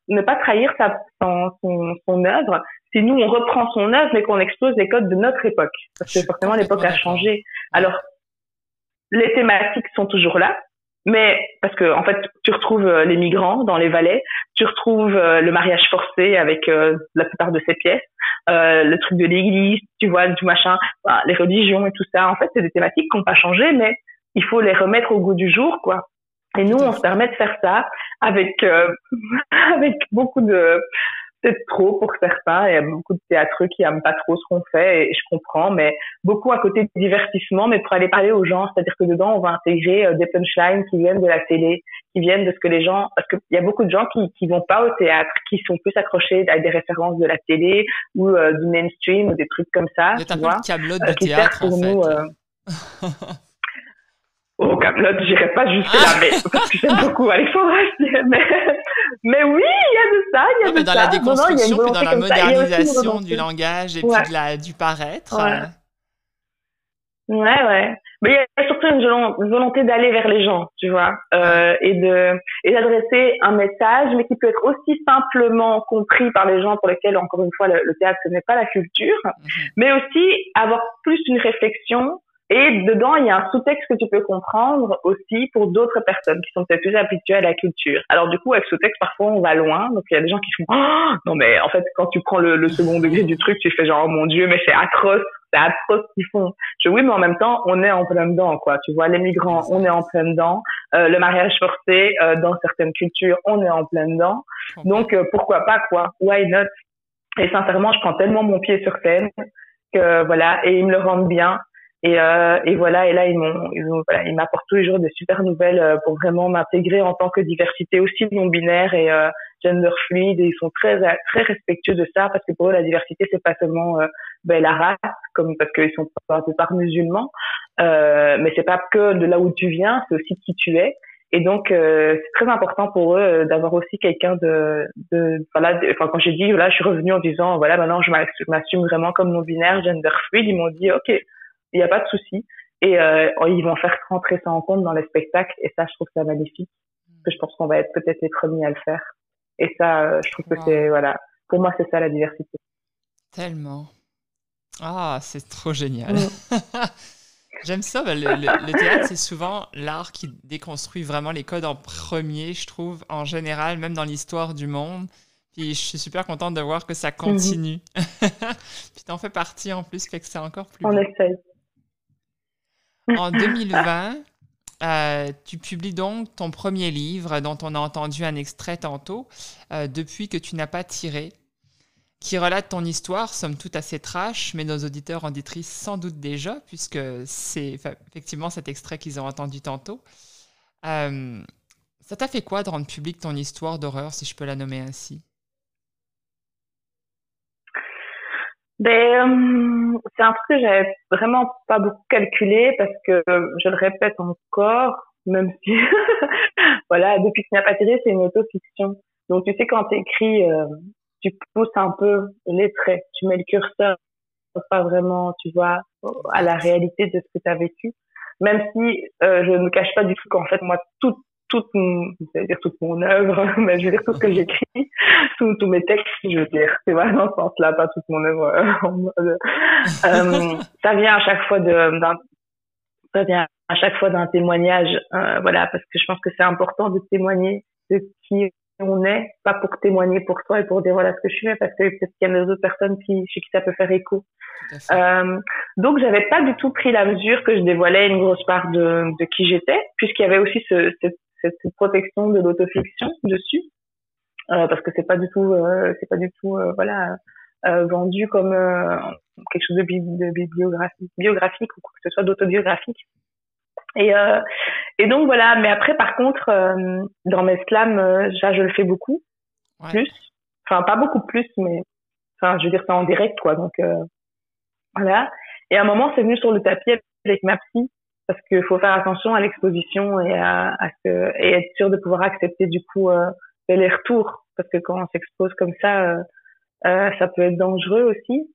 son œuvre. Si nous on reprend son œuvre mais qu'on explose les codes de notre époque, parce que forcément l'époque a changé. Alors les thématiques sont toujours là, mais parce que en fait, tu retrouves les migrants dans les Valais, tu retrouves le mariage forcé avec la plupart de ces pièces, le truc de l'église, tu vois, du machin, enfin, les religions et tout ça. En fait, c'est des thématiques qui n'ont pas changé, mais il faut les remettre au goût du jour, quoi. Et nous, on se permet de faire ça avec avec beaucoup de c'est trop pour certains. Il y a beaucoup de théâtreux qui aiment pas trop ce qu'on fait et je comprends, mais beaucoup à côté de divertissement, mais pour aller parler aux gens. C'est-à-dire que dedans, on va intégrer des punchlines qui viennent de la télé, qui viennent de ce que les gens, parce qu'il y a beaucoup de gens qui vont pas au théâtre, qui sont plus accrochés à des références de la télé ou du mainstream ou des trucs comme ça. Vous êtes un tu peu vois, le Kaamelott du théâtre, en fait. Nous, au Kaamelott, j'irai pas jusque là, mais parce que j'aime beaucoup Alexandre Astier, mais oui, il y a de ça, il y a mais de dans ça. la déconstruction, Non, puis dans la modernisation du volonté. langage et Ouais. puis du paraître. Ouais. Mais il y a surtout une volonté d'aller vers les gens, tu vois, et d'adresser un message, mais qui peut être aussi simplement compris par les gens pour lesquels, encore une fois, le théâtre, ce n'est pas la culture, mais aussi avoir plus une réflexion. Et dedans, il y a un sous-texte que tu peux comprendre aussi pour d'autres personnes qui sont peut-être plus habituées à la culture. Alors du coup, avec ce texte, parfois, on va loin. Donc il y a des gens qui font oh non mais en fait, quand tu prends le second degré du truc, tu fais genre oh mon Dieu, mais c'est atroce ce qu'ils font. Oui, mais en même temps, on est en plein dedans, quoi. Tu vois, les migrants, on est en plein dedans. Le mariage forcé, dans certaines cultures, on est en plein dedans. Donc pourquoi pas, quoi. Why not? Et sincèrement, je prends tellement mon pied sur scène que voilà, et ils me le rendent bien. Et voilà, et là ils m'apportent tous les jours des super nouvelles pour vraiment m'intégrer en tant que diversité aussi non binaire et gender fluide, et ils sont très très respectueux de ça parce que pour eux la diversité c'est pas seulement la race, comme parce qu'ils sont pas de part musulmans, mais c'est pas que de là où tu viens, c'est aussi qui tu es. Et donc c'est très important pour eux d'avoir aussi quelqu'un quand j'ai dit voilà, je suis revenue en disant voilà, maintenant je m'assume vraiment comme non binaire, gender fluide, ils m'ont dit OK, il n'y a pas de souci. Et ils vont faire rentrer ça en compte dans les spectacles. Et ça, je trouve ça magnifique. Parce que je pense qu'on va être peut-être les premiers à le faire. Et ça, je trouve que c'est, voilà, pour moi, c'est ça la diversité. Tellement. Ah, c'est trop génial. J'aime ça. Le théâtre, c'est souvent l'art qui déconstruit vraiment les codes en premier, je trouve, en général, même dans l'histoire du monde. Puis je suis super contente de voir que ça continue. Puis t'en fais partie en plus, fait que c'est encore plus On essaye. En 2020, tu publies donc ton premier livre, dont on a entendu un extrait tantôt, Depuis que tu n'as pas tiré, qui relate ton histoire, somme toute assez trash, mais nos auditeurs auditrices sans doute déjà, puisque c'est effectivement cet extrait qu'ils ont entendu tantôt. Ça t'a fait quoi de rendre public ton histoire d'horreur, si je peux la nommer ainsi? C'est un truc que j'avais vraiment pas beaucoup calculé parce que je le répète encore, même si voilà, depuis que tu n'as pas tiré, c'est une autofiction. Donc tu sais quand t'écris, tu pousses un peu les traits, tu mets le curseur pas vraiment, tu vois, à la réalité de ce que tu as vécu. Même si je ne cache pas du tout qu'en fait moi toute mon œuvre, mais je veux dire tout ce que j'écris, tous mes textes, je veux dire, c'est vrai dans ce sens-là, pas toute mon œuvre. Ça vient à chaque fois d'un témoignage, voilà, parce que je pense que c'est important de témoigner de qui on est, pas pour témoigner pour soi et pour dire voilà ce que je fais, parce que peut-être qu'il y a d'autres personnes chez qui ça peut faire écho. Donc j'avais pas du tout pris la mesure que je dévoilais une grosse part de qui j'étais, puisqu'il y avait aussi cette protection de l'autofiction dessus. parce que c'est pas du tout voilà vendu comme quelque chose de biographique ou quoi que ce soit d'autobiographique. Et euh, et donc voilà. Mais après, par contre, dans mes slams, ça je le fais beaucoup Ouais. plus. Enfin, pas beaucoup plus, mais enfin, je veux dire, c'est en direct, quoi. Donc voilà. Et à un moment, c'est venu sur le tapis avec ma psy, parce qu'il faut faire attention à l'exposition et être sûr de pouvoir accepter du coup les retours, parce que quand on s'expose comme ça peut être dangereux aussi.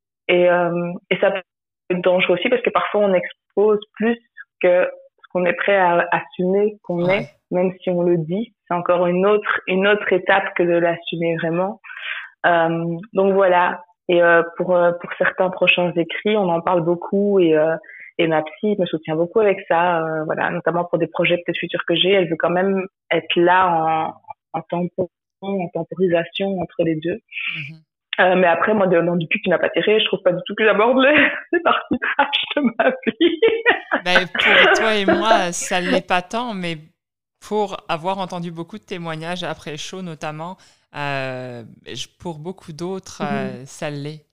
Et ça peut être dangereux aussi parce que parfois on expose plus que ce qu'on est prêt à assumer qu'on Ouais. est, même si on le dit. C'est encore une autre étape que de l'assumer vraiment. Donc voilà. Pour certains prochains écrits, on en parle beaucoup et ma psy me soutient beaucoup avec ça, voilà, notamment pour des projets peut-être futurs que j'ai. Elle veut quand même être là en tampon, en temporisation entre les deux. Mhm. Mais après, moi, depuis que tu n'as pas tiré, je trouve pas du tout que j'aborde les parties trash de ma vie. Ben, pour toi et moi, ça ne l'est pas tant, mais pour avoir entendu beaucoup de témoignages après show notamment, pour beaucoup d'autres, Mhm. ça l'est.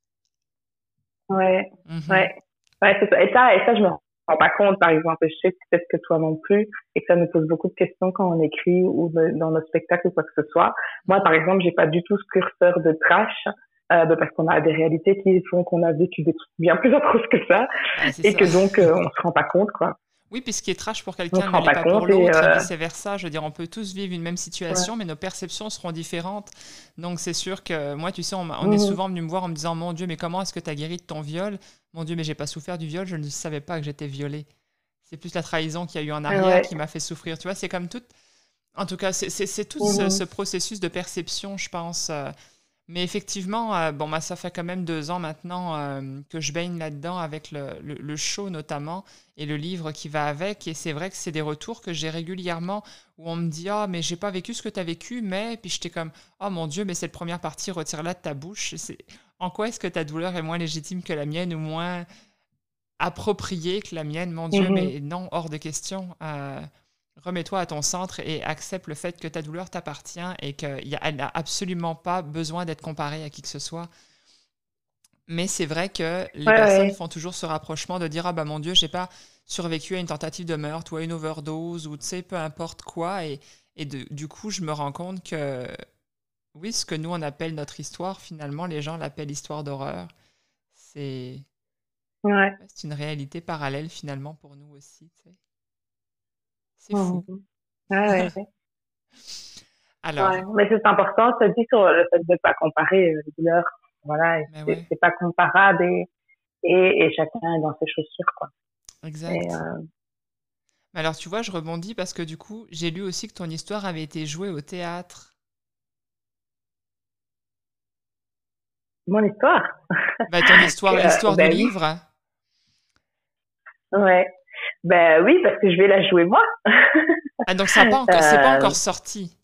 Ouais, Mhm. ouais, ouais, c'est ça. Et ça, je me rends pas compte, par exemple. Et je sais peut-être que toi non plus, et que ça nous pose beaucoup de questions quand on écrit ou dans nos spectacles ou quoi que ce soit. Moi, par exemple, j'ai pas du tout ce curseur de trash, parce qu'on a des réalités qui font qu'on a vécu des trucs bien plus atroces que ça, Ben, c'est et ça. que donc, on se rend pas compte, quoi. Oui, puis ce qui est trash pour On quelqu'un se ne rend l'est pas pas pour compte l'autre et vice-versa. Je veux dire, on peut tous vivre une même situation, ouais. mais nos perceptions seront différentes. Donc, c'est sûr que moi, tu sais, on est Mhm. souvent venu me voir en me disant, mon Dieu, mais comment est-ce que tu as guéri de ton viol? Mon Dieu, mais j'ai pas souffert du viol, je ne savais pas que j'étais violée. C'est plus la trahison qu'il y a eu en arrière Ouais. qui m'a fait souffrir. Tu vois, c'est comme tout. En tout cas, c'est tout ce Mhm. processus de perception, je pense. Mais effectivement, bon, moi, ça fait quand même 2 ans maintenant que je baigne là-dedans avec le show notamment et le livre qui va avec. Et c'est vrai que c'est des retours que j'ai régulièrement où on me dit ah mais j'ai pas vécu ce que tu as vécu, mais puis j'étais comme oh mon Dieu, mais cette première partie, retire-la de ta bouche. En quoi est-ce que ta douleur est moins légitime que la mienne ou moins appropriée que la mienne? Mon Dieu, Mhm. mais non, hors de question. Remets-toi à ton centre et accepte le fait que ta douleur t'appartient et qu'elle n'a absolument pas besoin d'être comparée à qui que ce soit. Mais c'est vrai que les Ouais, personnes ouais. font toujours ce rapprochement de dire ah bah mon Dieu, j'ai pas survécu à une tentative de meurtre ou à une overdose ou tu sais peu importe quoi du coup je me rends compte que oui, ce que nous on appelle notre histoire, finalement les gens l'appellent histoire d'horreur. C'est Ouais. c'est une réalité parallèle finalement pour nous aussi, tu sais. C'est Mhm. fou. Ouais, ouais. Alors, Ouais. Mais c'est important, ça dit sur le fait de ne pas comparer les douleurs. Voilà, et mais ouais, c'est pas comparable et chacun est dans ses chaussures, quoi. Et exact. Mais alors, tu vois, je rebondis parce que du coup, j'ai lu aussi que ton histoire avait été jouée au théâtre. mon histoire, Bah, ton histoire, l'histoire du ben oui, livre. ouais. Ben oui, parce que je vais la jouer moi. Ah, donc ça a pas encore, c'est pas euh, encore sorti.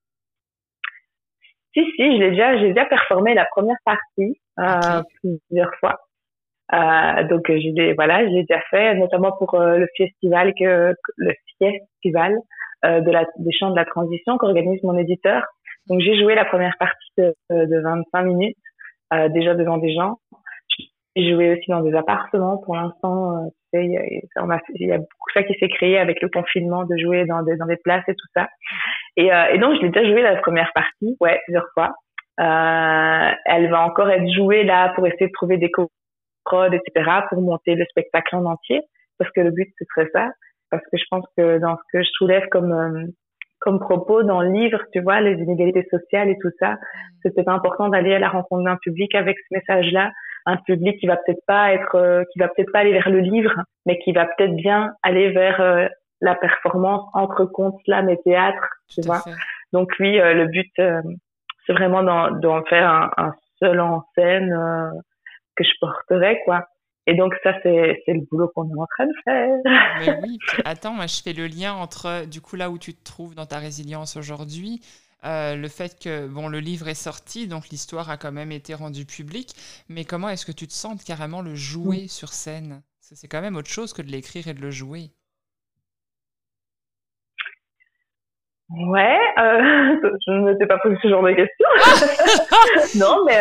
si, j'ai déjà performé la première partie Ok, plusieurs fois. Donc j'ai déjà fait, notamment pour le festival des chants de la transition qu'organise mon éditeur. Donc j'ai joué la première partie de 25 minutes déjà devant des gens. J'ai joué aussi dans des appartements pour l'instant. Tu sais, il y a beaucoup ça qui s'est créé avec le confinement de jouer dans des places et tout ça. Et donc je l'ai déjà joué la première partie, ouais, plusieurs fois. Elle va encore être jouée là pour essayer de trouver des prod, etc., pour monter le spectacle en entier, parce que le but, ce serait ça, parce que je pense que dans ce que je soulève comme propos dans le livre, tu vois, les inégalités sociales et tout ça, c'est peut-être important d'aller à la rencontre d'un public avec ce message-là, un public qui va peut-être pas aller vers le livre, mais qui va peut-être bien aller vers la performance entre conte, slam et théâtre, tu tout à vois. fait. Donc oui, le but, c'est vraiment d'en faire un seul en scène que je porterais, quoi. Et donc ça, c'est le boulot qu'on est en train de faire. Mais oui, puis attends, moi je fais le lien entre du coup là où tu te trouves dans ta résilience aujourd'hui, le fait que bon le livre est sorti, donc l'histoire a quand même été rendue publique, mais comment est-ce que tu te sens de carrément le jouer sur scène? Parce que c'est quand même autre chose que de l'écrire et de le jouer. Ouais, je ne m'étais pas posé ce genre de questions. Non, mais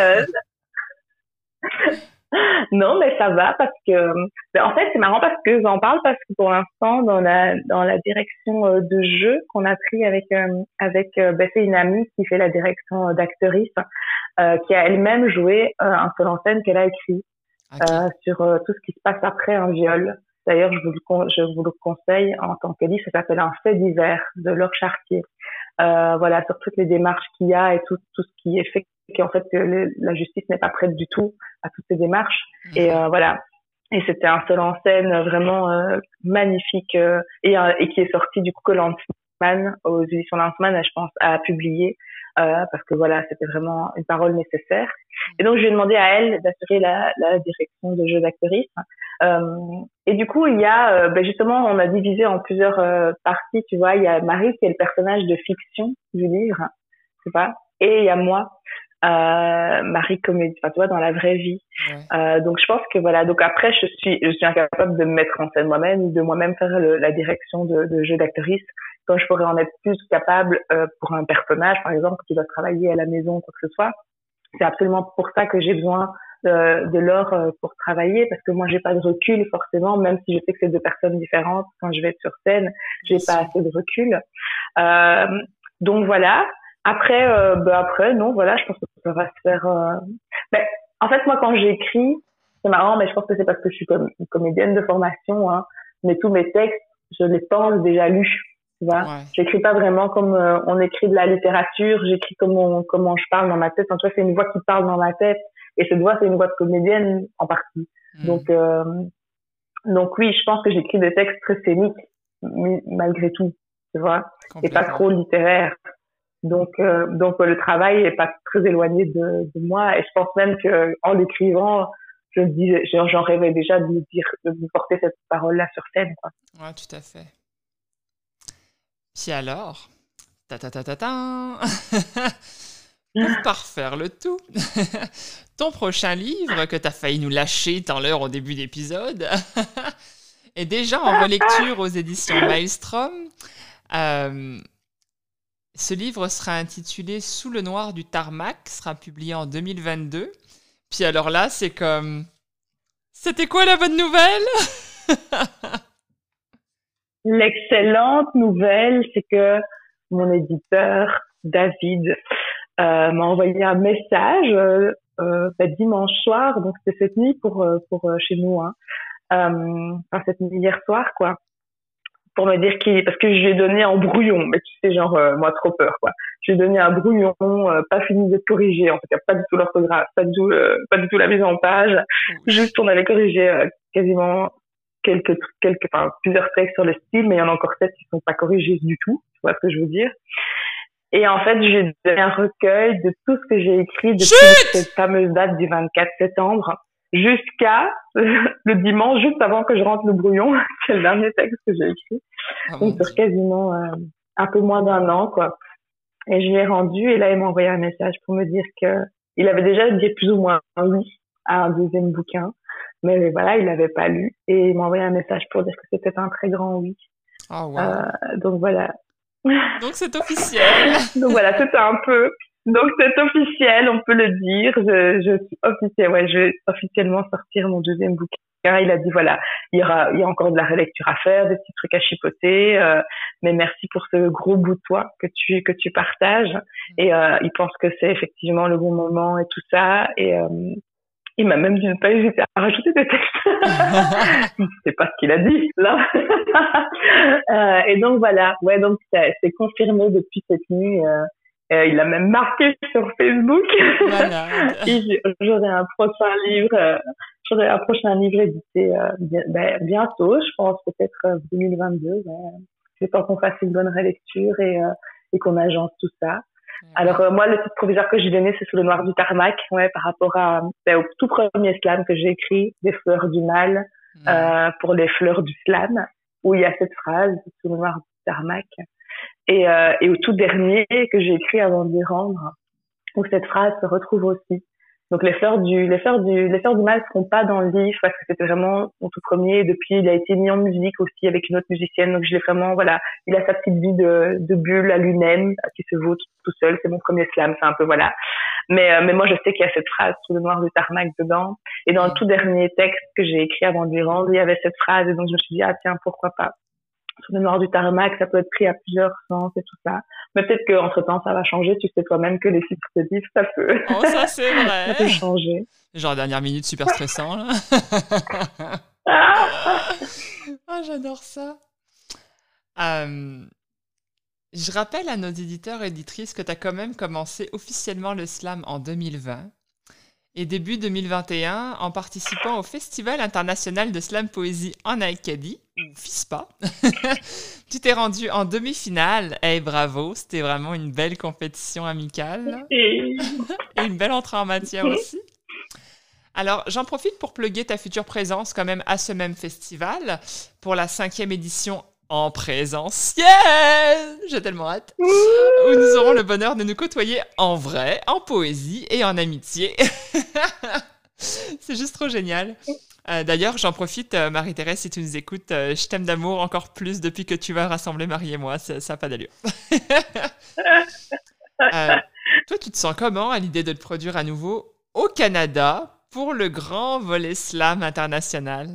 non, mais ça va parce que, ben, en fait, c'est marrant parce que j'en parle parce que pour l'instant, dans la direction de jeu qu'on a pris ben, c'est une amie qui fait la direction d'actrice, qui a elle-même joué un seul en scène qu'elle a écrit Ok. sur tout ce qui se passe après un viol. D'ailleurs, je vous le conseille en tant que livre. Ça s'appelle Un fait divers de Laure Chartier. Voilà, sur toutes les démarches qu'il y a et tout ce qui est fait, qu'en fait que la justice n'est pas prête du tout à toutes ces démarches. Et Mhm. voilà. Et c'était un seul en scène vraiment magnifique et qui est sorti du coup que Lanzmann aux éditions Lanzmann, je pense, a publié parce que voilà, c'était vraiment une parole nécessaire. Et donc je lui ai demandé à elle d'assurer la direction de jeu d'actrice. Et du coup, il y a, ben justement, on a divisé en plusieurs parties, tu vois. Il y a Marie qui est le personnage de fiction du livre, tu vois, et il y a moi, Marie comédie, enfin, tu vois, dans la vraie vie. Ouais. Donc je pense que voilà. Donc après, je suis incapable de me mettre en scène moi-même, de moi-même faire la direction de jeu d'actrice, quand je pourrais en être plus capable pour un personnage, par exemple, qui doit travailler à la maison, quoi que ce soit. C'est absolument pour ça que j'ai besoin de l'or pour travailler, parce que moi j'ai pas de recul forcément, même si je sais que c'est deux personnes différentes. Quand je vais être sur scène, Bien j'ai pas sûr. assez de recul. Euh, donc voilà. Après, après non, voilà, je pense que ça va se faire. Ben, en fait, moi quand j'écris, c'est marrant, mais je pense que c'est parce que je suis comme une comédienne de formation, hein, mais tous mes textes, je les pense déjà lus. Tu vois, Ouais. j'écris pas vraiment comme on écrit de la littérature, j'écris comment je parle dans ma tête. En tout cas, c'est une voix qui parle dans ma tête, et cette voix, c'est une voix de comédienne en partie. Donc, Mhm. donc oui, je pense que j'écris des textes très scéniques, malgré tout, tu vois, et pas Complètement. trop littéraires. Donc le travail est pas très éloigné de moi, et je pense même que en l'écrivant, je me disais, j'en rêvais déjà de me dire, de me porter cette parole-là sur scène, quoi. Ouais, tout à fait. Puis alors, ta ta ta ta ta. Pour parfaire le tout, ton prochain livre que t'as failli nous lâcher tant l'heure au début d'épisode est déjà en relecture aux éditions Maelstrom. Euh, Ce livre sera intitulé Sous le noir du tarmac, sera publié en 2022. Puis alors là, c'est comme... C'était quoi la bonne nouvelle? L'excellente nouvelle, c'est que mon éditeur, David, m'a envoyé un message dimanche soir, donc c'était cette nuit pour chez nous, hein, enfin cette nuit hier soir, quoi, pour me dire qu'il, parce que je lui ai donné en brouillon, mais tu sais, genre moi trop peur, quoi. Je lui ai donné un brouillon, pas fini d'être corrigé, en fait, y a pas du tout l'orthographe, pas du tout la mise en page, Ouch. juste on avait corrigé quasiment enfin, plusieurs textes sur le style, mais il y en a encore 7 qui sont pas corrigés du tout, tu vois ce que je veux dire. Et en fait, j'ai donné un recueil de tout ce que j'ai écrit depuis Chut! cette fameuse date du 24 septembre jusqu'à le dimanche, juste avant que je rentre le brouillon, c'est le dernier texte que j'ai écrit. Oh Donc mon sur Dieu. quasiment un peu moins d'un an, quoi. Et je lui ai rendu, et là, il m'a envoyé un message pour me dire que il avait déjà dit plus ou moins un oui à un deuxième bouquin, mais voilà, il l'avait pas lu, et il m'a envoyé un message pour dire que c'était un très grand oui. Oh wow. Donc voilà. Donc c'est officiel. Donc voilà, c'était un peu. Donc c'est officiel, on peut le dire. Je suis officielle, ouais, je vais officiellement sortir mon deuxième bouquin. Il a dit voilà, il y a encore de la relecture à faire, des petits trucs à chipoter, mais merci pour ce gros bout de toi que tu partages. Et il pense que c'est effectivement le bon moment et tout ça. Et il m'a même dit de ne pas hésiter à rajouter des textes. C'est pas ce qu'il a dit là. Et donc voilà, ouais, donc c'est confirmé depuis cette nuit. Il a même marqué sur Facebook. Malade. Et j'aurai un prochain livre édité bientôt, je pense peut-être 2022. Ouais. Le temps qu'on fasse une bonne relecture et qu'on agence tout ça. Alors Oui. moi, le titre provisoire que j'ai donné, c'est Sous le noir du tarmac, ouais, par rapport au tout premier slam que j'ai écrit, Des fleurs du mal, Hmm. pour les fleurs du slam, où il y a cette phrase, Sous le noir du tarmac, et au tout dernier que j'ai écrit avant de les rendre, où cette phrase se retrouve aussi. Donc les fleurs du mal seront pas dans le livre parce que c'était vraiment mon tout premier. Et depuis, il a été mis en musique aussi avec une autre musicienne. Donc je l'ai vraiment, voilà, il a sa petite vie de bulle à lui-même qui se vaut tout seul. C'est mon premier slam, c'est un peu voilà. Mais moi je sais qu'il y a cette phrase sous le noir du tarmac dedans. Et dans le tout dernier texte que j'ai écrit avant de lui rendre, il y avait cette phrase. Et donc je me suis dit ah tiens pourquoi pas. Sur le noir du tarmac, ça peut être pris à plusieurs sens et tout ça. Mais peut-être qu'entre-temps, ça va changer. Tu sais toi-même que les titres de livres, ça peut, Oh, ça, c'est vrai. ça peut changer. Genre, dernière minute, super stressant, là. Ah, j'adore ça. Je rappelle à nos éditeurs et éditrices que tu as quand même commencé officiellement le slam en 2020 et début 2021 en participant au Festival international de slam poésie en Acadie, ou FISPA. Tu t'es rendu en demi-finale. Hey, bravo, c'était vraiment une belle compétition amicale. Et une belle entrée en matière aussi. Alors, j'en profite pour plugger ta future présence quand même à ce même festival pour la 5e édition en présentiel. J'ai tellement hâte. Où nous aurons le bonheur de nous côtoyer en vrai, en poésie et en amitié. C'est juste trop génial. D'ailleurs, j'en profite, Marie-Thérèse, si tu nous écoutes, je t'aime d'amour encore plus depuis que tu vas rassembler Marie et moi. Ça n'a pas d'allure. Toi, tu te sens comment à l'idée de te produire à nouveau au Canada pour le grand volet slam international?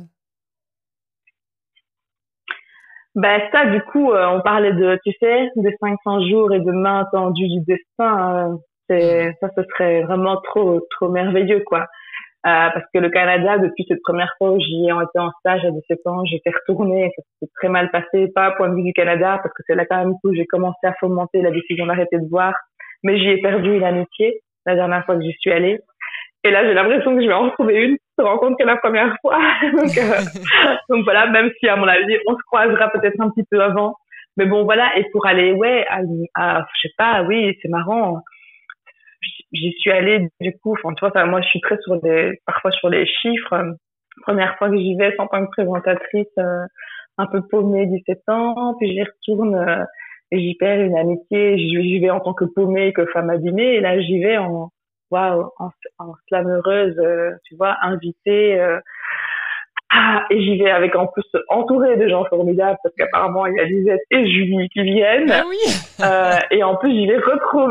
Ben ça, du coup, on parlait de, tu sais, de 500 jours et de main tendue du destin. Ça, ce serait vraiment trop, trop merveilleux, quoi. Parce que le Canada, depuis cette première fois où j'y ai été en stage à 17 ans, j'étais retournée, ça s'est très mal passé, pas au point de vue du Canada, parce que c'est là quand même où j'ai commencé à fomenter la décision d'arrêter de boire, mais j'y ai perdu une amitié la dernière fois que j'y suis allée. Et là, j'ai l'impression que je vais en retrouver une, je me rends compte que la première fois. donc voilà, même si à mon avis, on se croisera peut-être un petit peu avant. Mais bon, voilà, et pour aller, ouais, je sais pas, oui, c'est marrant. J'y suis allée, du coup, enfin, tu vois, ça, moi, je suis très parfois sur les chiffres. Première fois que j'y vais, en tant que présentatrice, un peu paumée, 17 ans, puis j'y retourne, et j'y perds une amitié, j'y vais en tant que paumée, que femme abîmée, et là, j'y vais en slameureuse, tu vois, invitée, et j'y vais avec en plus entourée de gens formidables parce qu'apparemment il y a Lisette et Julie qui viennent. Ah oui. Et en plus j'y vais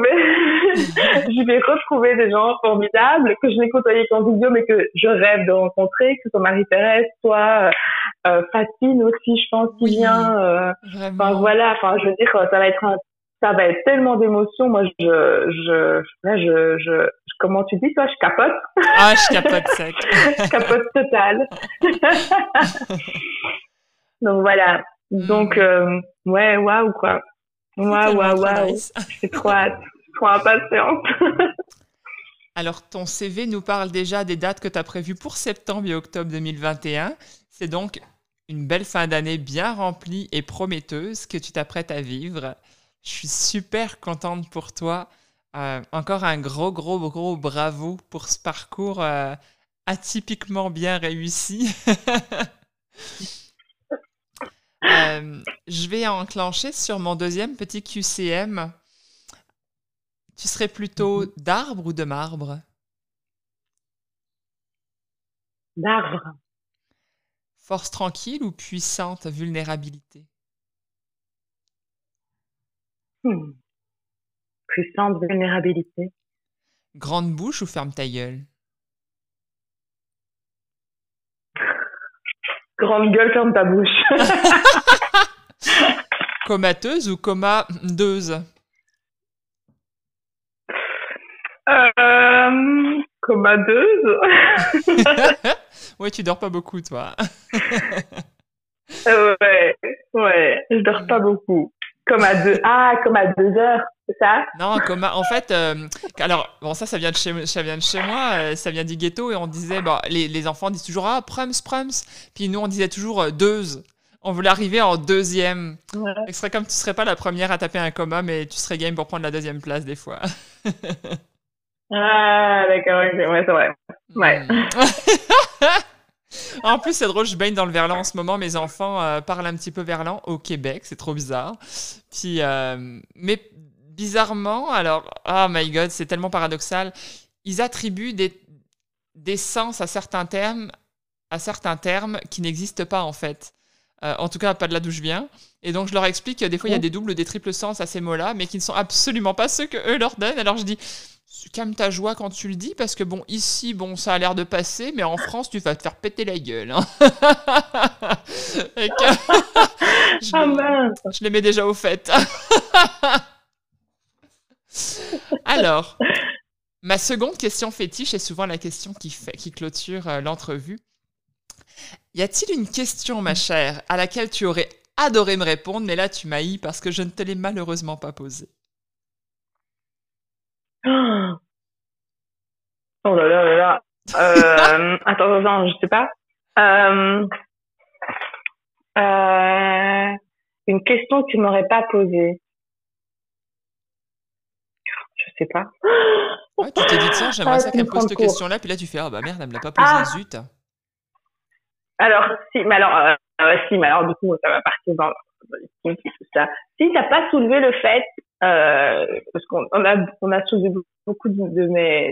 retrouver des gens formidables que je n'ai côtoyés qu'en vidéo mais que je rêve de rencontrer, que ce soit Marie-Thérèse, toi, Fatine aussi, je pense, qui vient. Enfin voilà, enfin je veux dire, ça va être tellement d'émotions. Moi, comment tu dis, toi, je capote. Ah, je capote sec. Je capote total. Donc, voilà. Donc, ouais, waouh, quoi. Waouh. Nice. J'ai trop hâte. Trop impatiente. Alors, ton CV nous parle déjà des dates que tu as prévues pour septembre et octobre 2021. C'est donc une belle fin d'année bien remplie et prometteuse que tu t'apprêtes à vivre. Je suis super contente pour toi. Encore un gros bravo pour ce parcours atypiquement bien réussi. Je vais enclencher sur mon deuxième petit QCM. Tu serais plutôt d'arbre ou de marbre? D'arbre. Force tranquille ou puissante vulnérabilité? Puissante vulnérabilité. Grande bouche ou ferme ta gueule? Grande gueule, ferme ta bouche. Comateuse ou comadeuse? Comadeuse. Ouais, tu dors pas beaucoup, toi. Ouais, je dors pas beaucoup. Comme à 2 heures, c'est ça? Non, en fait, alors, bon, ça vient de chez moi, ça vient du ghetto, et on disait, bah, les enfants disent toujours, ah, prums, puis nous, on disait toujours deuze. On voulait arriver en deuxième. Ouais. Ce serait comme tu serais pas la première à taper un coma, mais tu serais game pour prendre la deuxième place, des fois. Ah, d'accord, okay. Ouais, c'est vrai. Ouais. En plus, c'est drôle, je baigne dans le verlan en ce moment. Mes enfants parlent un petit peu verlan au Québec, c'est trop bizarre. Puis, mais bizarrement, alors, oh my god, c'est tellement paradoxal. Ils attribuent des sens à certains termes qui n'existent pas en fait. En tout cas, pas de là d'où je viens. Et donc, je leur explique que des fois, il y a des doubles ou des triples sens à ces mots-là, mais qui ne sont absolument pas ceux qu'eux leur donnent. Alors, je dis, calme ta joie quand tu le dis, parce que bon, ici, bon, ça a l'air de passer, mais en France, tu vas te faire péter la gueule. Hein. Et que je les mets déjà au fait. Alors, ma seconde question fétiche est souvent la question qui clôture l'entrevue. Y a-t-il une question, ma chère, à laquelle tu aurais adoré me répondre, mais là tu m'haïs parce que je ne te l'ai malheureusement pas posée? Oh là là là là. Attends, je sais pas. Une question que tu m'aurais pas posée. Je sais pas. Ouais, tu t'es dit, tiens, j'aimerais ça qu'elle me pose cette question-là, puis là tu fais, ah bah merde, elle me l'a pas posée, zut. Alors, si, mais alors, du coup, ça va partir dans tout ça. Si t'as pas soulevé le fait, parce qu'on a soulevé beaucoup de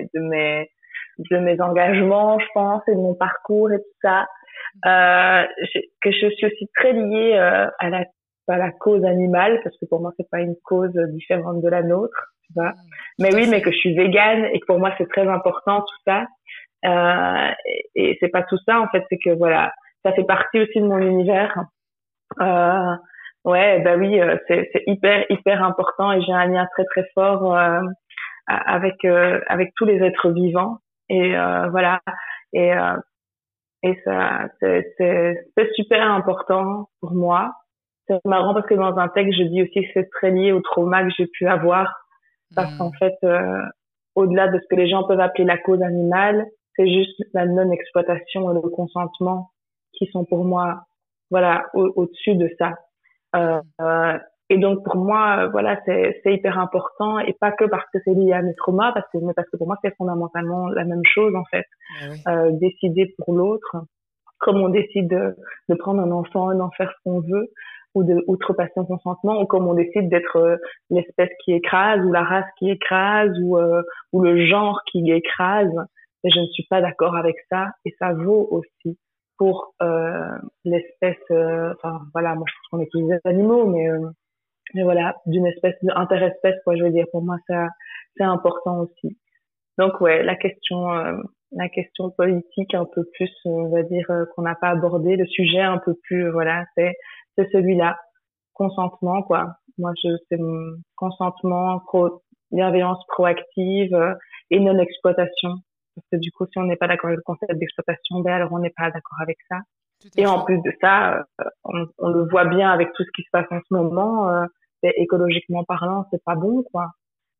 mes engagements, je pense, et de mon parcours et tout ça, que je suis aussi très liée à la cause animale, parce que pour moi c'est pas une cause différente de la nôtre, tu vois. Mais oui, mais que je suis végane et que pour moi c'est très important tout ça. Et c'est pas tout ça en fait, c'est que voilà, ça fait partie aussi de mon univers. Ouais, bah oui, c'est hyper important et j'ai un lien très très fort avec tous les êtres vivants et voilà et ça c'est super important pour moi. C'est marrant parce que dans un texte je dis aussi que c'est très lié au trauma que j'ai pu avoir parce qu'en fait au-delà de ce que les gens peuvent appeler la cause animale, c'est juste la non-exploitation et le consentement qui sont pour moi, voilà, au-dessus de ça. Et donc pour moi, voilà, c'est hyper important et pas que parce que c'est lié à mes traumas, mais parce que pour moi c'est fondamentalement la même chose en fait. Oui. Décider pour l'autre, comme on décide de prendre un enfant et d'en faire ce qu'on veut, ou de outrepasser un consentement, ou comme on décide d'être l'espèce qui écrase, ou la race qui écrase, ou le genre qui écrase. Et je ne suis pas d'accord avec ça, et ça vaut aussi pour l'espèce. Enfin voilà, moi je pense qu'on est tous des animaux, mais voilà, d'une espèce interespèce, quoi. Je veux dire, pour moi ça c'est important aussi. Donc ouais, la question politique un peu plus, on va dire qu'on n'a pas abordé, le sujet un peu plus, voilà, c'est celui-là, consentement quoi. Moi c'est consentement, bienveillance proactive et non exploitation. Parce que du coup, si on n'est pas d'accord avec le concept d'exploitation, ben alors on n'est pas d'accord avec ça. Et en plus de ça, on le voit bien avec tout ce qui se passe en ce moment, écologiquement parlant, c'est pas bon quoi.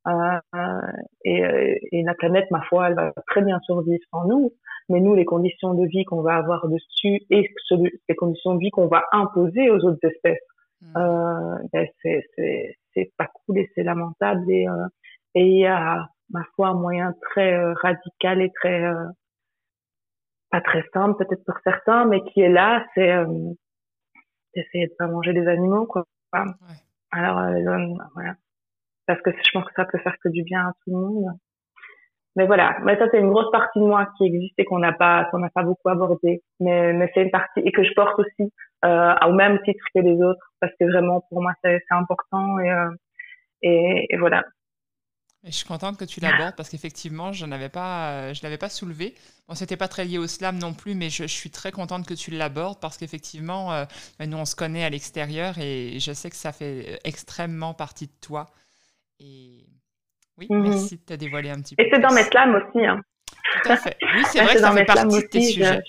Et la planète, ma foi, elle va très bien survivre sans nous. Mais nous, les conditions de vie qu'on va avoir dessus et les conditions de vie qu'on va imposer aux autres espèces, ben c'est pas cool et c'est lamentable. Et il y a, ma foi, un moyen très radical et très pas très simple peut-être pour certains, mais qui est là, c'est d'essayer de pas manger des animaux quoi. Ouais. Alors voilà. Parce que je pense que ça peut faire que du bien à tout le monde. Mais voilà, mais ça c'est une grosse partie de moi qui existe et qu'on n'a pas beaucoup abordé. Mais c'est une partie et que je porte aussi au même titre que les autres parce que vraiment pour moi c'est important et voilà. Et je suis contente que tu l'abordes parce qu'effectivement je l'avais pas soulevé. Bon, c'était pas très lié au slam non plus, mais je suis très contente que tu l'abordes parce qu'effectivement nous on se connaît à l'extérieur et je sais que ça fait extrêmement partie de toi. Et oui, merci de te dévoiler un petit peu. Et c'est dans mes slams aussi. Hein. Tout à fait. Oui, c'est vrai que ça fait partie de tes sujets.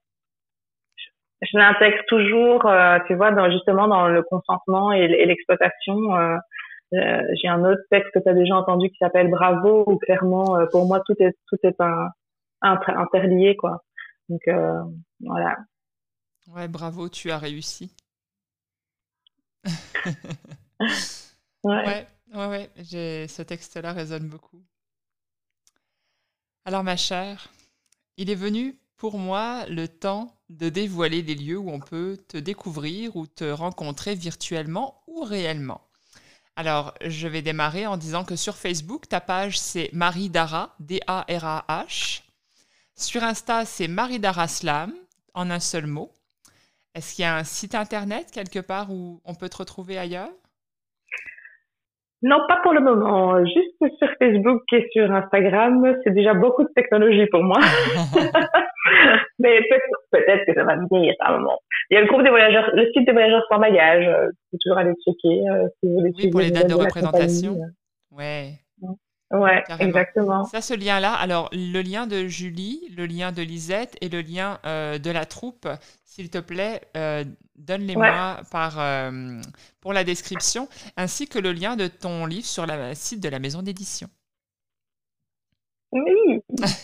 Je l'intègre toujours, tu vois, justement dans le consentement et l'exploitation. J'ai un autre texte que tu as déjà entendu qui s'appelle Bravo, où clairement, pour moi, tout est interlié, quoi. Donc, voilà. Ouais, bravo, tu as réussi. Ouais. Ouais, ce texte-là résonne beaucoup. Alors, ma chère, il est venu pour moi le temps de dévoiler les lieux où on peut te découvrir ou te rencontrer virtuellement ou réellement. Alors, je vais démarrer en disant que sur Facebook, ta page, c'est Marie Darah, D-A-R-A-H. Sur Insta, c'est Marie-Dara Slam, en un seul mot. Est-ce qu'il y a un site internet quelque part où on peut te retrouver ailleurs? Non, pas pour le moment. Juste sur Facebook et sur Instagram, c'est déjà beaucoup de technologie pour moi. Mais peut-être que ça va venir à un moment. Il y a le groupe des voyageurs, le site des voyageurs sans bagages. Il faut toujours aller checker si vous voulez Oui, pour les dates de représentation. compagnie. Ouais. Ouais, Carrément. exactement. Ça, ce lien-là, alors le lien de Julie, le lien de Lisette et le lien de la troupe, s'il te plaît, donne-les-moi pour la description, ainsi que le lien de ton livre sur le site de la maison d'édition. Oui.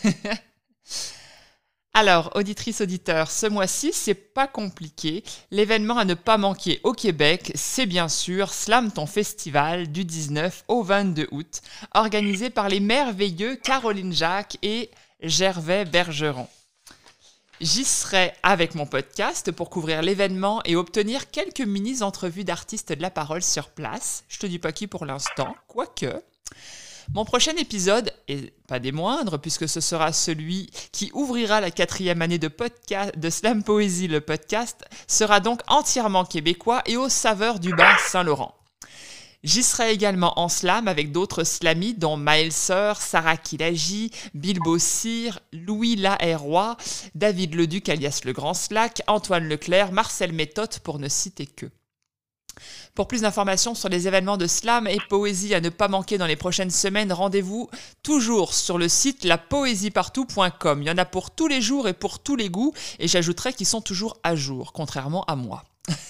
Alors, auditrices, auditeurs, ce mois-ci, c'est pas compliqué. L'événement à ne pas manquer au Québec, c'est bien sûr Slam ton festival du 19 au 22 août, organisé par les merveilleux Caroline Jacques et Gervais Bergeron. J'y serai avec mon podcast pour couvrir l'événement et obtenir quelques mini-entrevues d'artistes de la parole sur place. Je te dis pas qui pour l'instant, quoique. Mon prochain épisode, et pas des moindres, puisque ce sera celui qui ouvrira la 4e année de Slam Poésie, le podcast, sera donc entièrement québécois et aux saveurs du Bas-Saint-Laurent. J'y serai également en slam avec d'autres slamis, dont Maël Sœur, Sarah Kilagi, Bilbo Cyr, Louis Laherroy, David Leduc alias Le Grand Slack, Antoine Leclerc, Marcel Méthode, pour ne citer que. Pour plus d'informations sur les événements de slam et poésie à ne pas manquer dans les prochaines semaines, rendez-vous toujours sur le site lapoésiepartout.com. Il y en a pour tous les jours et pour tous les goûts, et j'ajouterai qu'ils sont toujours à jour, contrairement à moi.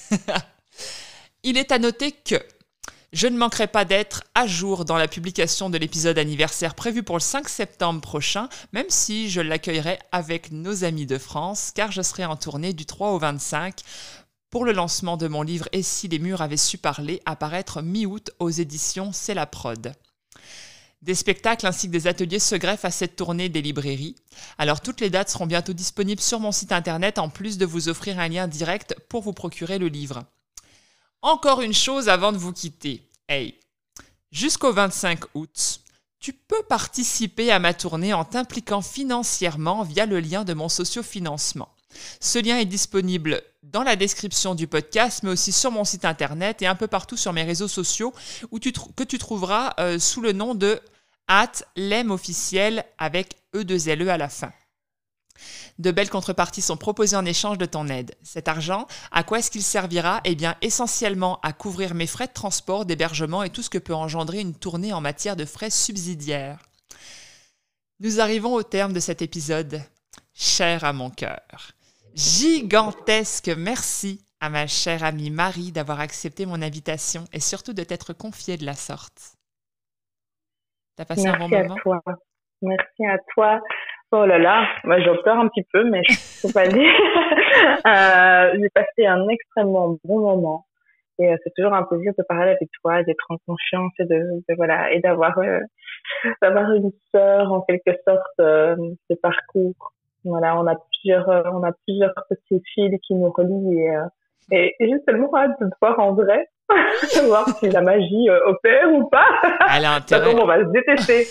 Il est à noter que je ne manquerai pas d'être à jour dans la publication de l'épisode anniversaire prévu pour le 5 septembre prochain, même si je l'accueillerai avec nos amis de France, car je serai en tournée du 3 au 25 pour le lancement de mon livre « Et si les murs avaient su parler » à paraître mi-août aux éditions C'est la prod. Des spectacles ainsi que des ateliers se greffent à cette tournée des librairies. Alors toutes les dates seront bientôt disponibles sur mon site internet, en plus de vous offrir un lien direct pour vous procurer le livre. Encore une chose avant de vous quitter. Hey, jusqu'au 25 août, tu peux participer à ma tournée en t'impliquant financièrement via le lien de mon sociofinancement. Ce lien est disponible dans la description du podcast, mais aussi sur mon site internet et un peu partout sur mes réseaux sociaux que tu trouveras sous le nom de @lemofficiel avec E2LE à la fin. De belles contreparties sont proposées en échange de ton aide. Cet argent, à quoi est-ce qu'il servira? Eh bien, essentiellement à couvrir mes frais de transport, d'hébergement et tout ce que peut engendrer une tournée en matière de frais subsidiaires. Nous arrivons au terme de cet épisode, cher à mon cœur. Gigantesque merci à ma chère amie Marie d'avoir accepté mon invitation et surtout de t'être confiée de la sorte. T'as passé un bon moment? Merci à toi. Merci à toi. Oh là là, moi j'en pleure un petit peu, mais je peux pas le dire. J'ai passé un extrêmement bon moment. Et c'est toujours un plaisir de parler avec toi, d'être en confiance et voilà, et d'avoir une sœur en quelque sorte de parcours. Voilà, on a plusieurs petits fils qui nous relient et j'ai tellement hâte de te voir en vrai, de voir si la magie opère ou pas. Elle a intérêt. On va se détester.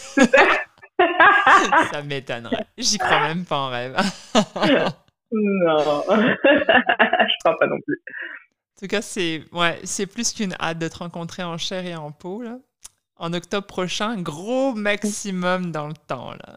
Ça m'étonnerait. J'y crois même pas en rêve. Non, je crois pas non plus. En tout cas, c'est plus qu'une hâte de te rencontrer en chair et en peau, là. En octobre prochain, gros maximum dans le temps, là.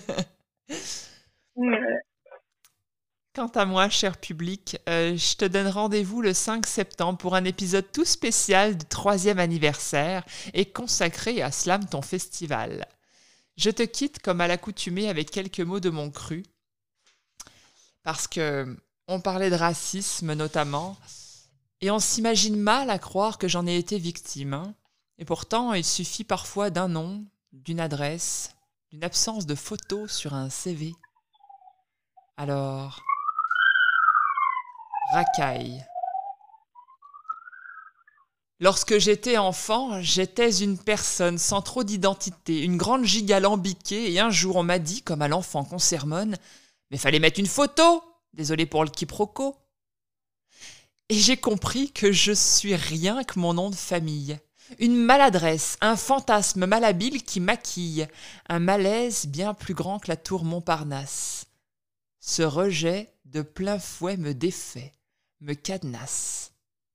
Quant à moi, cher public, je te donne rendez-vous le 5 septembre pour un épisode tout spécial du 3e anniversaire et consacré à Slam ton festival. Je te quitte comme à l'accoutumée avec quelques mots de mon cru, parce que on parlait de racisme notamment, et on s'imagine mal à croire que j'en ai été victime. Hein. Et pourtant, il suffit parfois d'un nom, d'une adresse, d'une absence de photo sur un CV. Alors, racaille. Lorsque j'étais enfant, j'étais une personne sans trop d'identité, une grande gigue alambiquée, et un jour on m'a dit, comme à l'enfant qu'on sermonne, « Mais fallait mettre une photo !» Désolé pour le quiproquo. Et j'ai compris que je suis rien que mon nom de famille. Une maladresse, un fantasme malhabile qui maquille, un malaise bien plus grand que la tour Montparnasse. Ce rejet de plein fouet me défait, me cadenasse.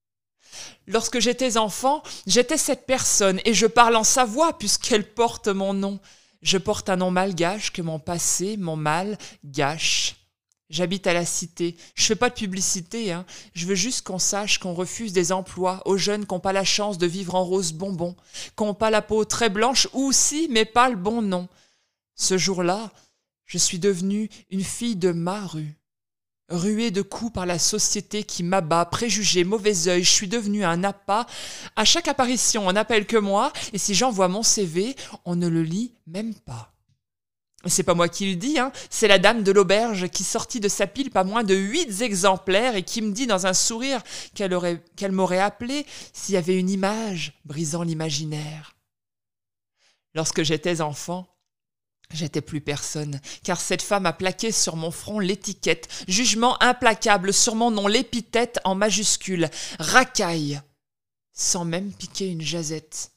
Lorsque j'étais enfant, j'étais cette personne, et je parle en sa voix puisqu'elle porte mon nom. Je porte un nom malgache que mon passé, mon mal, gâche. J'habite à la cité. Je fais pas de publicité, Je veux juste qu'on sache qu'on refuse des emplois aux jeunes qui n'ont pas la chance de vivre en rose bonbon, qui n'ont pas la peau très blanche, ou si, mais pas le bon nom. Ce jour-là, je suis devenue une fille de ma rue. Ruée de coups par la société qui m'abat, préjugés, mauvais œil, je suis devenue un appât. À chaque apparition, on n'appelle que moi, et si j'envoie mon CV, on ne le lit même pas. C'est pas moi qui le dis, c'est la dame de l'auberge qui sortit de sa pile pas moins de 8 exemplaires et qui me dit dans un sourire qu'elle m'aurait appelé s'il y avait une image brisant l'imaginaire. Lorsque j'étais enfant, j'étais plus personne, car cette femme a plaqué sur mon front l'étiquette, jugement implacable sur mon nom, l'épithète en majuscule, racaille, sans même piquer une jasette.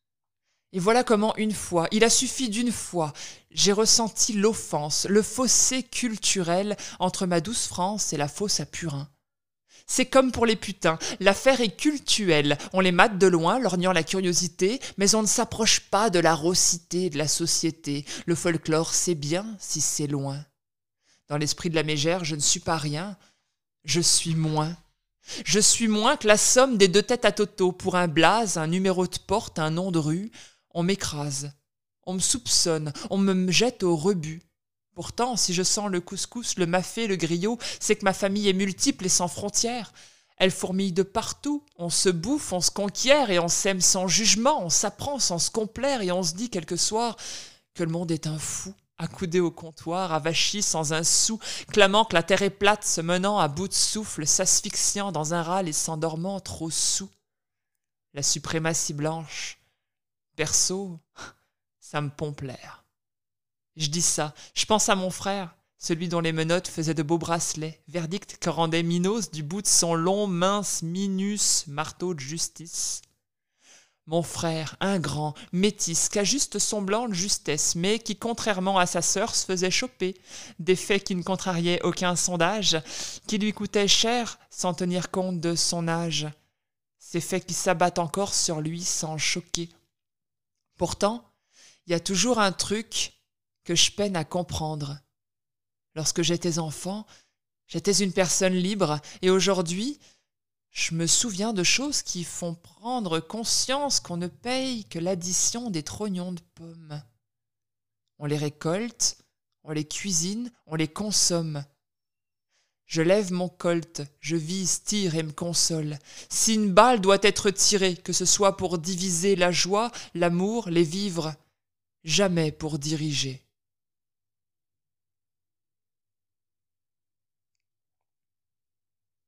Et voilà comment une fois, il a suffi d'une fois, j'ai ressenti l'offense, le fossé culturel entre ma douce France et la fosse à purin. C'est comme pour les putains, l'affaire est cultuelle, on les mate de loin, lorgnant la curiosité, mais on ne s'approche pas de la raucité de la société. Le folklore, c'est bien si c'est loin. Dans l'esprit de la mégère, je ne suis pas rien, je suis moins. Je suis moins que la somme des 2 têtes à Toto. Pour un blaze, un numéro de porte, un nom de rue, on m'écrase, on me soupçonne, on me jette au rebut. Pourtant, si je sens le couscous, le mafé, le griot, c'est que ma famille est multiple et sans frontières. Elle fourmille de partout, on se bouffe, on se conquiert et on s'aime sans jugement, on s'apprend sans se complaire et on se dit quelque soir que le monde est un fou, accoudé au comptoir, avachi sans un sou, clamant que la terre est plate, se menant à bout de souffle, s'asphyxiant dans un râle et s'endormant trop saoul. La suprématie blanche, perso, ça me pompe l'air. Je dis ça, je pense à mon frère, celui dont les menottes faisaient de beaux bracelets, verdict que rendait Minos du bout de son long, mince, minus marteau de justice. Mon frère, un grand, métis, qu'ajuste son blanc de justesse, mais qui, contrairement à sa sœur, se faisait choper, des faits qui ne contrariaient aucun sondage, qui lui coûtaient cher sans tenir compte de son âge. Ces faits qui s'abattent encore sur lui sans choquer. Pourtant, il y a toujours un truc que je peine à comprendre. Lorsque j'étais enfant, j'étais une personne libre, et aujourd'hui, je me souviens de choses qui font prendre conscience qu'on ne paye que l'addition des trognons de pommes. On les récolte, on les cuisine, on les consomme. Je lève mon colt, je vise, tire et me console. Si une balle doit être tirée, que ce soit pour diviser la joie, l'amour, les vivres, jamais pour diriger.